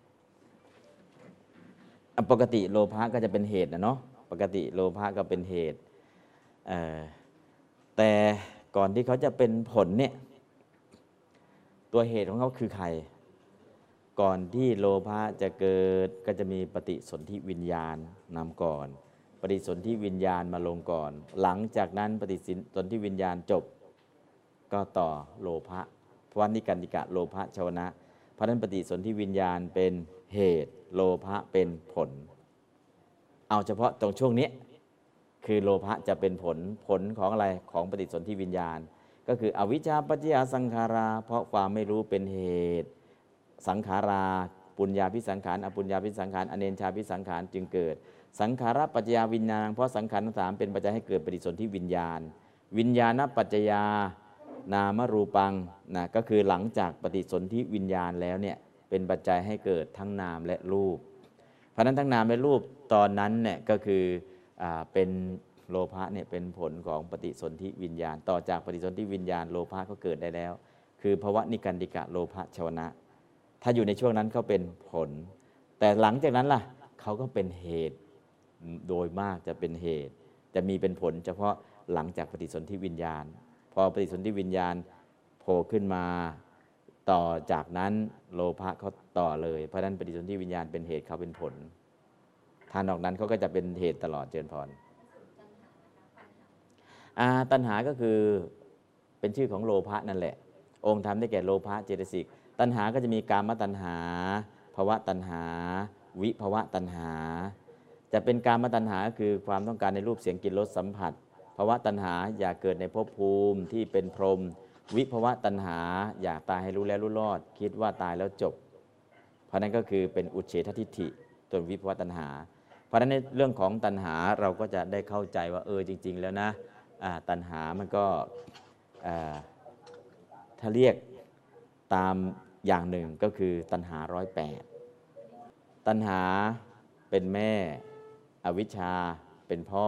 ปกติโลภะก็จะเป็นเหตุนะเนาะปกติโลภะก็เป็นเหตุแต่ก่อนที่เขาจะเป็นผลเนี่ยตัวเหตุของเขาคือใครก่อนที่โลภะจะเกิดก็จะมีปฏิสนธิวิญญาณนำก่อนปฏิสนธิวิญญาณมาลงก่อนหลังจากนั้นปฏิสนธิวิญญาณจบก็ต่อโลภะเพราะว่านิกันติกะโลภะชวนะเพราะนั้นปฏิสนธิวิญญาณเป็นเหตุโลภะเป็นผลเอาเฉพาะตรงช่วงนี้คือโลภะจะเป็นผลผลของอะไรของปฏิสนธิวิญญาณก็คืออวิชชาปัจจยสังขาราเพราะความไม่รู้เป็นเหตุสังขาราปุญญาภิสังขารอปุญญาภิสังขารอเนญชาภิสังขารจึงเกิดสังขารปัจจยวิญญาณเพราะสังขารทั้งสามเป็นปัจจัยให้เกิดปฏิสนธิวิญญาณวิญญาณปัจจยานามรูปังนะก็คือหลังจากปฏิสนธิวิญญาณแล้วเนี่ยเป็นปัจจัยให้เกิดทั้งนามและรูปเพราะนั้นทั้งนามและรูปตอนนั้นเนี่ยก็คืออ่าเป็นโลภะเนี่ยเป็นผลของปฏิสนธิวิญญาณต่อจากปฏิสนธิวิญญาณโลภะก็เกิดได้แล้วคือภวนิกันติกะโลภะชวนะถ้าอยู่ในช่วงนั้นเขาเป็นผลแต่หลังจากนั้นล่ะเขาก็เป็นเหตุโดยมากจะเป็นเหตุจะมีเป็นผลเฉพาะหลังจากปฏิสนธิวิญญาณพอปฏิสนธิวิญญาณโผล่ขึ้นมาต่อจากนั้นโลภะเขาต่อเลยเพราะฉะนั้นปฏิสนธิวิญญาณเป็นเหตุเขาเป็นผลถ้านอกนั้นเขาก็จะเป็นเหตุตลอดเจริญพรอ่าตัณหาก็คือเป็นชื่อของโลภะนั่นแหละองค์ธรรมได้แก่โลภะเจตสิกตัณหาก็จะมีกามตัณหาภวตัณหาวิภวตัณหาจะเป็นกามตัณหาคือความต้องการในรูปเสียงกลิ่นรสสัมผัสภวตัณหาอยากเกิดในภพภูมิที่เป็นพรหมวิภวตัณหาอยากตายให้รู้แล้วรู้รอดคิดว่าตายแล้วจบเพราะนั้นก็คือเป็นอุเฉททิฏฐิตัววิภวตัณหาเพราะฉะนั้นในเรื่องของตัณหาเราก็จะได้เข้าใจว่าเออจริงๆแล้วนะตัณหามันก็ถ้าเรียกตามอย่างหนึ่งก็คือตัณหาร้อยแปดตัณหาเป็นแม่อวิชชาเป็นพ่อ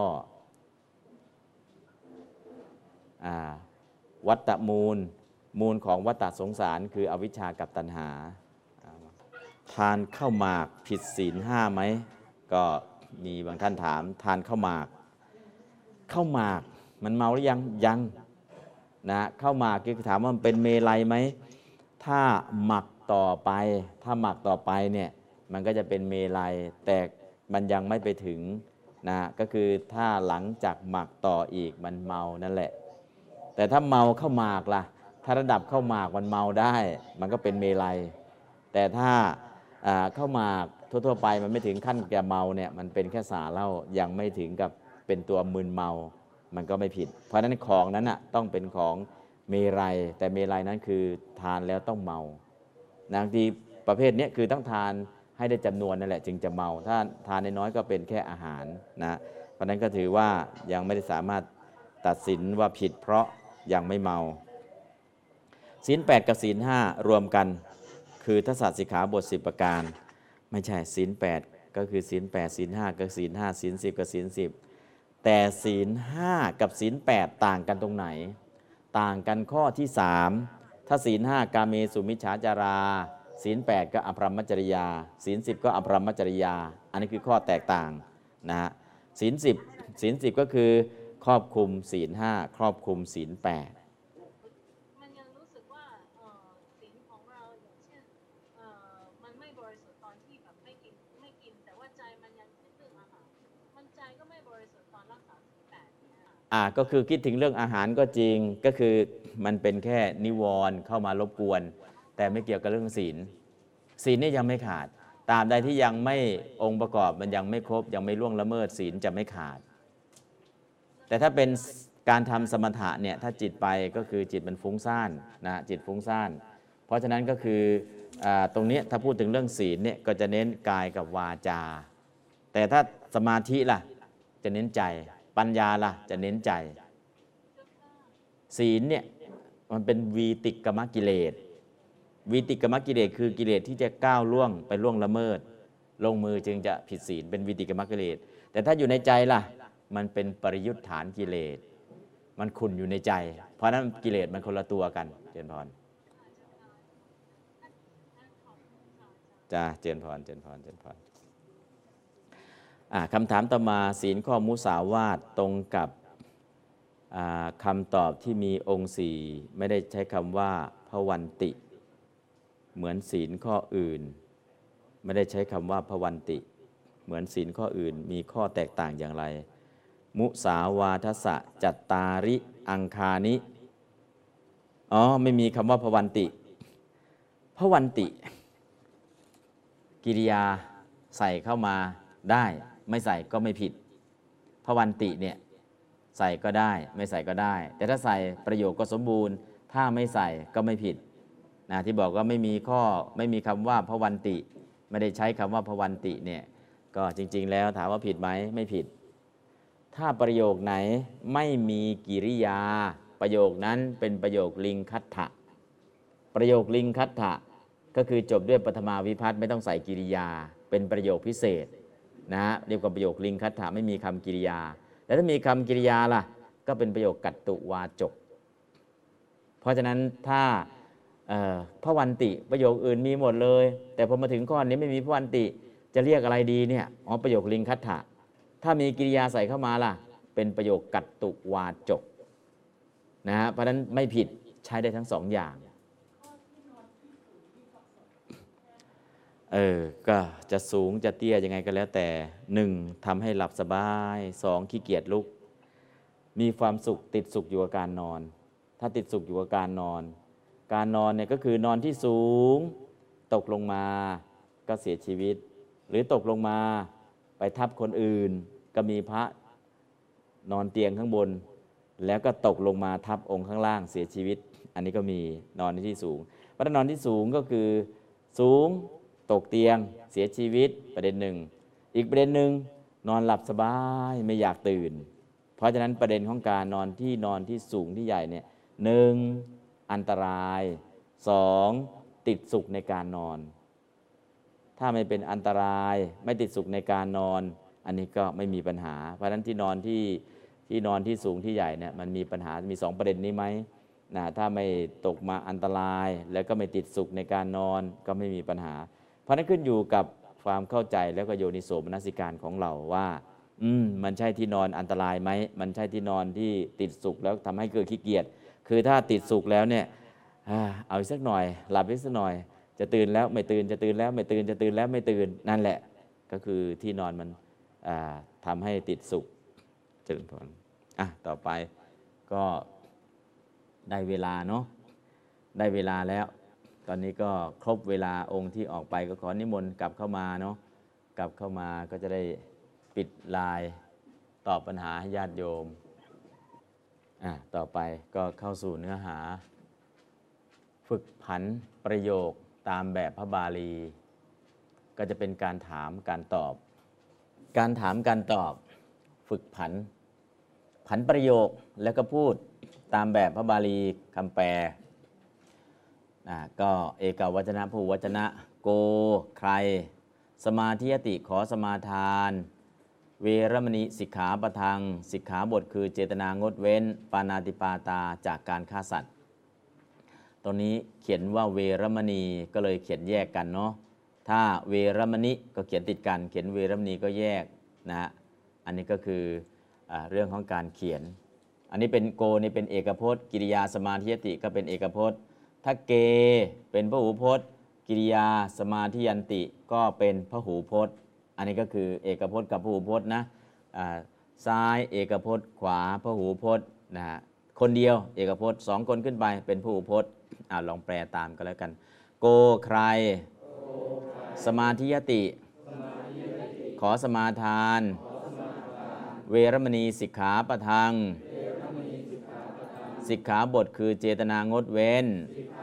อวัตตมูลมูลของวัฏฏะสงสารคืออวิชชากับตัณหาทานข้าวหมากผิดศีลห้าไหมก็มีบางท่านถามทานข้าวหมากข้าวหมากมันเมาหรือยังยังนะข้าวหมากคือถามว่ามันเป็นเมลัยไหมถ้าหมักต่อไปถ้าหมักต่อไปเนี่ยมันก็จะเป็นเมลัยแต่มันยังไม่ไปถึงนะก็คือถ้าหลังจากหมักต่ออีกมันเมานั่นแหละแต่ถ้าเมาข้าวหมากล่ะถ้าระดับข้าวหมากมันเมาได้มันก็เป็นเมลัยแต่ถ้าข้าวหมากทั่วๆไปมันไม่ถึงขั้นแก่เมาเนี่ยมันเป็นแค่สาเหล้ายังไม่ถึงกับเป็นตัวมึนเมามันก็ไม่ผิดเพราะฉะนั้นของนั้นน่ะต้องเป็นของเมรัยแต่เมรัยนั้นคือทานแล้วต้องเมาบางทีประเภทนี้คือต้องทานให้ได้จำนวนนั่นแหละจึงจะเมาถ้าทานน้อยๆก็เป็นแค่อาหารนะเพราะนั้นก็ถือว่ายังไม่ได้สามารถตัดสินว่าผิดเพราะยังไม่เมาศีลแปดกับศีลห้ารวมกันคือทัศนสิกขาบทสิบประการไม่ใช่ศีลแปดก็คือศีลแปดศีลห้ากับศีลห้าศีลสิบกับศีลสิบแต่ศีลห้ากับศีลแปดต่างกันตรงไหนต่างกันข้อที่สามถ้าศีลห้ากาเมสุมิจฉาจาราศีลแปดก็อภรรมจริยาศีลสิบก็อภรรมจริยาอันนี้คือข้อแตกต่างนะฮะศีลสิบศีลสิบก็คือครอบคลุมศีลห้าครอบคลุมศีลแปดมันยังรู้สึกว่าศีลของเราอย่างเช่นมันไม่บริสุทธิ์ตอนที่แบบไม่กินไม่กินแต่ว่าใจมันยังคิดเรื่องอาหารมันใจก็ไม่บริสุทธิ์ตอนรักษาศีลแปดอ่าก็คือคิดถึงเรื่องอาหารก็จริงก็คือมันเป็นแค่นิวรณ์เข้ามารบกวนแต่ไม่เกี่ยวกับเรื่องศีลศีลนี่ยังไม่ขาดตราบใดที่ยังไม่องค์ประกอบมันยังไม่ครบยังไม่ล่วงละเมิดศีลจะไม่ขาดแต่ถ้าเป็นการทำสมถะเนี่ยถ้าจิตไปก็คือจิตมันฟุ้งซ่านนะจิตฟุ้งซ่านเพราะฉะนั้นก็คือตรงนี้ถ้าพูดถึงเรื่องศีลเนี่ยก็จะเน้นกายกับวาจาแต่ถ้าสมาธิล่ะจะเน้นใจปัญญาล่ะจะเน้นใจศีลเนี่ยมันเป็นวีติกมกิเลสวีติกมกิเลสคือกิเลสที่จะก้าวล่วงไปล่วงละเมิดลงมือจึงจะผิดศีลเป็นวีติกมกิเลสแต่ถ้าอยู่ในใจล่ะมันเป็นปริยุทธานกิเลสมันขุ่นอยู่ในใจเพราะนั้นกิเลสมันคนละตัวกันเจริญพรจ้าเจริญพรเจริญพรเจริญพรคำถามต่อมาศีลข้อมุสาวาทตรงกับคำตอบที่มีองค์สี่ไม่ได้ใช้คำว่าภวันติเหมือนศีลข้ออื่นไม่ได้ใช้คำว่าภวันติเหมือนศีลข้ออื่นมีข้อแตกต่างอย่างไรมุสาวาทสะจัตตาริอังคานิอ๋อไม่มีคำว่าภวันติภวันติกิริยาใส่เข้ามาได้ไม่ใส่ก็ไม่ผิดภวันติเนี่ยใส่ก็ได้ไม่ใส่ก็ได้แต่ถ้าใส่ประโยคก็สมบูรณ์ถ้าไม่ใส่ก็ไม่ผิดนะที่บอกว่าไม่มีข้อไม่มีคำว่าภวันติไม่ได้ใช้คำว่าภวันติเนี่ยก็จริงๆแล้วถามว่าผิดไหมไม่ผิดถ้าประโยคไหนไม่มีกิริยาประโยคนั้นเป็นประโยคลิงคัตถะประโยคลิงคัตถะก็คือจบด้วยปฐมาวิภัตติไม่ต้องใส่กิริยาเป็นประโยคพิเศษนะฮะเรียกว่าประโยคลิงคัตถะไม่มีคำกิริยาแล้วถ้ามีคำกิริยาล่ะก็เป็นประโยคกัตตุวาจกเพราะฉะนั้นถ้าพวันติประโยคอื่นมีหมดเลยแต่พอมาถึงข้อนี้ไม่มีพวันติจะเรียกอะไรดีเนี่ยอ๋อประโยคลิงคัตถะถ้ามีกิริยาใส่เข้ามาล่ะเป็นประโยคกัตตุวาจกนะฮะเพราะฉะนั้นไม่ผิดใช้ได้ทั้งสองอย่างเออก็จะสูงจะเตี้ยยังไงก็แล้วแต่หนึ่งทำให้หลับสบายสองขี้เกียจลุกมีความสุขติดสุขอยู่กับการนอน ถ้าติดสุขอยู่กับการนอน การนอนเนี่ยก็คือนอนที่สูงตกลงมาก็เสียชีวิต หรือตกลงมาไปทับคนอื่นก็มีพระนอนเตียงข้างบนแล้วก็ตกลงมาทับองค์ข้างล่างเสียชีวิต อันนี้ก็มีนอนในที่สูงเพราะนอนที่สูงก็คือสูงตกเตียงเสียชีวิตประเด็นหนึ่งอีกประเด็นหนึ่งนอนหลับสบายไม่อยากตื่นเพราะฉะนั้นประเด็นของการนอนที่นอนที่สูงที่ใหญ่เนี่ยหนึ่งอันตรายสองติดสุขในการนอนถ้าไม่เป็นอันตรายไม่ติดสุขในการนอนอันนี้ก็ไม่มีปัญหาเพราะฉะนั้นที่นอนที่ที่นอนที่สูงที่ใหญ่เนี่ยมันมีปัญหามีสองประเด็นนี้ไหมนะถ้าไม่ตกมาอันตรายแล้วก็ไม่ติดสุขในการนอนก็ไม่มีปัญหาเพราะนั้นขึ้นอยู่กับความเข้าใจแล้วก็โยนิโสมนสิการของเราว่าอืมมันใช่ที่นอนอันตรายไหมมันใช่ที่นอนที่ติดสุขแล้วทำให้เกิดขี้เกียจคือถ้าติดสุขแล้วเนี่ยเอาอีกสักหน่อยหลับอีกสักหน่อยจะตื่นแล้วไม่ตื่นจะตื่นแล้วไม่ตื่นจะตื่นแล้วไม่ตื่นนั่นแหละก็คือที่นอนมันทำให้ติดสุขเจริญพรอ่ะต่อไปก็ได้เวลาเนาะได้เวลาแล้วตอนนี้ก็ครบเวลาองค์ที่ออกไปก็ขอนิมนต์กลับเข้ามาเนาะกลับเข้ามาก็จะได้ปิดไลน์ตอบปัญหาให้ญาติโยมอ่ะต่อไปก็เข้าสู่เนื้อหาฝึกผันประโยคตามแบบพระบาลีก็จะเป็นการถามการตอบการถามการตอบฝึกผันผันประโยคแล้วก็พูดตามแบบพระบาลีคำแปลนะก็เอกวจนะพหูวจนะโกใครสมาธิยติขอสมาทานเวรมณีสิกขาปะทังสิกขาบทคือเจตนางดเว้นปานาติปาตาจากการฆ่าสัตว์ตรงนี้เขียนว่าเวรมณีก็เลยเขียนแยกกันเนาะถ้าเวรมณีก็เขียนติดกันเขียนเวรมณีก็แยกนะฮะอันนี้ก็คืออ่าเรื่องของการเขียนอันนี้เป็นโกนี่เป็นเอกพจน์กิริยาสมาธิยติก็เป็นเอกพจน์ถ้าเกเป็นพหูพจน์กิริยาสมาธิยันติก็เป็นพหูพจน์อันนี้ก็คือเอกพจน์กับพหูพจน์นะอ่าซ้ายเอกพจน์ขวาพหูพจน์นะฮะคนเดียวเอกพจน์สองคนขึ้นไปเป็นพหูพจน์อ่าลองแปลตามกันแล้วกันโกใครสมาธิยติขอสมาทานเวรมณีสิกขาปะทังสิกขาบทคือเจตนางดเว้น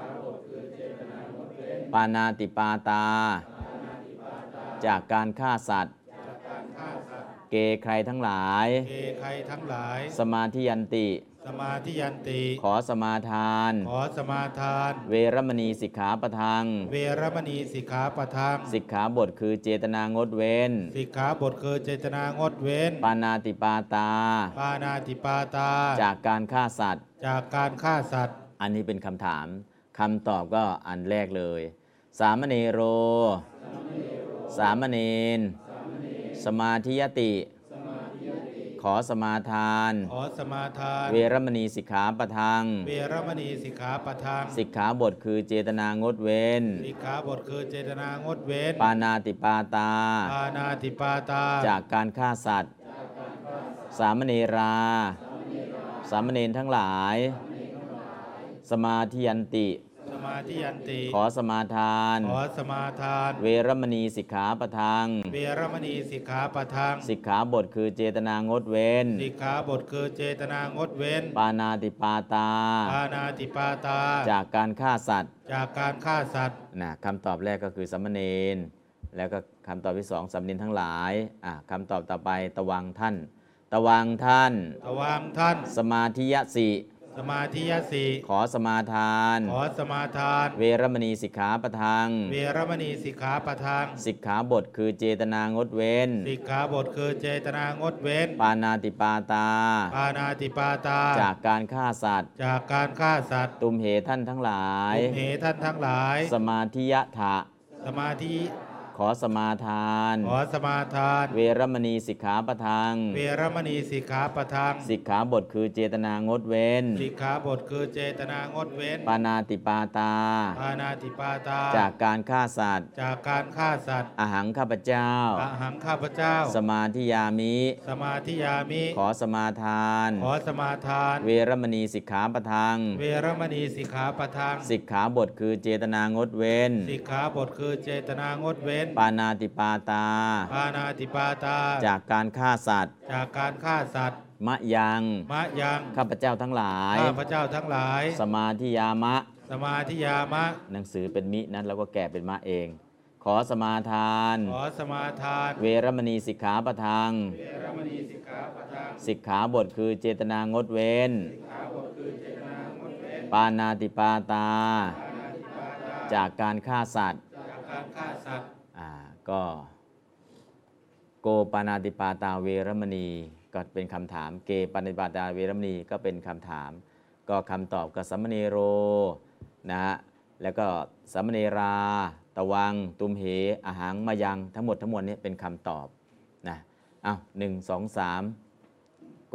ปานาติปาตาจากการฆ่าสัตว์เกใครทั้งหลายเกใครทั้งหลายสมาธิยันติสมาธิยันติขอสมาทานขอสมาทานเวรมณีสิกขาปะทังเวรมณีสิกขาปะทังสิกขาบทคือเจตนางดเว้นสิกขาบทคือเจตนางดเว้นปานาติปาตาปานาติปาตาจากการฆ่าสัตว์จากการฆ่าสัตว์อันนี้เป็นคำถามคำตอบก็อันแรกเลยสามเณโรสามเณรสมาธิยติขอสมาทานขอสมาทานเวรมณีสิกขาปะทังเวรมณีสิกขาปะทังสิกขาบทคือเจตนางดเว้นสิกขาบทคือเจตนางดเว้นปานาติปาตาปานาติปาตาจากการฆ่าสัตว์สามเณราสามเณรทั้งหลายสมาธิยันติสมาธิยันติขอสมาทานขอสมาทานเวรมณีสิกขาปะทังเวรมณีสิกขาปะทังสิกขาบทคือเจตนางดเว้นสิกขาบทคือเจตนางดเว้นปานาติปาตาปานาติปาตาจากการฆ่าสัตว์จากการฆ่าสัตว์นะคำตอบแรกก็คือสามเณรแล้วก็คำตอบที่สองสามเณรทั้งหลายอ่ะคำตอบต่อไปตวังท่านตวังท่านตวังท่านสมาธิยสิสมาธิยสิขอสมาทานขอสมาทานเวรมณีสิกขาปะทังเวรมณีสิกขาปะทังสิกขาบทคือเจตนางดเว้นสิกขาบทคือเจตนางดเว้นปานาติปาตาปานาติปาตาจากการฆ่าสัตว์จากการฆ่าสัตว์ตุมเหท่านทั้งหลายตุมเหท่านทั้งหลายสมาธิยะถะสมาธิขอสมาทานขอสมาทานเวรมณีสิกขาปะทังเวรมณีสิกขาปะทังสิกขาบทคือเจตนางดเว้นสิกขาบทคือเจตนางดเว้นปานาติปาตาปานาติปาตาจากการฆ่าสัตว์จากการฆ่าสัตว์อหังข้าพเจ้าอหังข้าพเจ้าสมาธิยามิสมาธิยามิขอสมาทานขอสมาทานเวรมณีสิกขาปะทังเวรมณีสิกขาปะทังสิกขาบทคือเจตนางดเว้นสิกขาบทคือเจตนางดเว้นปานาติปาตาปานาติปาตาจากการฆ่าสัตว์จากการฆ่าสัตว์มะยังมะยังข้าพเจ้าทั้งหลายข้าพเจ้าทั้งหลายสมาธิยามะสมาธิยามะหนังสือเป็นมินั้นเราก็แก่เป็นมะเอง ขอสมาทานขอสมาทานเวรมณีสิกขาปะทังเวรมณีสิกขาปะทังสิกขาบทคือเจตนางดเว้น ปานาติปาตา จากการฆ่าสัตว์จากการฆ่าสัตว์อ่าก็โกปานาติปาตาเวรมณีก็เป็นคำถาม เกปานาติปาตาเวรมณีก็เป็นคำถาม ก็คำตอบก็สัมมเนโรนะฮะแล้วก็สัมมเนราตะวังตุมเหอาหังมายังทั้งหมดทั้งมวลนี้เป็นคำตอบนะอ้าวหนึ่งสองสามโก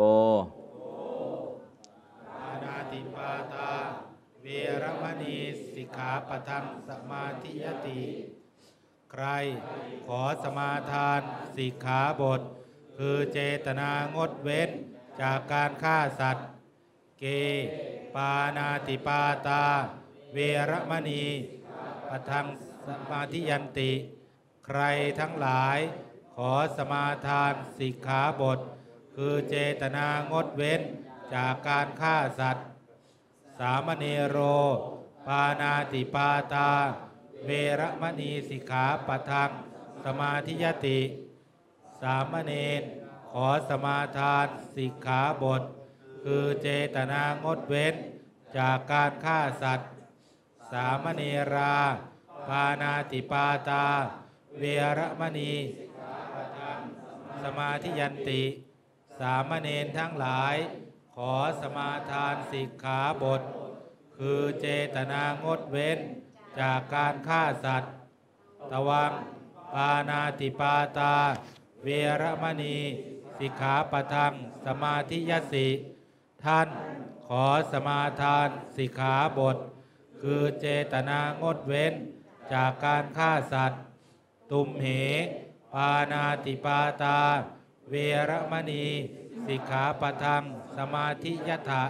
ปานาติปาตา เวรมณีสิกขาปะทังสมาธิยติ ใครขอสมาทานสิกขาบท คือเจตนางดเว้นจากการฆ่าสัตว์ เก ปานาติปาตา เวรมณีปะทังสมาธิยันติ ใครทั้งหลายขอสมาทานสิกขาบท คือเจตนางดเว้นจากการฆ่าสัตว์ สามเณโร ปานาติปาตา เวรมณีสิกขาปะทังสมาธิยติ สามเณรขอสมาทานสิกขาบท คือเจตนางดเว้นจากการฆ่าสัตว์ สามเณรา ปานาติปาตา เวรมณีสมาธิยันติ สามเณรทั้งหลาย ขอสมาทานสิกขาบท คือเจตนางดเว้นจากการฆ่าสัตว์ ตวัง ปานาติปาตา เวรมณีสิกขาปะทังสมาธิยสิ ท่านขอสมาทานสิกขาบท คือเจตนางดเว้นจากการฆ่าสัตว์ ตุมเห ปานาติปาตา เวรมณีสิกขาปะทังสมาธิยถะ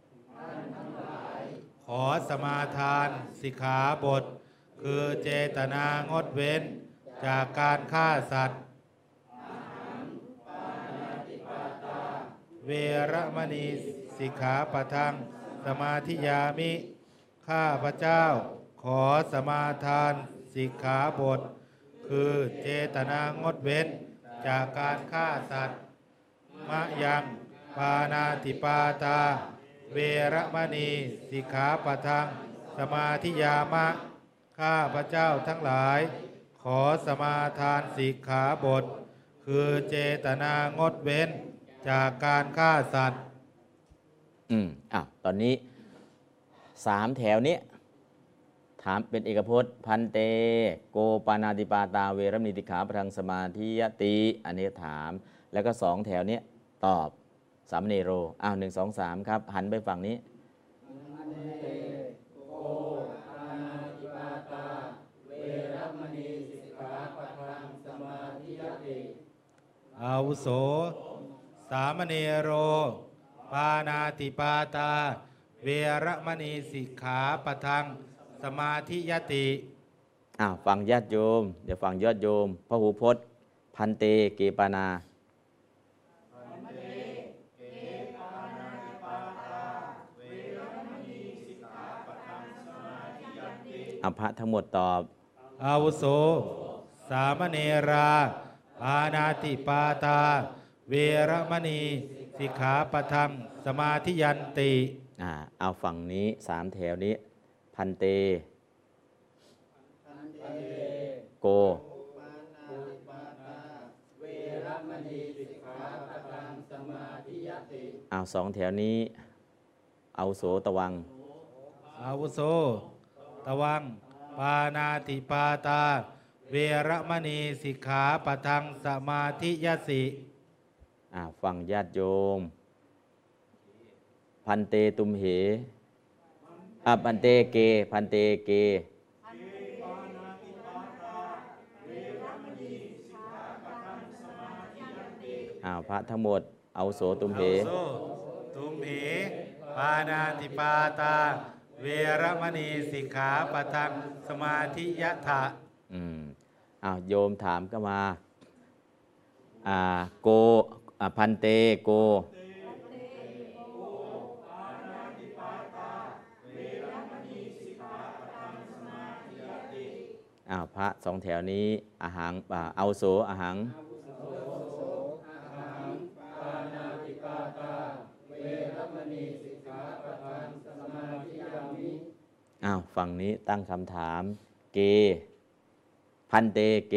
ขอสมาทานสิกขาบท คือเจตนางดเว้นจากการฆ่าสัตว์ เวรมณีสิกขาปะทังสมาธิยามิ ข้าพเจ้าขอสมาทานสิกขาบท คือเจตนางดเว้นจากการฆ่าสัตว์ มะยังปานาติปาตา เวรมณีสิกขาปะทังสมาธิยามะ ข้าพเจ้าทั้งหลาย ขอสมาทานสิกขาบท คือเจตนางดเว้นจากการฆ่าสัตว์อืมอ่ะตอนนี้สามแถวนี้ถามเป็นเอกพจน์ พันเต โกปานาติปาตา เวรมณีสิกขาปะทังสมาธิยติ อันนี้ถาม แล้วก็สองแถวนี้ตอบสามเณโรอ้าวหนึ่งสองสามครับ หันไปฝั่งนี้อาวุโส สามเณโร ปานาติปาตา เวรมณีสิกขาปะทังสมาธิยติอ้าวฟังญาติโยม เดี๋ยวฟังยอดโยมพหูพจน์ พันเต เกปานาอภะทั้งหมดตอบอาวุโส สามเณรา ปานาติปาตา เวรมณีสิกขาปะทังสมาธิยันติอ่าเอาฝั่งนี้สามแถวนี้ พันเต โก เอาสองแถวนี้ เอาโสตะวังอาวุโส ตวัง ปานาติปาตา เวเวรมณีสิกขาปะทังสมาธิยสิอ่าฟังญาติโยมพันเตตุมเหอ่าพันเตเกพันเตเกอ้าวพระทั้งหมดเอาโสตุมเหตุมเหปานาติปาตาเวรมณีสิกขาปะทังสมาธิยถะอืมอ้าวโยมถามก็มาอ่าโกอ่าพันเตโกอ้าวพระสองแถวนี้อาหังเอาโสอาหังอ้าวฝั่งนี้ตั้งคำถามเกพันเตเก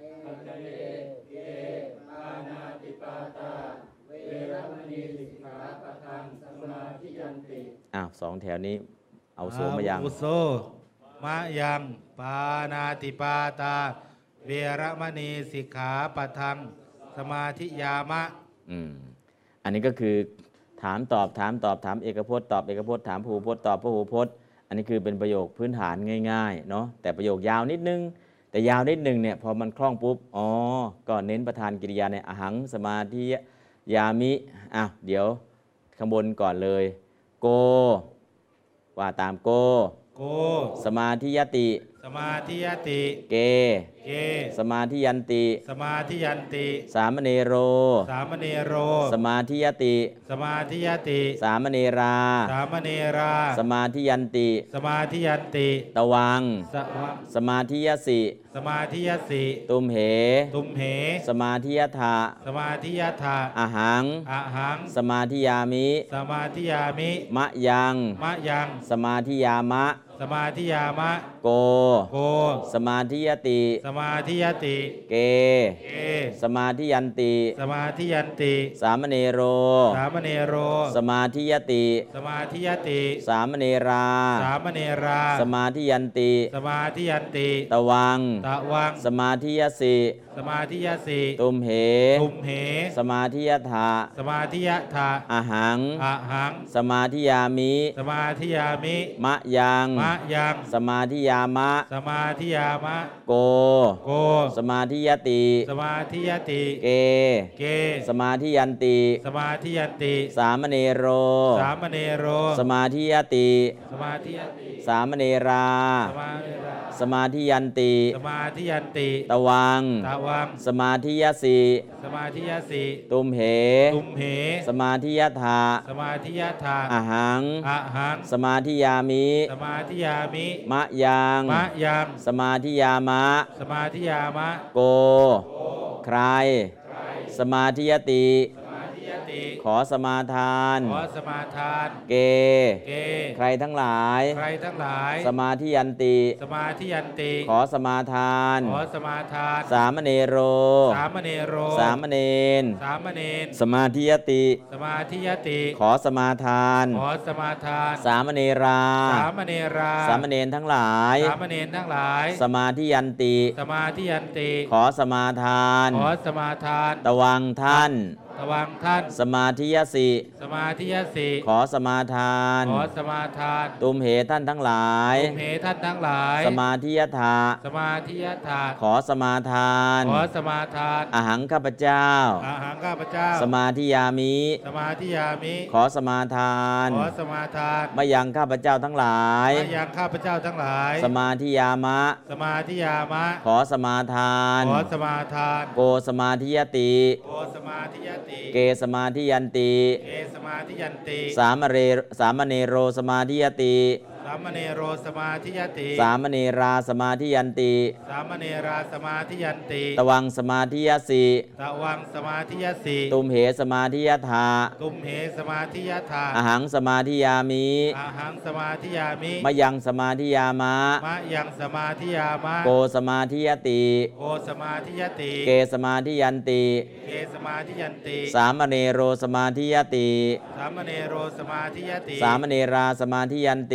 อ้าวสองแถวนี้เอาโสมายังอุโสมะยังปานาติปาตาเวรมณีสิกขาปะทังสมาธิยามะอืมอันนี้ก็คือถามตอบถามตอบถามเอกพจน์ตอบเอกพจน์ถามพหูพจน์ตอบพหูพจน์อันนี้คือเป็นประโยคพื้นฐานง่ายๆเนาะแต่ประโยคยาวนิดนึงแต่ยาวนิดนึงเนี่ยพอมันคล่องปุ๊บอ๋อก็เน้นประธานกิริยาในอหังสมาธิยามิอ้าวเดี๋ยวข้างบนก่อนเลยโกว่าตามโกโกสมาธิยติสมาธิยติเกเกสมาธิยันติสมาธิยันติสามเณโรสามเณโรสมาธิยติสมาธิยติสามเณราสามเณราสมาธิยันติสมาธิยันติตวังสวังสมาธิยสิสมาธิยสิตุมเหตุมเหสมาธิยถะสมาธิยถะอหังอหังสมาธิยามิสมาธิยามิมะยังมะยังสมาธิยามะสมาธิยามะโกโกสมาธิยติสมาธิยติเกเกสมาธิยันติสมาธิยันติสามเณโรสามเณโรสมาธิยติสมาธิยติสามเณราสามเณราสมาธิยันติสมาธิยันติตวังตวังสมาธิยสิสมาธิยสิตุมเหตุมเหสมาธิยถะสมาธิยถะอหังอหังสมาธิยามิสมาธิยามิมะยังมะยังสมาธิยามะสมาธิยามะโกโกสมาธิยติสมาธิยติเกเกสมาธิยันติสมาธิยันติสามเณโรสามเณโรสมาธิยติสมาธิยติสามเณราสมาธิราสมาธิยันติสมาธิยันติตวังตวังสมาธิยสิสมาธิยสิตุมเหตุมเหสมาธิยถะสมาธิยถะอหังอหังสมาธิยามิสมาธิยามิมะยังมะยังสมาธิยามะสมาธิยามะโกใครสมาธิยติขอสมาทานขอสมาทานเกเกใครทั้งหลายใครทั้งหลายสมาธิยันติสมาธิยันติขอสมาทานขอสมาทานสามเณโรสามเณโรสามเณรสามเณรสมาธิยติสมาธิยติขอสมาทานขอสมาทานสามเณราสามเณราสามเณรทั้งหลายสามเณรทั้งหลายสมาธิยันติสมาธิยันติขอสมาทานขอสมาทานตวังท่านตวังท่านสมาธิยสิสมาธิยสิขอสมาทานขอสมาทานตุมเหท่านทั้งหลายตุมเหท่านทั้งหลายสมาธิยถะสมาธิยถะขอสมาทานขอสมาทานอหังข้าพเจ้าอหังข้าพเจ้าสมาธิยามิสมาธิยามิขอสมาทานขอสมาทานมะยังข้าพเจ้าทั้งหลายมะยังข้าพเจ้าทั้งหลายสมาธิยามะสมาธิยามะขอสมาทานขอสมาทานโกสมาธิยติโกสมาธิยติเกสมาธิยันติเกสมาธิยันติสามเรสามเณโรสมาธิยติสามเณโรสมาธิยติสามเณราสมาธิยันติสามเณราสมาธิยันติตวังสมาธิยสิตวังสมาธิยสิตุมเหสมาธิยถาตุมเหสมาธิยถาอหังสมาธิยามิอหังสมาธิยามิมะยังสมาธิยามะมะยังสมาธิยามะโกสมาธิยติโกสมาธิยติเกสมาธิยันติเกสมาธิยันติสามเณโรสมาธิยติสามเณโรสมาธิยติสามเณราสมาธิยันติ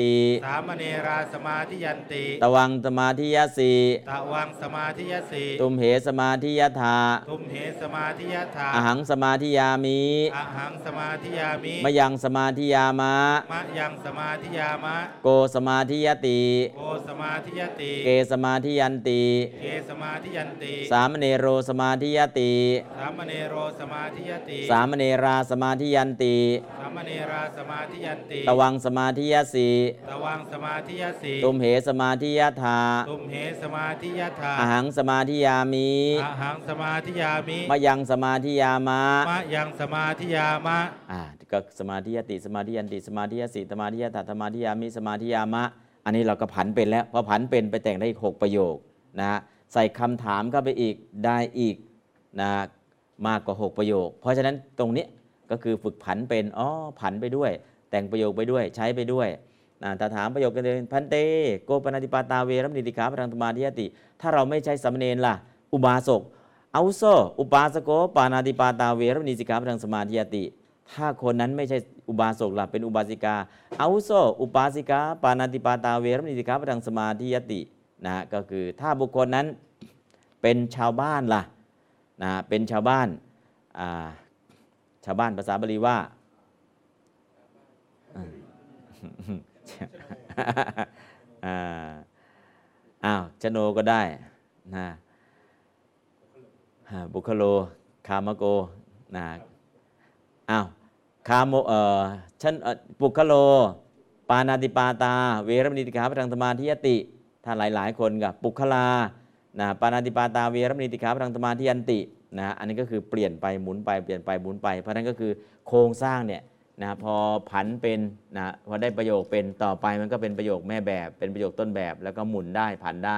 สามเณราสมาธิยันติตวังสมาธิยสีตะวังสมาธิยสีตุมเหสมาธิยถาทุมเหสมาธิยถาอหังสมาธิยามิอหังสมาธิยามิมยังสมาธิยามะมะยังสมาธิยามะโกสมาธิยติโอสมาธิยติเกสมาธิยันติเกสมาธิยันติสามเณโรสมาธิยติสามเณโรสมาธิยติสามเณราสมาธิยันติสามเณราสมาธิยันติตวังสมาธิยสีตะวังสมาธิยสีตุมเหสมาธิยถาตุมเหสมาธิยถาอหังสมาธิยามิอหังสมาธิยามิมยังสมาธิยามะมะยังสมาธิยามะอ่าก็สมาธิยติสมาธิยันติสมาธิยสีสมาธิยถาสมาธิยามิสมาธิยามะ อันนี้เราก็ผันเป็นแล้วพอผันเป็นไปแต่งได้อีกหกประโยคนะใส่คำถามเข้าไปอีกได้อีกนะมากกว่าหกประโยค เพราะฉะนั้นตรงนี้ก็คือฝึกผันเป็นอ๋อผันไปด้วย แต่งประโยคไปด้วยใช้ไปด้วยนะถ้าถามประโยคกันเลยพันเตโกปนาติปาตาเวรมณีติขาพรังธรรมาธิยติถ้าเราไม่ใช่สามเณรล่ะอุบาสกเอาโซอุปาสโกปานาติปาตาเวรมณีสิกขาพรังสมาธิยติถ้าคนนั้นไม่ใช่อุบาสกล่ะเป็นอุบาสิกาเอาโซอุปาสิกาปานาติปาตาเวรมณีสิกขาพรังสมาธิยตินะก็คือถ้าบุคคลนั้นเป็นชาวบ้านล่ะนะเป็นชาวบ้านอ่าชาวบ้านภาษาบาลีว่าอ้าวชโนก็ได้นะบุคโลคามโกนะอ้าวคามเอ่อชันบุคโลปานาติปาตาเวรมณีติขาพรังธรรมาธิยติถ้าหลายๆคนกับปุคลานะปานาติปาตาเวรมณีติขาพรังธรรมาธิยันตินะอันนี้ก็คือเปลี่ยนไปหมุนไปเปลี่ยนไปหมุนไปเพราะนั้นก็คือโครงสร้างเนี่ยนะพอผันเป็นนะพอได้ประโยคเป็นต่อไปมันก็เป็นประโยคแม่แบบเป็นประโยคต้นแบบแล้วก็หมุนได้ผันได้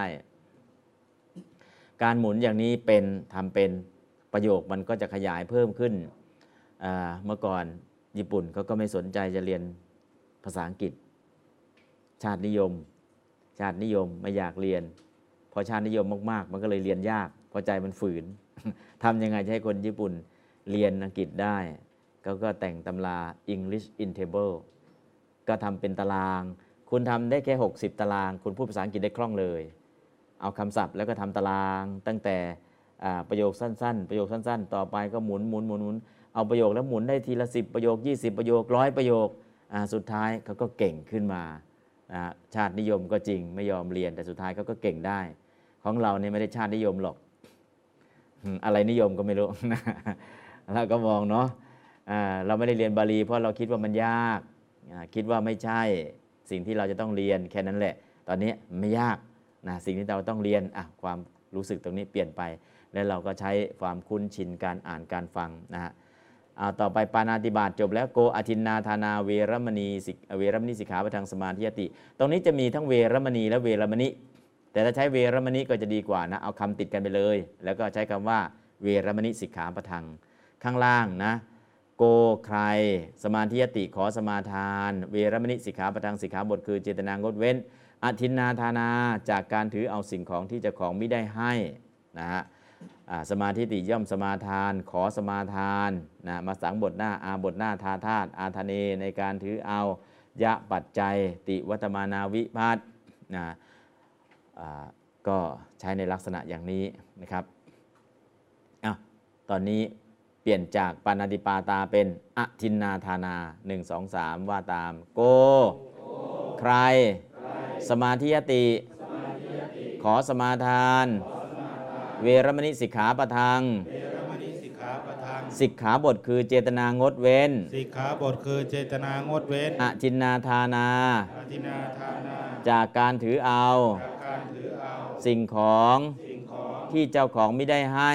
การหมุนอย่างนี้เป็นทำเป็นประโยคมันก็จะขยายเพิ่มขึ้นเมื่อก่อนญี่ปุ่นเขาก็ไม่สนใจจะเรียนภาษาอังกฤษชาตินิยมชาตินิยมไม่อยากเรียนพอชาตินิยมมากๆมันก็เลยเรียนยากพอใจมันฝืน ทำยังไงจะให้คนญี่ปุ่นเรียนอังกฤษได้เขาก็แต่งตำรา English in Table ก็ทำเป็นตารางคุณทำได้แค่หกสิบตารางคุณพูดภาษาอังกฤษได้คล่องเลยเอาคำศัพท์แล้วก็ทำตารางตั้งแต่ประโยคสั้นๆประโยคสั้นๆต่อไปก็หมุนหมุนหมุนหมุนเอาประโยคแล้วหมุนได้ทีละสิบประโยคยี่สิบประโยคร้อยประโยคสุดท้ายเขาก็เก่งขึ้นมาชาตินิยมก็จริงไม่ยอมเรียนแต่สุดท้ายเขาก็เก่งได้ของเราเนี่ยไม่ได้ชาตินิยมหรอกอะไรนิยมก็ไม่รู้เราก็มองเนาะเราไม่ได้เรียนบาลีเพราะเราคิดว่ามันยากคิดว่าไม่ใช่สิ่งที่เราจะต้องเรียนแค่นั้นแหละตอนนี้ไม่ยากนะสิ่งที่เราต้องเรียนอ่ะความรู้สึกตรงนี้เปลี่ยนไปแล้วเราก็ใช้ความคุ้นชินการอ่านการฟังนะฮะเอาต่อไปปาณาติบาตจบแล้วโกอทินนาธานาเวรมณีสิกเวรมณีสิกขาปทังสมาธิยติตรงนี้จะมีทั้งเวรมณีและเวรมณีแต่ถ้าใช้เวรมณีก็จะดีกว่านะเอาคำติดกันไปเลยแล้วก็ใช้คำว่าเวรมณีสิกขาปทังข้างล่างนะโกใครสมาธิยติขอสมาทานเวรมณีสิกขาปทังสิกขาบทคือเจตนางดเว้นอทินนาธานาจากการถือเอาสิ่งของที่เจ้าของไม่ได้ให้นะฮะสมาธิติย่อมสมาทานขอสมาทานนะมาสังบทหน้าอาบทหน้าทาธาตุอาทะเนในการถือเอายะปัจจัยติวัตมานาวิภัตนะก็ใช้ในลักษณะอย่างนี้นะครับอ่ะตอนนี้เปลี่ยนจากปาณาติปาตาเป็นอทินนาธานาหนึ่ง สอง สามว่าตามโกใครสมาธิยติขอสมาทานเวรมณีสิกขาปทังสิกขาบทคือเจตนางดเว้นสิกขาบทคือเจตนางดเว้นอทินนาธานาจากการถือเอาสิ่งของที่เจ้าของไม่ได้ให้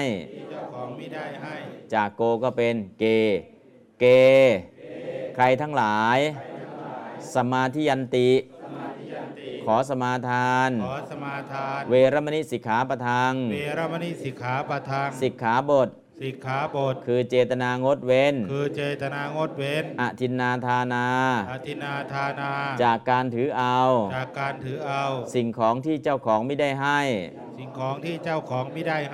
จากโกก็เป็นเกเกใครทั้งหลายสมาธิยันติขอสมาทานขอสมาทานเวรมณีสิกขาปทังเวรมณีสิกขาปทังสิกขาบทสิกขาบทคือเจตนางดเว้นคือเจตนางดเว้นอทินนาธานาอทินนาธานาจากการถือเอาจากการถือเอาสิ่งของที่เจ้าของไม่ได้ให้สิ่งของที่เจ้าของไม่ได้ให้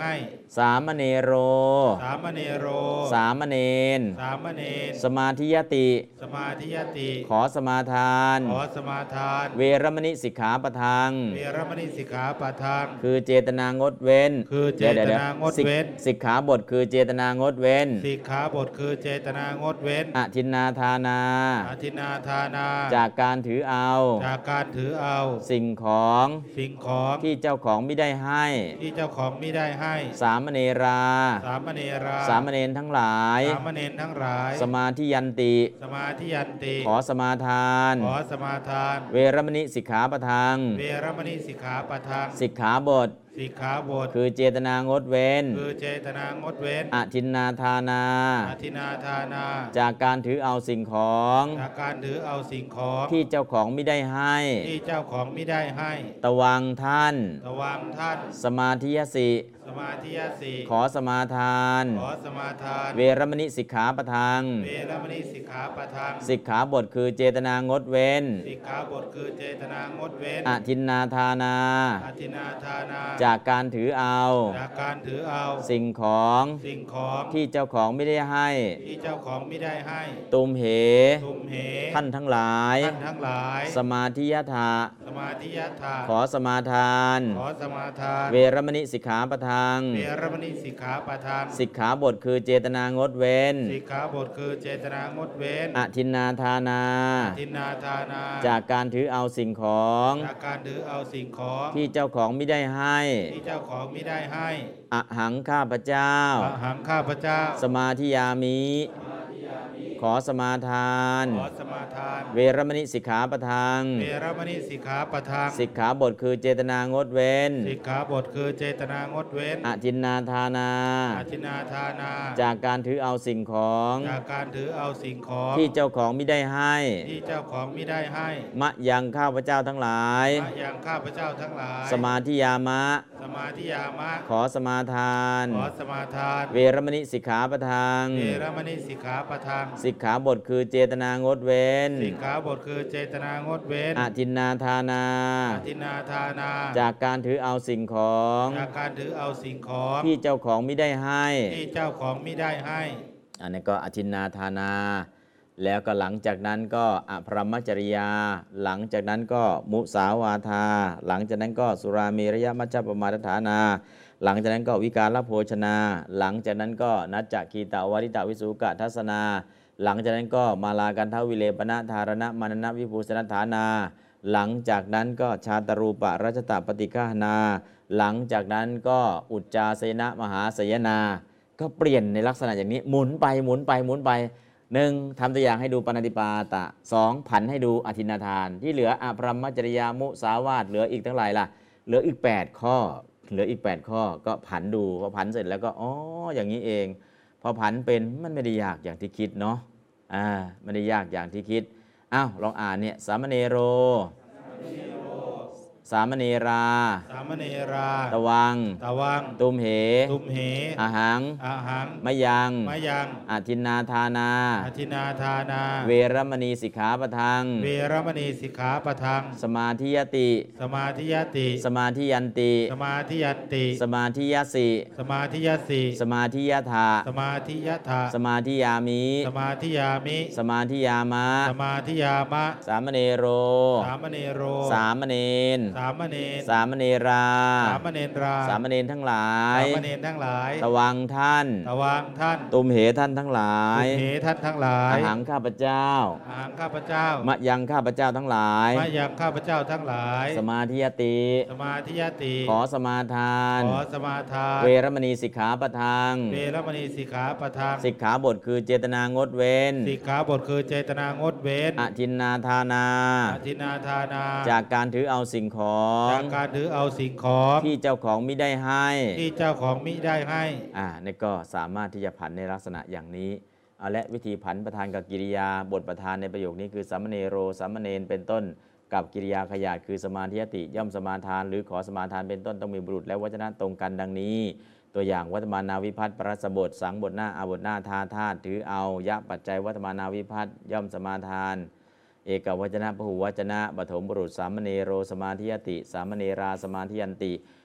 สามเณโรสามเณโรสามเณรสามเณรสมาธิยติสมาธิยติขอสมาทานขอสมาทานเวรมณีสิกขาปะทังเวรมณีสิกขาปะทังคือเจตนางดเว้นคือเจตนางดเว้นสิกสิกขาบทคือเจตนางดเว้นสิกขาบทคือเจตนางดเว้นอทินนาทานาอาทินนาทานาจากการถือเอาจากการถือเอาสิ่งของสิ่งของที่เจ้าของไม่ได้ให้ที่เจ้าของไม่ได้ให้สามเณราสามเณราสามเณรทั้งหลายสามเณรทั้งหลายสมาธิยันติสมาธิยันติขอสมาทานขอสมาทานเวรมณีสิกขาปะทังเวรมณีสิกขาปะทังสิกขาบทสิกขาบทคือเจตนางดเว้นคือเจตนางดเว้นอทินนาทานาอาทินนาทานาจากการถือเอาสิ่งของจากการถือเอาสิ่งของที่เจ้าของไม่ได้ให้ที่เจ้าของไม่ได้ให้ตวังท่านระวังท่านสมาธิยสิสมาธิยสีขอสมาทานขอสมาทานเวรมณีสิกขาปะทังเวรมณีสิกขาปะทังสิกขาบทคือเจตนางดเว้นสิกขาบทคือเจตนางดเว้นอทินนาทานาอาทินนาทานาจากการถือเอาจากการถือเอาสิ่งของสิ่งของที่เจ้าของไม่ได้ให้ที่เจ้าของไม่ได้ให้ตุมเหทุมเหท่านทั้งหลายท่านทั้งหลายสมาธิยถาสมาธิยถาขอสมาทานขอสมาทานเวรมณีสิกขาปะทังเวรมณีสิกขาปะทังสิกขาบทคือเจตนางดเว้นสิกขาบทคือเจตนางดเว้นอทินนาทานาทินนาทานาจากการถือเอาสิ่งของจากการถือเอาสิ่งของที่เจ้าของไม่ได้ให้ที่เจ้าของไม่ได้ให้อหังข้าพเจ้าอหังข้าพเจ้าสมาธิยามิ ขอสมาทานขอสมาทานเวรมณีสิกขาปะทังเวรมณีสิกขาปะทังสิกขาบทคือเจตนางดเว้นสิกขาบทคือเจตนางดเว้นอทินนาทานาอาทินนาทานาจากการถือเอาสิ่งของจากการถือเอาสิ่งของที่เจ้าของไม่ได้ให้ที่เจ้าของไม่ได้ให้มะยังข้าพเจ้าทั้งหลายมาอย่างข้าพเจ้าทั้งหลายสมาธิยามะสมาธิยามะขอสมาทานขอสมาทานเวรมณีสิกขาปะทังเวรมณีสิกขาปะทังสิกขาบทคือเจตนางดเว้นสิกขาบทคือเจตนางดเว้นอทินนาทานาอาทินนาทานาจากการถือเอาสิ่งของจากการถือเอาสิ่งของที่เจ้าของไม่ได้ให้ที่เจ้าของไม่ได้ให้อันนี้ก็อทินนาทานา แล้วก็หลังจากนั้นก็อภรมจริยา หลังจากนั้นก็มุสาวาทา หลังจากนั้นก็สุราเมรยมัชฌปมาทฐานา หลังจากนั้นก็วิการละโภชนา หลังจากนั้นก็นัจจคีตาวาริตาวิสุกะทัศนา หลังจากนั้นก็มาลากันทวิเลปนะธารณะมานนะวิภูสนฐานา หลังจากนั้นก็ชาตรูปรัชตปฏิฆานา หลังจากนั้นก็อุจจาสยนะมหาสยนา ก็เปลี่ยนในลักษณะอย่างนี้หมุนไปหมุนไปหมุนไปหนึ่งทำตัวอย่างให้ดูปณติปาตะสองผันให้ดูอธินาทาน ที่เหลืออภรมจริยามุสาวาทเหลืออีกทั้งหลายล่ะเหลืออีกแปดข้อเหลืออีกแปดข้อก็ผันดูพอผันเสร็จแล้วก็อ๋ออย่างนี้เองพอผันเป็นมันไม่ได้ยากอย่างที่คิดเนาะอ่าไม่ได้ยากอย่างที่คิดอ้าวลองอ่านเนี่ยสามเณโร สามเณราสามเณราตวังตะวังตุมเหตุมเหอาหังอาหังมะยังมะยังอทินนาทานาอาทินนาทานาเวรมณีสิกขาปะทังเวรมณีสิกขาปะทังสมาธิยติสมาธิยติสมาธิยันติสมาธิยันติสมาธิยสิสมาธิยสิสมาธิยถาสมาธิยถาสมาธิยามิสมาธิยามิสมาธิยามะสมาธิยามะสามเณโรสามเณโรสามเณรสามเณรสามเณราสามเณราสามเณรทั้งหลายสามเณรทั้งหลายระวังท่านตะวังท่านตุมเหท่านทั้งหลายตุมเหท่านทั้งหลายอาหังข้าพเจ้าอาหังข้าพเจ้ามะยังข้าพเจ้าทั้งหลายมายังข้าพเจ้าทั้งหลายสมาธิยติสมาธิยติขอสมาทานขอสมาทานเวรมณีสิกขาปะทังเวรมณีสิกขาปะทังสิกขาบทคือเจตนางดเว้นสิกขาบทคือเจตนางดเว้นอทินนาทานาอาทินนาทานาจากการถือเอาสิ่งของจากการถือเอาสิ่งของที่เจ้าของไม่ได้ให้ที่เจ้าของมิได้ให้อ่านี่ก็สามารถที่จะผันในลักษณะอย่างนี้เอาและวิธีผันประธานกับกิริยาบทประธานในประโยคนี้คือสามเณโรสามเณรเป็นต้นกับกิริยาขยาดคือสมาธิยติย่อมสมาทาน หรือขอสมาทานเป็นต้นต้องมีบุรุษและวจนะตรงกันดังนี้ ตัวอย่างวัตมานาวิพัฒน์ปรัสบทสังบทหน้าอาบทหน้าทาธาตุถือเอายะปัจจัยวัตมานาวิพัฒน์ย่อมสมาทาน เอกวจนะพหูวจนะปฐมบุรุษสามเณโรสมาธิยติ สามเณราสมาธิยันติ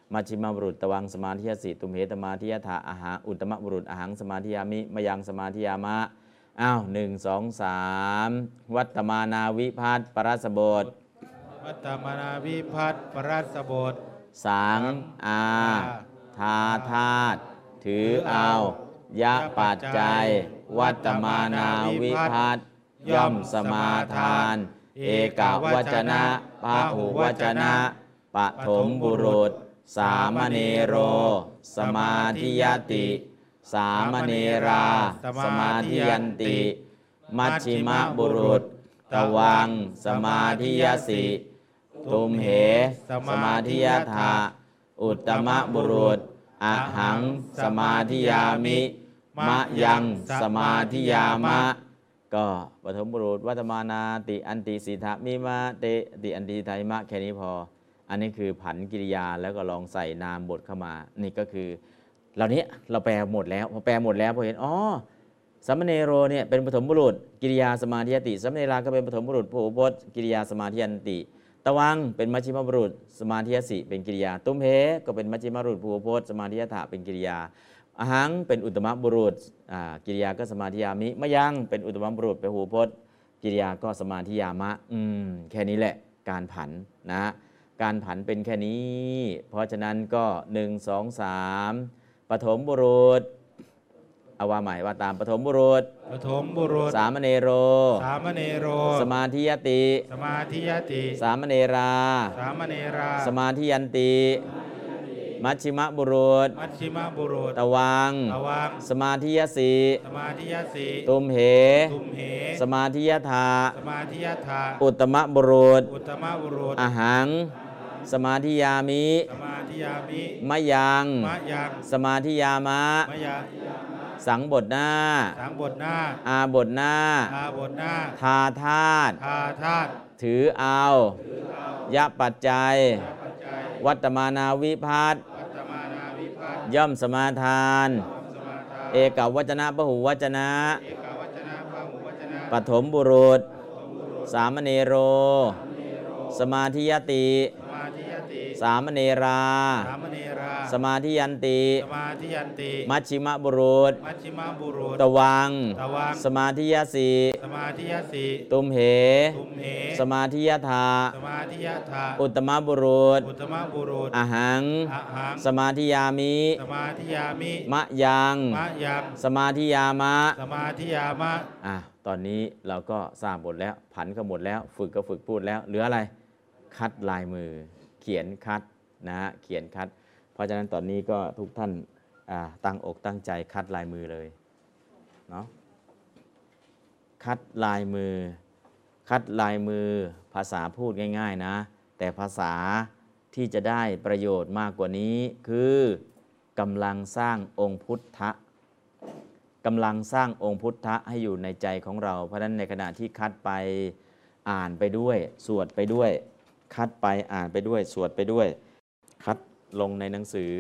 มัชฌิมบุรุษตวังสมาธิยสิตุมเหตมาธิยถาอาหาอุตตมบุรุษอหังสมาธิยามิมยังสมาธิยามะอ้าวหนึ่งสองสามวัตตมานาวิพัตปรัสบทวัตตมานาวิพัตปรัสบทสังอาทาธาตุถือเอายะปัจจัยวัตตมานาวิพัตย่อมสมาทานเอกวจนะพหุวจนะปฐมบุรุษสามเณโรสมาธิยติสามเณราสมาธิยันติมัชฌิมบุรุษตวังสมาธิยสิตุมเหสมาธิยถาอุตตมบุรุษอหังสมาธิยามิมะยังสมาธิยามะก็ปฐมบุรุษวัตมานาติอันติสิทธามิมะเตติอันติไทมะแค่นี้พออันนี้คือผันกิริยาแล้วก็ลองใส่นามบทเข้ามานี่ก็คือเหล่านี้เราแปลหมดแล้วพอแปลหมดแล้วพอเห็นอ๋อสัมมเนโรเนี่ยเป็นปฐมบุรุษกิริยาสมาธิยติสัมมเนราก็เป็นปฐมบุรุษพหุพจน์กิริยาสมาธิยันติตวังเป็นมัชฌิมบุรุษสมาธิยสิเป็นกิริยาตุมเหก็เป็นมัชฌิมบุรุษพหุพจน์สมาธิยถาเป็นกิริยาอหังเป็นอุตตมบุรุษกิริยาก็สมาธิยามิมะยังเป็นอุตตมบุรุษเป็นพหุพจน์กิริยาก็สมาธิยามะอืมแค่นี้แหละการผันนะการผันเป็นแค่นี้เพราะฉะนั้นก็หนึ่ง สอง สามปฐมบุรุษเอาว่าใหม่ว่าตามปฐมบุรุษปฐมบุรุษสามเณโรสามเณโรสมาธิยติสมาธิยติสามเณราสามเณราสมาธิยันติมัชฌิมบุรุษมัชฌิมบุรุษตวังตวังสมาธิยสิสมาธิยสิตุมเหตุมเหสมาธิยถาสมาธิยถาอุตตมบุรุษอุตตมบุรุษอหังสมาธิยามิสมาธิยามิมะยังมะยังสมาธิยามะมะยังสังบทหน้าสังบทหน้าอาบทหน้าอาบทหน้าทาธาตุทาธาตุถือเอายะปัจจัยวัตตมานาวิภัตย่อมสมาทานเอกวจนะพหุวจนะปฐมบุรุษสามเณโรสมาธิยติสามเณราสมาธิยันติมัชฌิมบุรุษตวังสมาธิยสิตุมเหสมาธิยถาอุตตมบุรุษอหังสมาธิยามิมะยังสมาธิยามะอ่ะตอนนี้เราก็ทราบหมดแล้วผันก็หมดแล้วฝึกก็ฝึกพูดแล้วเหลืออะไรคัดลายมือเขียนคัดนะฮะเขียนคัดเพราะฉะนั้นตอนนี้ก็ทุกท่านตั้งอกตั้งใจคัดลายมือเลยเนาะคัดลายมือคัดลายมือภาษาพูดง่ายๆนะแต่ภาษาที่จะได้ประโยชน์มากกว่านี้คือกำลังสร้างองค์พุทธะกำลังสร้างองค์พุทธะให้อยู่ในใจของเราเพราะฉะนั้นในขณะที่คัดไปอ่านไปด้วยสวดไปด้วยคัดไปอ่านไปด้วยสวดไปด้วยคัดลงในหนังสือ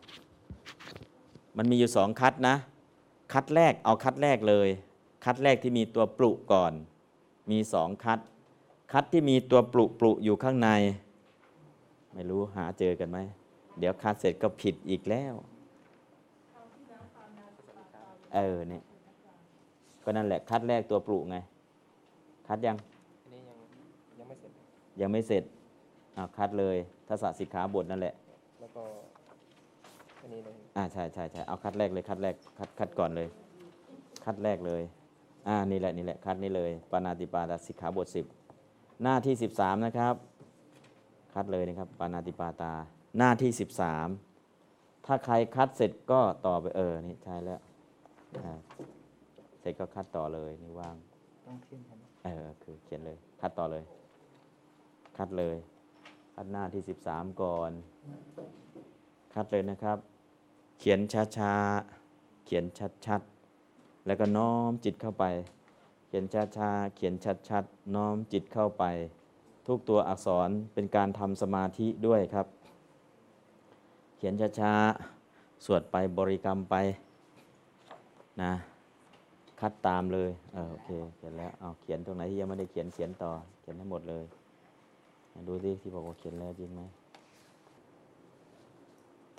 มันมีอยู่สองคัดนะคัดแรกเอาคัดแรกเลยคัดแรกที่มีตัวปลุก่อนมีสองคัดคัดที่มีตัวปลุปลุอยู่ข้างในไม่รู้หาเจอกันไหมเดี๋ยวคัดเสร็จก็ผิดอีกแล้วเออเนี่ยก็นั่นแหละคัดแรกตัวปลุไงคัดยังยังไม่เสร็จยังไม่เสร็จอ่าคัดเลยทัศนสิกขาบทนั่นแหละแล้วก็อันนี้เลยอ่าใช่ใช่ใช่เอาคัดแรกเลยคัดแรกคัดคัดก่อนเลยคัดแรกเลยอ่านี่แหละนี่แหละคัดนี่เลยปาณาติปาตาสิกขาบทสิบหน้าที่สิบสามนะครับคัดเลยนะครับปาณาติปาตาหน้าที่สิบสามถ้าใครคัดเสร็จก็ต่อไปเออนี่ใช่แล้วเสร็จก็คัดต่อเลยนี่ว่างเออคือเขียนเลยคัดต่อเลยคัดเลยคัดหน้าที่สิบสามก่อนคัดเลยนะครับเขียนช้าๆเขียนชัดๆแล้วก็น้อมจิตเข้าไปเขียนช้าๆเขียนชัดๆน้อมจิตเข้าไปทุกตัวอักษรเป็นการทำสมาธิด้วยครับเขียนช้าๆสวดไปบริกรรมไปนะคัดตามเลยเออโอเคเขียนแล้วเอาเขียนตรงไหนที่ยังไม่ได้เขียนเขียนต่อเขียนให้หมดเลยดูสิที่บอกว่าเขียนแล้วจริงไหม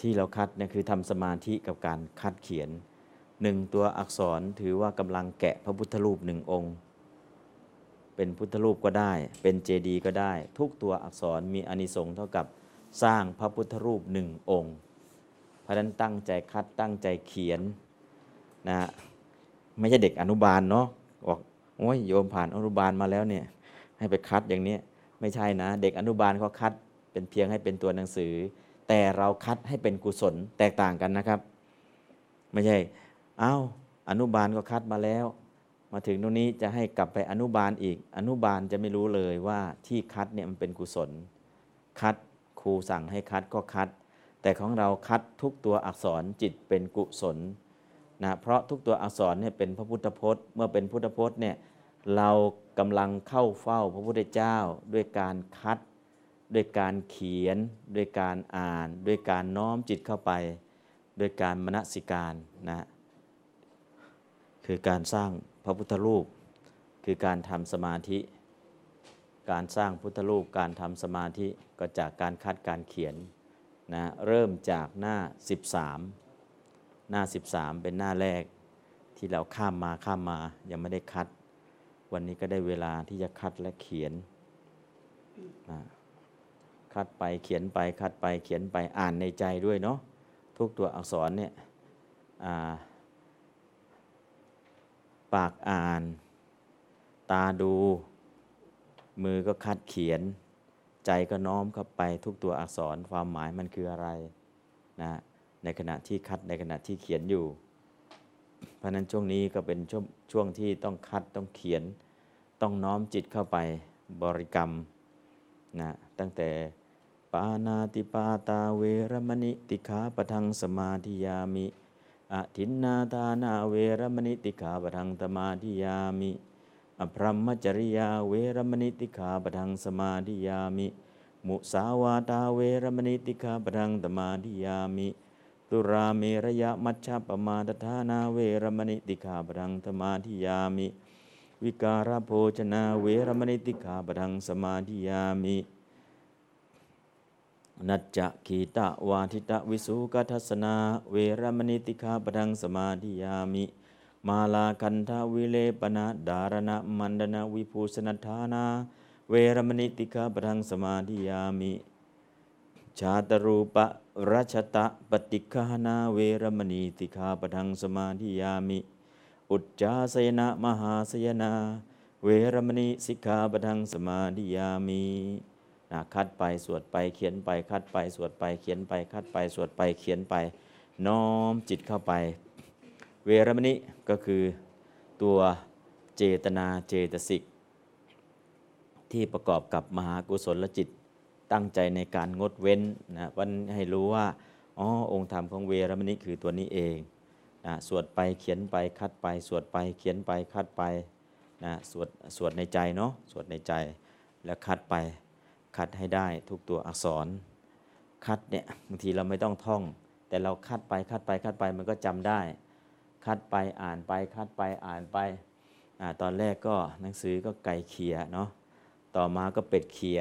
ที่เราคัดเนี่ยคือทำสมาธิกับการคัดเขียนหนึ่งตัวอักษรถือว่ากำลังแกะพระพุทธรูปหนึ่งองค์เป็นพุทธรูปก็ได้เป็นเจดีย์ก็ได้ทุกตัวอักษรมีอานิสงส์เท่ากับสร้างพระพุทธรูปหนึ่งองค์เพราะฉะนั้นตั้งใจคัดตั้งใจเขียนนะไม่ใช่เด็กอนุบาลเนาะบอกโอ้ยโยมผ่านอนุบาลมาแล้วเนี่ยให้ไปคัดอย่างนี้ไม่ใช่นะเด็กอนุบาลเขาคัดเป็นเพียงให้เป็นตัวหนังสือแต่เราคัดให้เป็นกุศลแตกต่างกันนะครับไม่ใช่อ้าวอนุบาลก็คัดมาแล้วมาถึงตรงนี้จะให้กลับไปอนุบาลอีกอนุบาลจะไม่รู้เลยว่าที่คัดเนี่ยมันเป็นกุศลคัดครูสั่งให้คัดก็คัดแต่ของเราคัดทุกตัวอักษรจิตเป็นกุศลนะเพราะทุกตัวอักษรเนี่ยเป็นพระพุทธพจน์เมื่อเป็นพุทธพจน์เนี่ยเรากำลังเข้าเฝ้าพระพุทธเจ้าด้วยการคัดด้วยการเขียนด้วยการอ่านด้วยการน้อมจิตเข้าไปด้วยการมนสิการนะคือการสร้างพระพุทธรูปคือการทำสมาธิการสร้างพุทธรูปการทำสมาธิก็จากการคัดการเขียนนะเริ่มจากหน้าสิบสามหน้าสิบสามเป็นหน้าแรกที่เราข้ามมาข้ามมายังไม่ได้คัดวันนี้ก็ได้เวลาที่จะคัดและเขียนนะคัดไปเขียนไปคัดไปเขียนไปอ่านในใจด้วยเนาะทุกตัวอักษรเนี่ยปากอ่านตาดูมือก็คัดเขียนใจก็น้อมเข้าไปทุกตัวอักษรความหมายมันคืออะไรนะในขณะที่คัดในขณะที่เขียนอยู่เพราะนั้นช่วงนี้ก็เป็นช่วงช่วงที่ต้องคัดต้องเขียนต้องน้อมจิตเข้าไปบริกรรมนะตั้งแต่ปานาติปาตาเวรมณิติขาปทังสมาธิยามิอทินนาทานาเวรมณิติขาปทังสมาธิยามิอภรมจริยาเวรมณิติขาปทังสมาธิยามิมุสาวาตาเวรมณิติขาปทังสมาธิยามิตุราเมรยมัชฌัปปมาทฐานาเวรมณิติขาปทังสมาธิยามิวิการโภชนาเวรมณิติขาปทังสมาธิยามินัจจะขีตะวาทิตะวิสุกัทัสนาเวรมณิติขาปทังสมาธิยามิมาลาคันธวิเลปนะดารณะมันดนะวิภูสนัฏฐานาเวรมณิติขาปทังสมาธิยามิชาตรูปะรัชตะปฏิฆานาเวรมณีติขาปทังสมาธิยามิอุจจาสยนะมหาสยนาเวรมณีสิกขาปทังสมาธิยามินะคัดไปสวดไปเขียนไปคัดไปสวดไปเขียนไปคัดไปสวดไปเขียนไปน้อมจิตเข้าไปเวรมณีก็คือตัวเจตนาเจตสิกที่ประกอบกับมหากุศลจิตตั้งใจในการงดเว้นนะวันให้รู้ว่าอ๋อองค์ธรรมของเวรมณีคือตัวนี้เองนะสวดไปเขียนไปคัดไปสวดไปเขียนไปคัดไปนะสวดสวดในใจเนาะสวดในใจแล้วคัดไปคัดให้ได้ทุกตัวอักษรคัดเนี่ยบางทีเราไม่ต้องท่องแต่เราคัดไปคัดไปคัดไปมันก็จำได้คัดไปอ่านไปคัดไปอ่านไปอ่าตอนแรกก็หนังสือก็ไก่เขียเนาะต่อมาก็เป็ดเขีย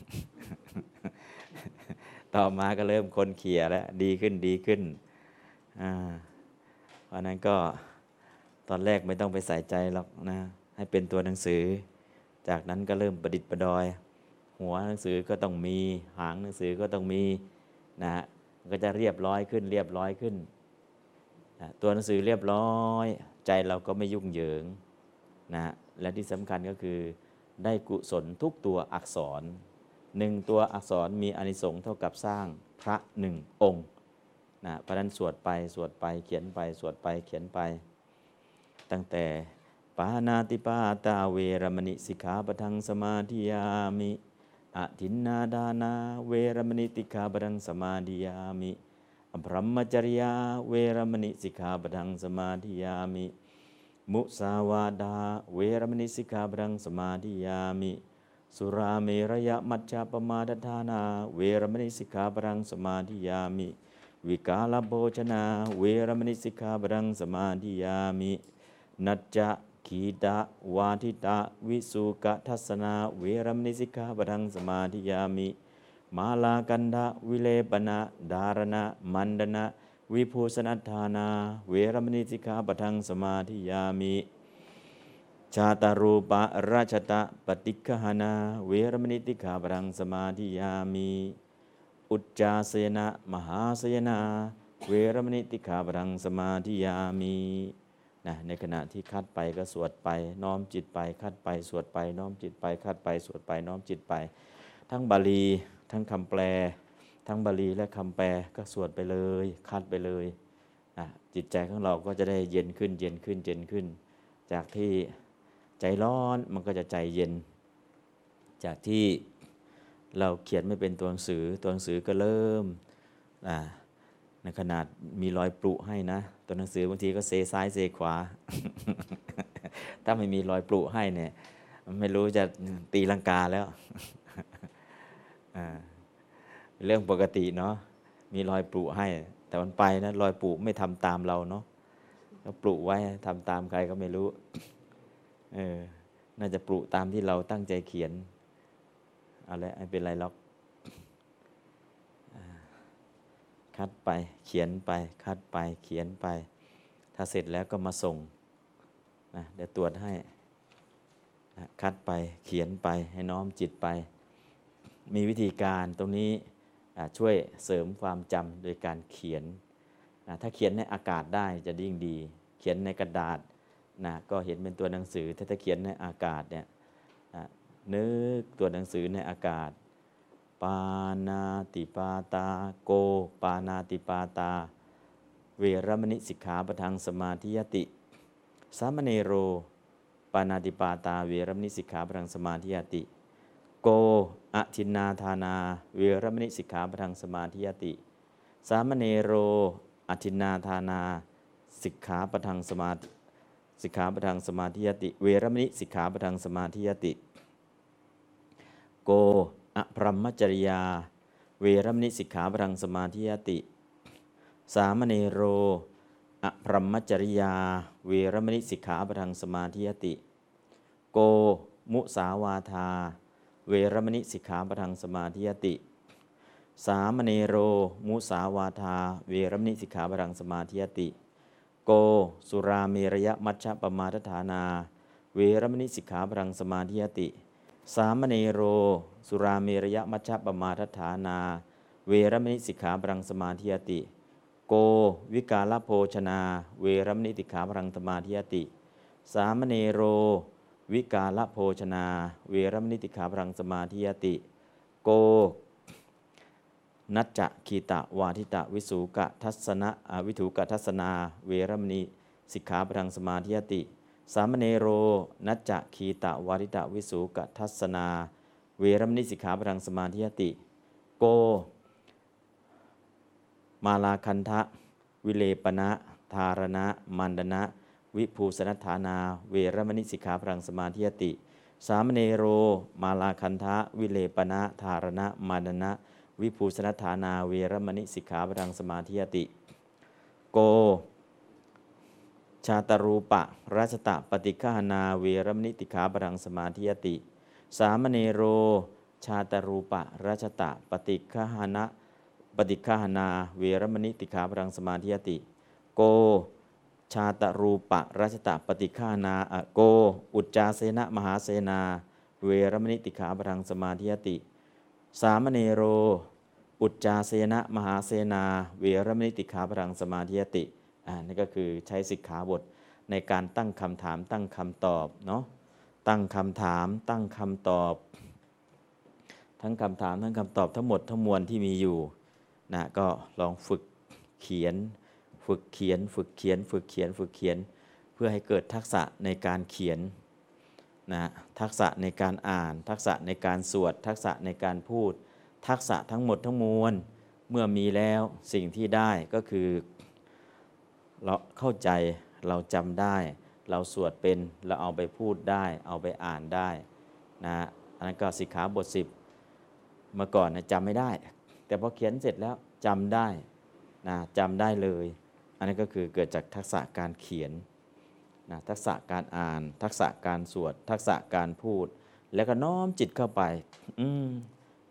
ต่อมาก็เริ่มคนเขียแล้วดีขึ้นดีขึ้นอ่าเพราะนั้นก็ตอนแรกไม่ต้องไปใส่ใจหรอกนะให้เป็นตัวหนังสือจากนั้นก็เริ่มประดิษฐ์ประดอยหัวหนังสือก็ต้องมีหางหนังสือก็ต้องมีนะฮะก็จะเรียบร้อยขึ้นเรียบร้อยขึ้นนะตัวหนังสือเรียบร้อยใจเราก็ไม่ยุ่งเหยิงนะและที่สำคัญก็คือได้กุศลทุกตัวอักษรหนึ่งตัวอักษรมีอานิสงส์เท่ากับสร้างพระหนึ่งองค์นะเพราะนั้นสวดไปสวดไปเขียนไปสวดไปเขียนไปตั้งแต่ปานาติปาตาเวรมณีสิกขาปทังสมาธิยามิอทินนาดานาเวรมณีติขาปทังสมาธิยามิอภรมจริยาเวรมณีสิกขาปทังสมาธิยามิมุสาวาดาเวรมณีสิกขาปทังสมาธิยามิสุราเมรยมัชฌัปปมาทฐานาเวรมณีสิกขาปทังสมาธิยามิวิกาลโภชนาเวรมณีสิกขาปทังสมาธิยามินัจจะขีตะวาทิตะวิสุกทัสสนาเวรมณีสิกขาปทังสมาธิยามิมาลากันดะวิเลปนะดารณะมันดนะวิภูสนัฏฐานาเวรมณีสิกขาปะทังสมาธิยามิชาตารูปะราชตะปฏิฆหานาเวรมณีสิกขาปะทังสมาธิยามิอุจจาสยนะมหาสยนาเวรมณีสิกขาปะทังสมาธิยามินะในขณะที่คัดไปก็สวดไปน้อมจิตไปคัดไปสวดไปน้อมจิตไปคัดไปสวดไปน้อมจิตไปทั้งบาลีทั้งคำแปลทั้งบาลีและคำแปลก็สวดไปเลยคัดไปเลยนะจิตใจของเราก็จะได้เย็นขึ้นเย็นขึ้นเย็นขึ้นจากที่ใจร้อนมันก็จะใจเย็นจากที่เราเขียนไม่เป็นตัวหนังสือตัวหนังสือก็เริ่มอ่าในขนาดมีรอยปรุให้นะตัวหนังสือบางทีก็เซซ้ายเซขวา ถ้าไม่มีรอยปรุให้เนี่ยไม่รู้จะตีลังกาแล้วเรื่องปกติเนาะมีรอยปรุให้แต่มันไปนะรอยปรุไม่ทำตามเราเนาะก็ปรุไว้ทำตามใครก็ไม่รู้เออน่าจะปรุตามที่เราตั้งใจเขียนเอาละไม่เป็นไรหรอกคัดไปเขียนไปคัดไปเขียนไปถ้าเสร็จแล้วก็มาส่งนะเดี๋ยวตรวจให้นะคัดไปเขียนไปให้น้อมจิตไปมีวิธีการตรงนี้ช่วยเสริมความจำโดยการเขียนนะถ้าเขียนในอากาศได้จะยิ่งดีเขียนในกระดาษนะก็เห็นเป็นตัวหนังสือถ้าถ้าเขียนในอากาศเนี่ยนะนึกตัวหนังสือในอากาศปานาติปาตาโกปานาติปาตาเวรมณีสิกขาปะทังสมาธิยติสามเณโรปานาติปาตาเวรมณีสิกขาปะทังสมาธิยติโกอทินนาทานาเวรมณีสิกขาปะทังสมาธิยติสามเณโรอทินนาทานาสิกขาปะทังสมาสิกขาปะทังสมาธิยติเวรมณีสิกขาปะทังสมาธิยติโกอพรหมจริยาเวรมณีสิกขาปะทังสมาธิยติสามเณโรอพรหมจริยาเวรมณีสิกขาปะทังสมาธิยติโกมุสาวาทาเวรมณีสิกขาปะทังสมาธิยติสามเณโรมุสาวาทาเวรมณีสิกขาปะทังสมาธิยติโกสุราเมรยมัชฌปมาทฐานาเวรมณีสิกขาปะทังสมาธิยติสามเณโรสุราเมรยมัชฌปมาทฐานาเวรมณีสิกขาปะทังสมาธิยติโกวิกาลโภชนาเวรมณีสิกขาปะทังสมาธิยติสามเณโรวิกาลโภชนาเวรมณีสิกขาปะทังสมาธิยติโกนัจจะคีตะวาทิตะวิสูกะทัศนะวิถูกะทัศนาเวรมณีสิกขาปะทังสมาธิยติสามเณโรนัจจะคีตะวาทิตะวิสูกะทัศนาเวรมณีสิกขาปะทังสมาธิยติโกมาลาคันทะวิเลปนะธารณะมันดนะวิภูสนัฏฐานาเวรมณีสิกขาปะทังสมาธิยติสามเณโรมาลาคันทะวิเลปนะธารณะมันดนะวิภูสนัฏฐานาเวรมณีสิกขาปะทังสมาธิยติโกชาตรูปะราชตะปฏิฆหนาเวรมณีสิกขาปะทังสมาธิยติสามเณโรชาตรูปะราชตะปฏิฆหนะปฏิฆหนาเวรมณีสิกขาปะทังสมาธิยติโกชาตรูปะราชตะปฏิฆหนาโกอุจจาเสนะมหาเสนาเวรมณีสิกขาปะทังสมาธิยติสามเณโรอุจจาเสนะมหาเสนาเวรมณีสิกขาปะทังสมาธิยติอ่านี่ก็คือใช้สิกขาบทในการตั้งคำถามตั้งคำตอบเนาะตั้งคำถามตั้งคำตอบทั้งคำถามทั้งคำตอบทั้งหมดทั้งมวลที่มีอยู่นะก็ลองฝึกเขียนฝึกเขียนฝึกเขียนฝึกเขียนฝึกเขียนเพื่อให้เกิดทักษะในการเขียนนะทักษะในการอ่านทักษะในการสวดทักษะในการพูดทักษะทั้งหมดทั้งมวลเมื่อมีแล้วสิ่งที่ได้ก็คือเราเข้าใจเราจำได้เราสวดเป็นเราเอาไปพูดได้เอาไปอ่านได้นะอันนั้นก็สิกขาบทสิบเมื่อก่อนนะจำไม่ได้แต่พอเขียนเสร็จแล้วจำได้นะจำได้เลยอันนั้นก็คือเกิดจากทักษะการเขียนนะทักษะการอ่านทักษะการสวดทักษะการพูดแล้วก็น้อมจิตเข้าไปอืม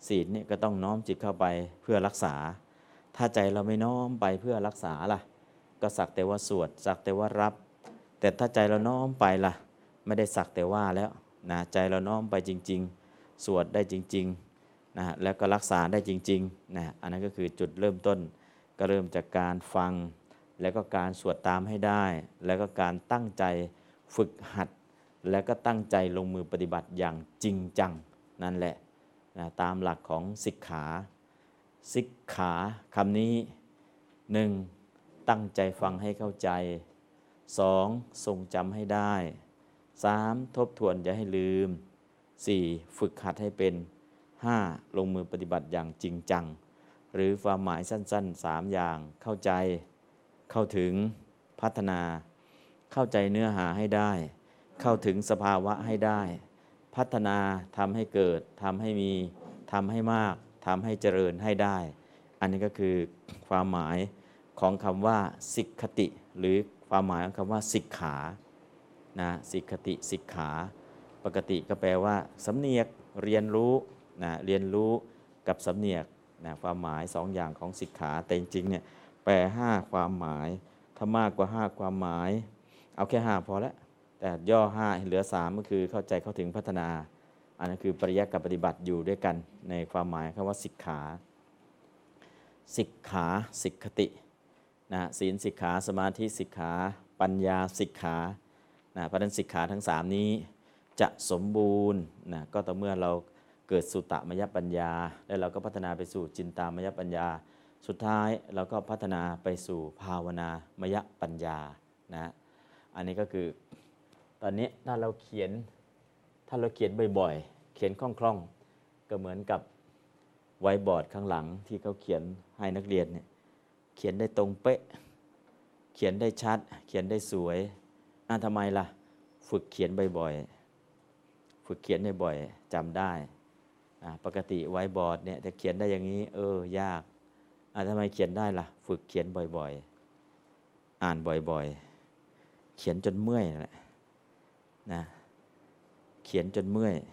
ศีลเนี่ยก็ต้องน้อมจิตเข้าไปเพื่อรักษาถ้าใจเราไม่น้อมไปเพื่อรักษาล่ะก็สักแต่ว่าสวดสักแต่ว่ารับแต่ถ้าใจเราน้อมไปล่ะไม่ได้สักแต่ว่าแล้วนะใจเราน้อมไปจริงๆสวดได้จริงๆนะแล้วก็รักษาได้จริงๆนะอันนั้นก็คือจุดเริ่มต้นก็เริ่มจากการฟังแล้วก็การสวดตามให้ได้แล้วก็การตั้งใจฝึกหัดแล้วก็ตั้งใจลงมือปฏิบัติอย่างจริงจังนั่นแหละนะตามหลักของสิกขาสิกขาคำนี้หนึ่งตั้งใจฟังให้เข้าใจสองทรงจำให้ได้สามทบทวนอย่าให้ลืมสี่ฝึกหัดให้เป็นห้าลงมือปฏิบัติอย่างจริงจังหรือความหมายสั้นๆสามอย่างเข้าใจเข้าถึงพัฒนาเข้าใจเนื้อหาให้ได้เข้าถึงสภาวะให้ได้พัฒนาทำให้เกิดทำให้มีทำให้มากทำให้เจริญให้ได้อันนี้ก็คือความหมายของคำว่าสิกขติหรือความหมายของคำว่าสิกขานะสิกขติสิกขาปกติก็แปลว่าสำเนียกเรียนรู้นะเรียนรู้กับสำเนียกนะความหมายสองอย่างของสิกขาแต่จริงๆเนี่ยแปลห้าความหมายถ้ามากกว่าห้าความหมายเอาแค่ห้าพอแล้วแต่ย่อห้าเหลือสามก็คือเข้าใจเข้าถึงพัฒนาอันนั้นคือปริยัติกับปฏิบัติอยู่ด้วยกันในความหมายคำว่าสิกขาสิกขาสิกขตินะศีลสิกขาสมาธิสิกขาปัญญาสิกขานะเพราะฉะนั้นสิกขาทั้งสามนี้จะสมบูรณ์นะก็ต่อเมื่อเราเกิดสุตตมยปัญญาแล้วเราก็พัฒนาไปสู่จินตามยปัญญาสุดท้ายเราก็พัฒนาไปสู่ภาวนามยปัญญานะอันนี้ก็คือตอนนี้ถ้าเราเขียนถ้าเราเขียนบ่อยๆเขียนคล่องๆก็เหมือนกับไวท์บอร์ดข้างหลังที่เขาเขียนให้นักเรียนเนี่ยเขียนได้ตรงเป๊ะเขียนได้ชัดเขียนได้สวยอ่ะทำไมล่ะฝึกเขียนบ่อยๆฝึกเขียนบ่อยๆจำได้อ่ะปกติไวท์บอร์ดเนี่ยจะเขียนได้อย่างนี้เออยากอ่ะทำไมเขียนได้ล่ะฝึกเขียนบ่อยๆอ่านบ่อยๆเขียนจนเมื่อยแหละนะเขียนจนเมื่อย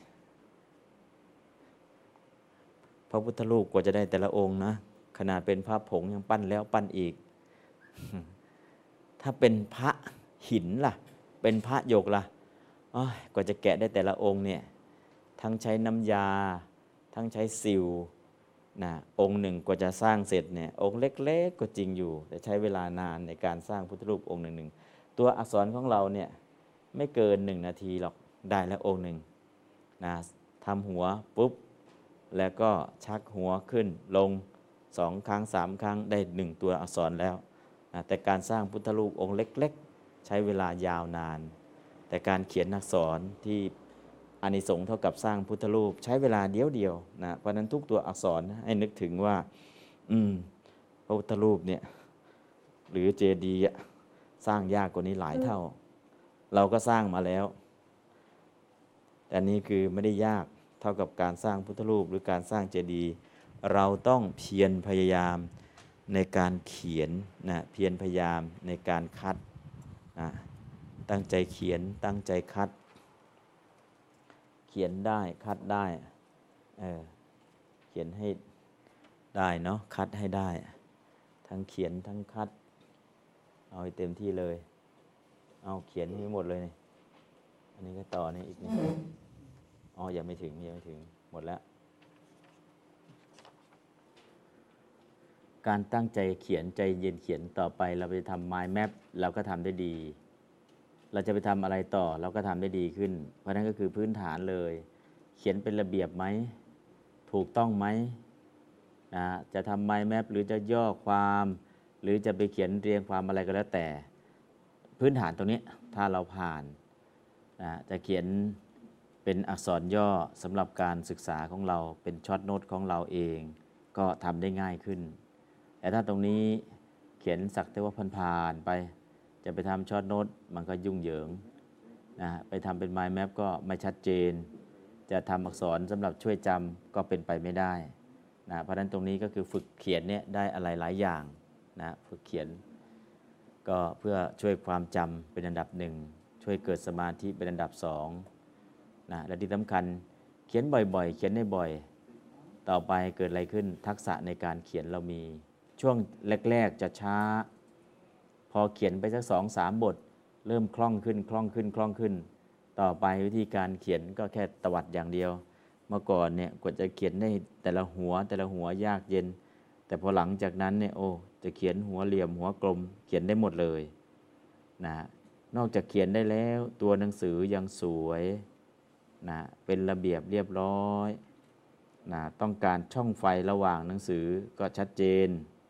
พระพุทธรูปกว่าจะได้แต่ละองค์นะขนาดเป็นพระผงยังปั้นแล้วปั้นอีก ถ้าเป็นพระหินล่ะเป็นพระหยกล่ะกว่าจะแกะได้แต่ละองค์เนี่ยทั้งใช้น้ำยาทั้งใช้ซิลนะองค์หนึ่งกว่าจะสร้างเสร็จเนี่ยองค์เล็กๆก็จริงอยู่แต่ใช้เวลานานในการสร้างพุทธรูปองค์หนึ่งๆตัวอักษรของเราเนี่ยไม่เกินหนึ่งนาทีหรอกได้แล้วองค์หนึ่งนะทำหัวปุ๊บแล้วก็ชักหัวขึ้นลงสองครั้งสามครั้งได้หนึ่งตัวอักษรแล้วนะแต่การสร้างพุทธรูปองค์เล็กๆใช้เวลายาวนานแต่การเขียนอักษรที่อานิสงส์เท่ากับสร้างพุทธรูปใช้เวลาเดียวเดียวนะเพราะนั้นทุกตัวอักษรให้นึกถึงว่าอืมพระพุทธรูปเนี่ยหรือเจดีย์สร้างยากกว่านี้หลายเท่าเราก็สร้างมาแล้วแต่นี้คือไม่ได้ยากเท่ากับการสร้างพุทธรูปหรือการสร้างเจดีย์เราต้องเพียรพยายามในการเขียนนะเพียรพยายามในการคัดนะตั้งใจเขียนตั้งใจคัดเขียนได้คัดได้เออเขียนให้ได้เนาะคัดให้ได้ทั้งเขียนทั้งคัดเอาให้เต็มที่เลยเอาเขียนให้หมดเลยนี่อันนี้ก็ต่อนี่อีกนี่อ๋อยังไม่ถึงยังไม่ถึงหมดแล้วการตั้งใจเขียนใจเย็นเขียนต่อไปเราไปทำ mind map เราก็ทำได้ดีเราจะไปทำอะไรต่อเราก็ทำได้ดีขึ้นเพราะนั้นก็คือพื้นฐานเลยเขียนเป็นระเบียบไหมถูกต้องไหมนะจะทำ mind map หรือจะย่อความหรือจะไปเขียนเรียงความอะไรก็แล้วแต่พื้นฐานตรงนี้ถ้าเราผ่านนะจะเขียนเป็นอักษรย่อสำหรับการศึกษาของเราเป็นช็อตโน้ตของเราเองก็ทำได้ง่ายขึ้นแต่ถ้าตรงนี้เขียนสักแต่ว่าผ่านๆไปจะไปทำช็อตโน้ตมันก็ยุ่งเหยิงนะไปทำเป็น mind map ก็ไม่ชัดเจนจะทำอักษรสำหรับช่วยจำก็เป็นไปไม่ได้นะเพราะฉะนั้นตรงนี้ก็คือฝึกเขียนเนี่ยได้อะไรหลายอย่างนะฝึกเขียนก็เพื่อช่วยความจำเป็นอันดับหนึ่งช่วยเกิดสมาธิเป็นอันดับสองนะและที่สำคัญเขียนบ่อยๆเขียนได้บ่อยต่อไปเกิดอะไรขึ้นทักษะในการเขียนเรามีช่วงแรกๆจะช้าพอเขียนไปสักสองสามบทเริ่มคล่องขึ้นคล่องขึ้นคล่องขึ้นต่อไปวิธีการเขียนก็แค่ตวัดอย่างเดียวเมื่อก่อนเนี่ยกว่าจะเขียนได้แต่ละหัวแต่ละหัวยากเย็นแต่พอหลังจากนั้นเนี่ยโอ้จะเขียนหัวเหลี่ยมหัวกลมเขียนได้หมดเลยนะนอกจากเขียนได้แล้วตัวหนังสือยังสวยนะเป็นระเบียบเรียบร้อยนะต้องการช่องไฟระหว่างหนังสือก็ชัดเจน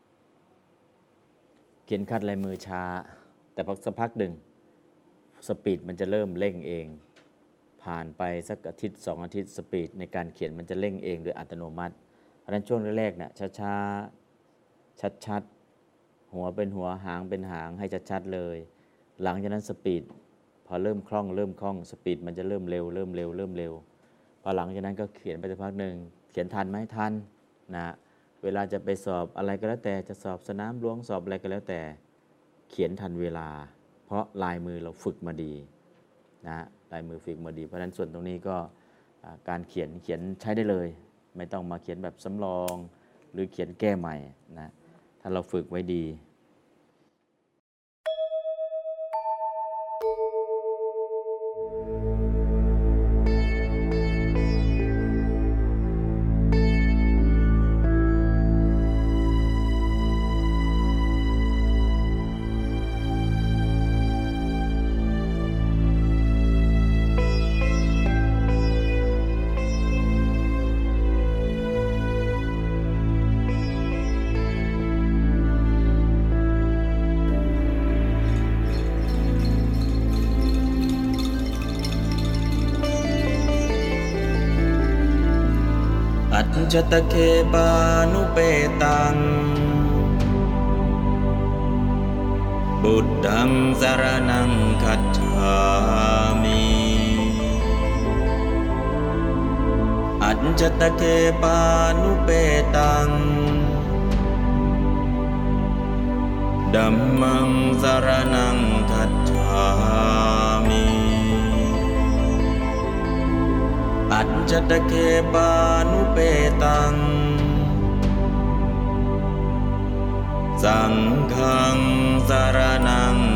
เขียนคัดลายมือช้าแต่พอสักพักหนึ่งสปีดมันจะเริ่มเร่งเองผ่านไปสักอาทิตย์สองอาทิตย์สปีดในการเขียนมันจะเร่งเองโดยอัตโนมัติเพราะฉะนั้นช่วงแรกๆเนี่ยช้าๆชัดๆหัวเป็นหัวหางเป็นหางให้ชัดๆเลยหลังจากนั้นสปีดพอเริ่มคล่องเริ่มคล่องสปีดมันจะเริ่มเร็วเริ่มเร็วเริ่มเร็วพอหลังจากนั้นก็เขียนไปสักพักหนึ่งเขียนทันไหมทันนะเวลาจะไปสอบอะไรก็แล้วแต่จะสอบสนามหลวงสอบอะไรก็แล้วแต่เขียนทันเวลาเพราะลายมือเราฝึกมาดีนะลายมือฝึกมาดีเพราะฉะนั้นส่วนตรงนี้ก็การเขียนเขียนใช้ได้เลยไม่ต้องมาเขียนแบบสำรองหรือเขียนแก้ใหม่นะถ้าเราฝึกไว้ดีอัจจตเคปานุเปตังบุตตังสรณังคัจฉามิอัจจตเคปานุเปตังธัมมังสรณังคัจฉามิอัจจตเคปานุเปตังสังฆังสรณัง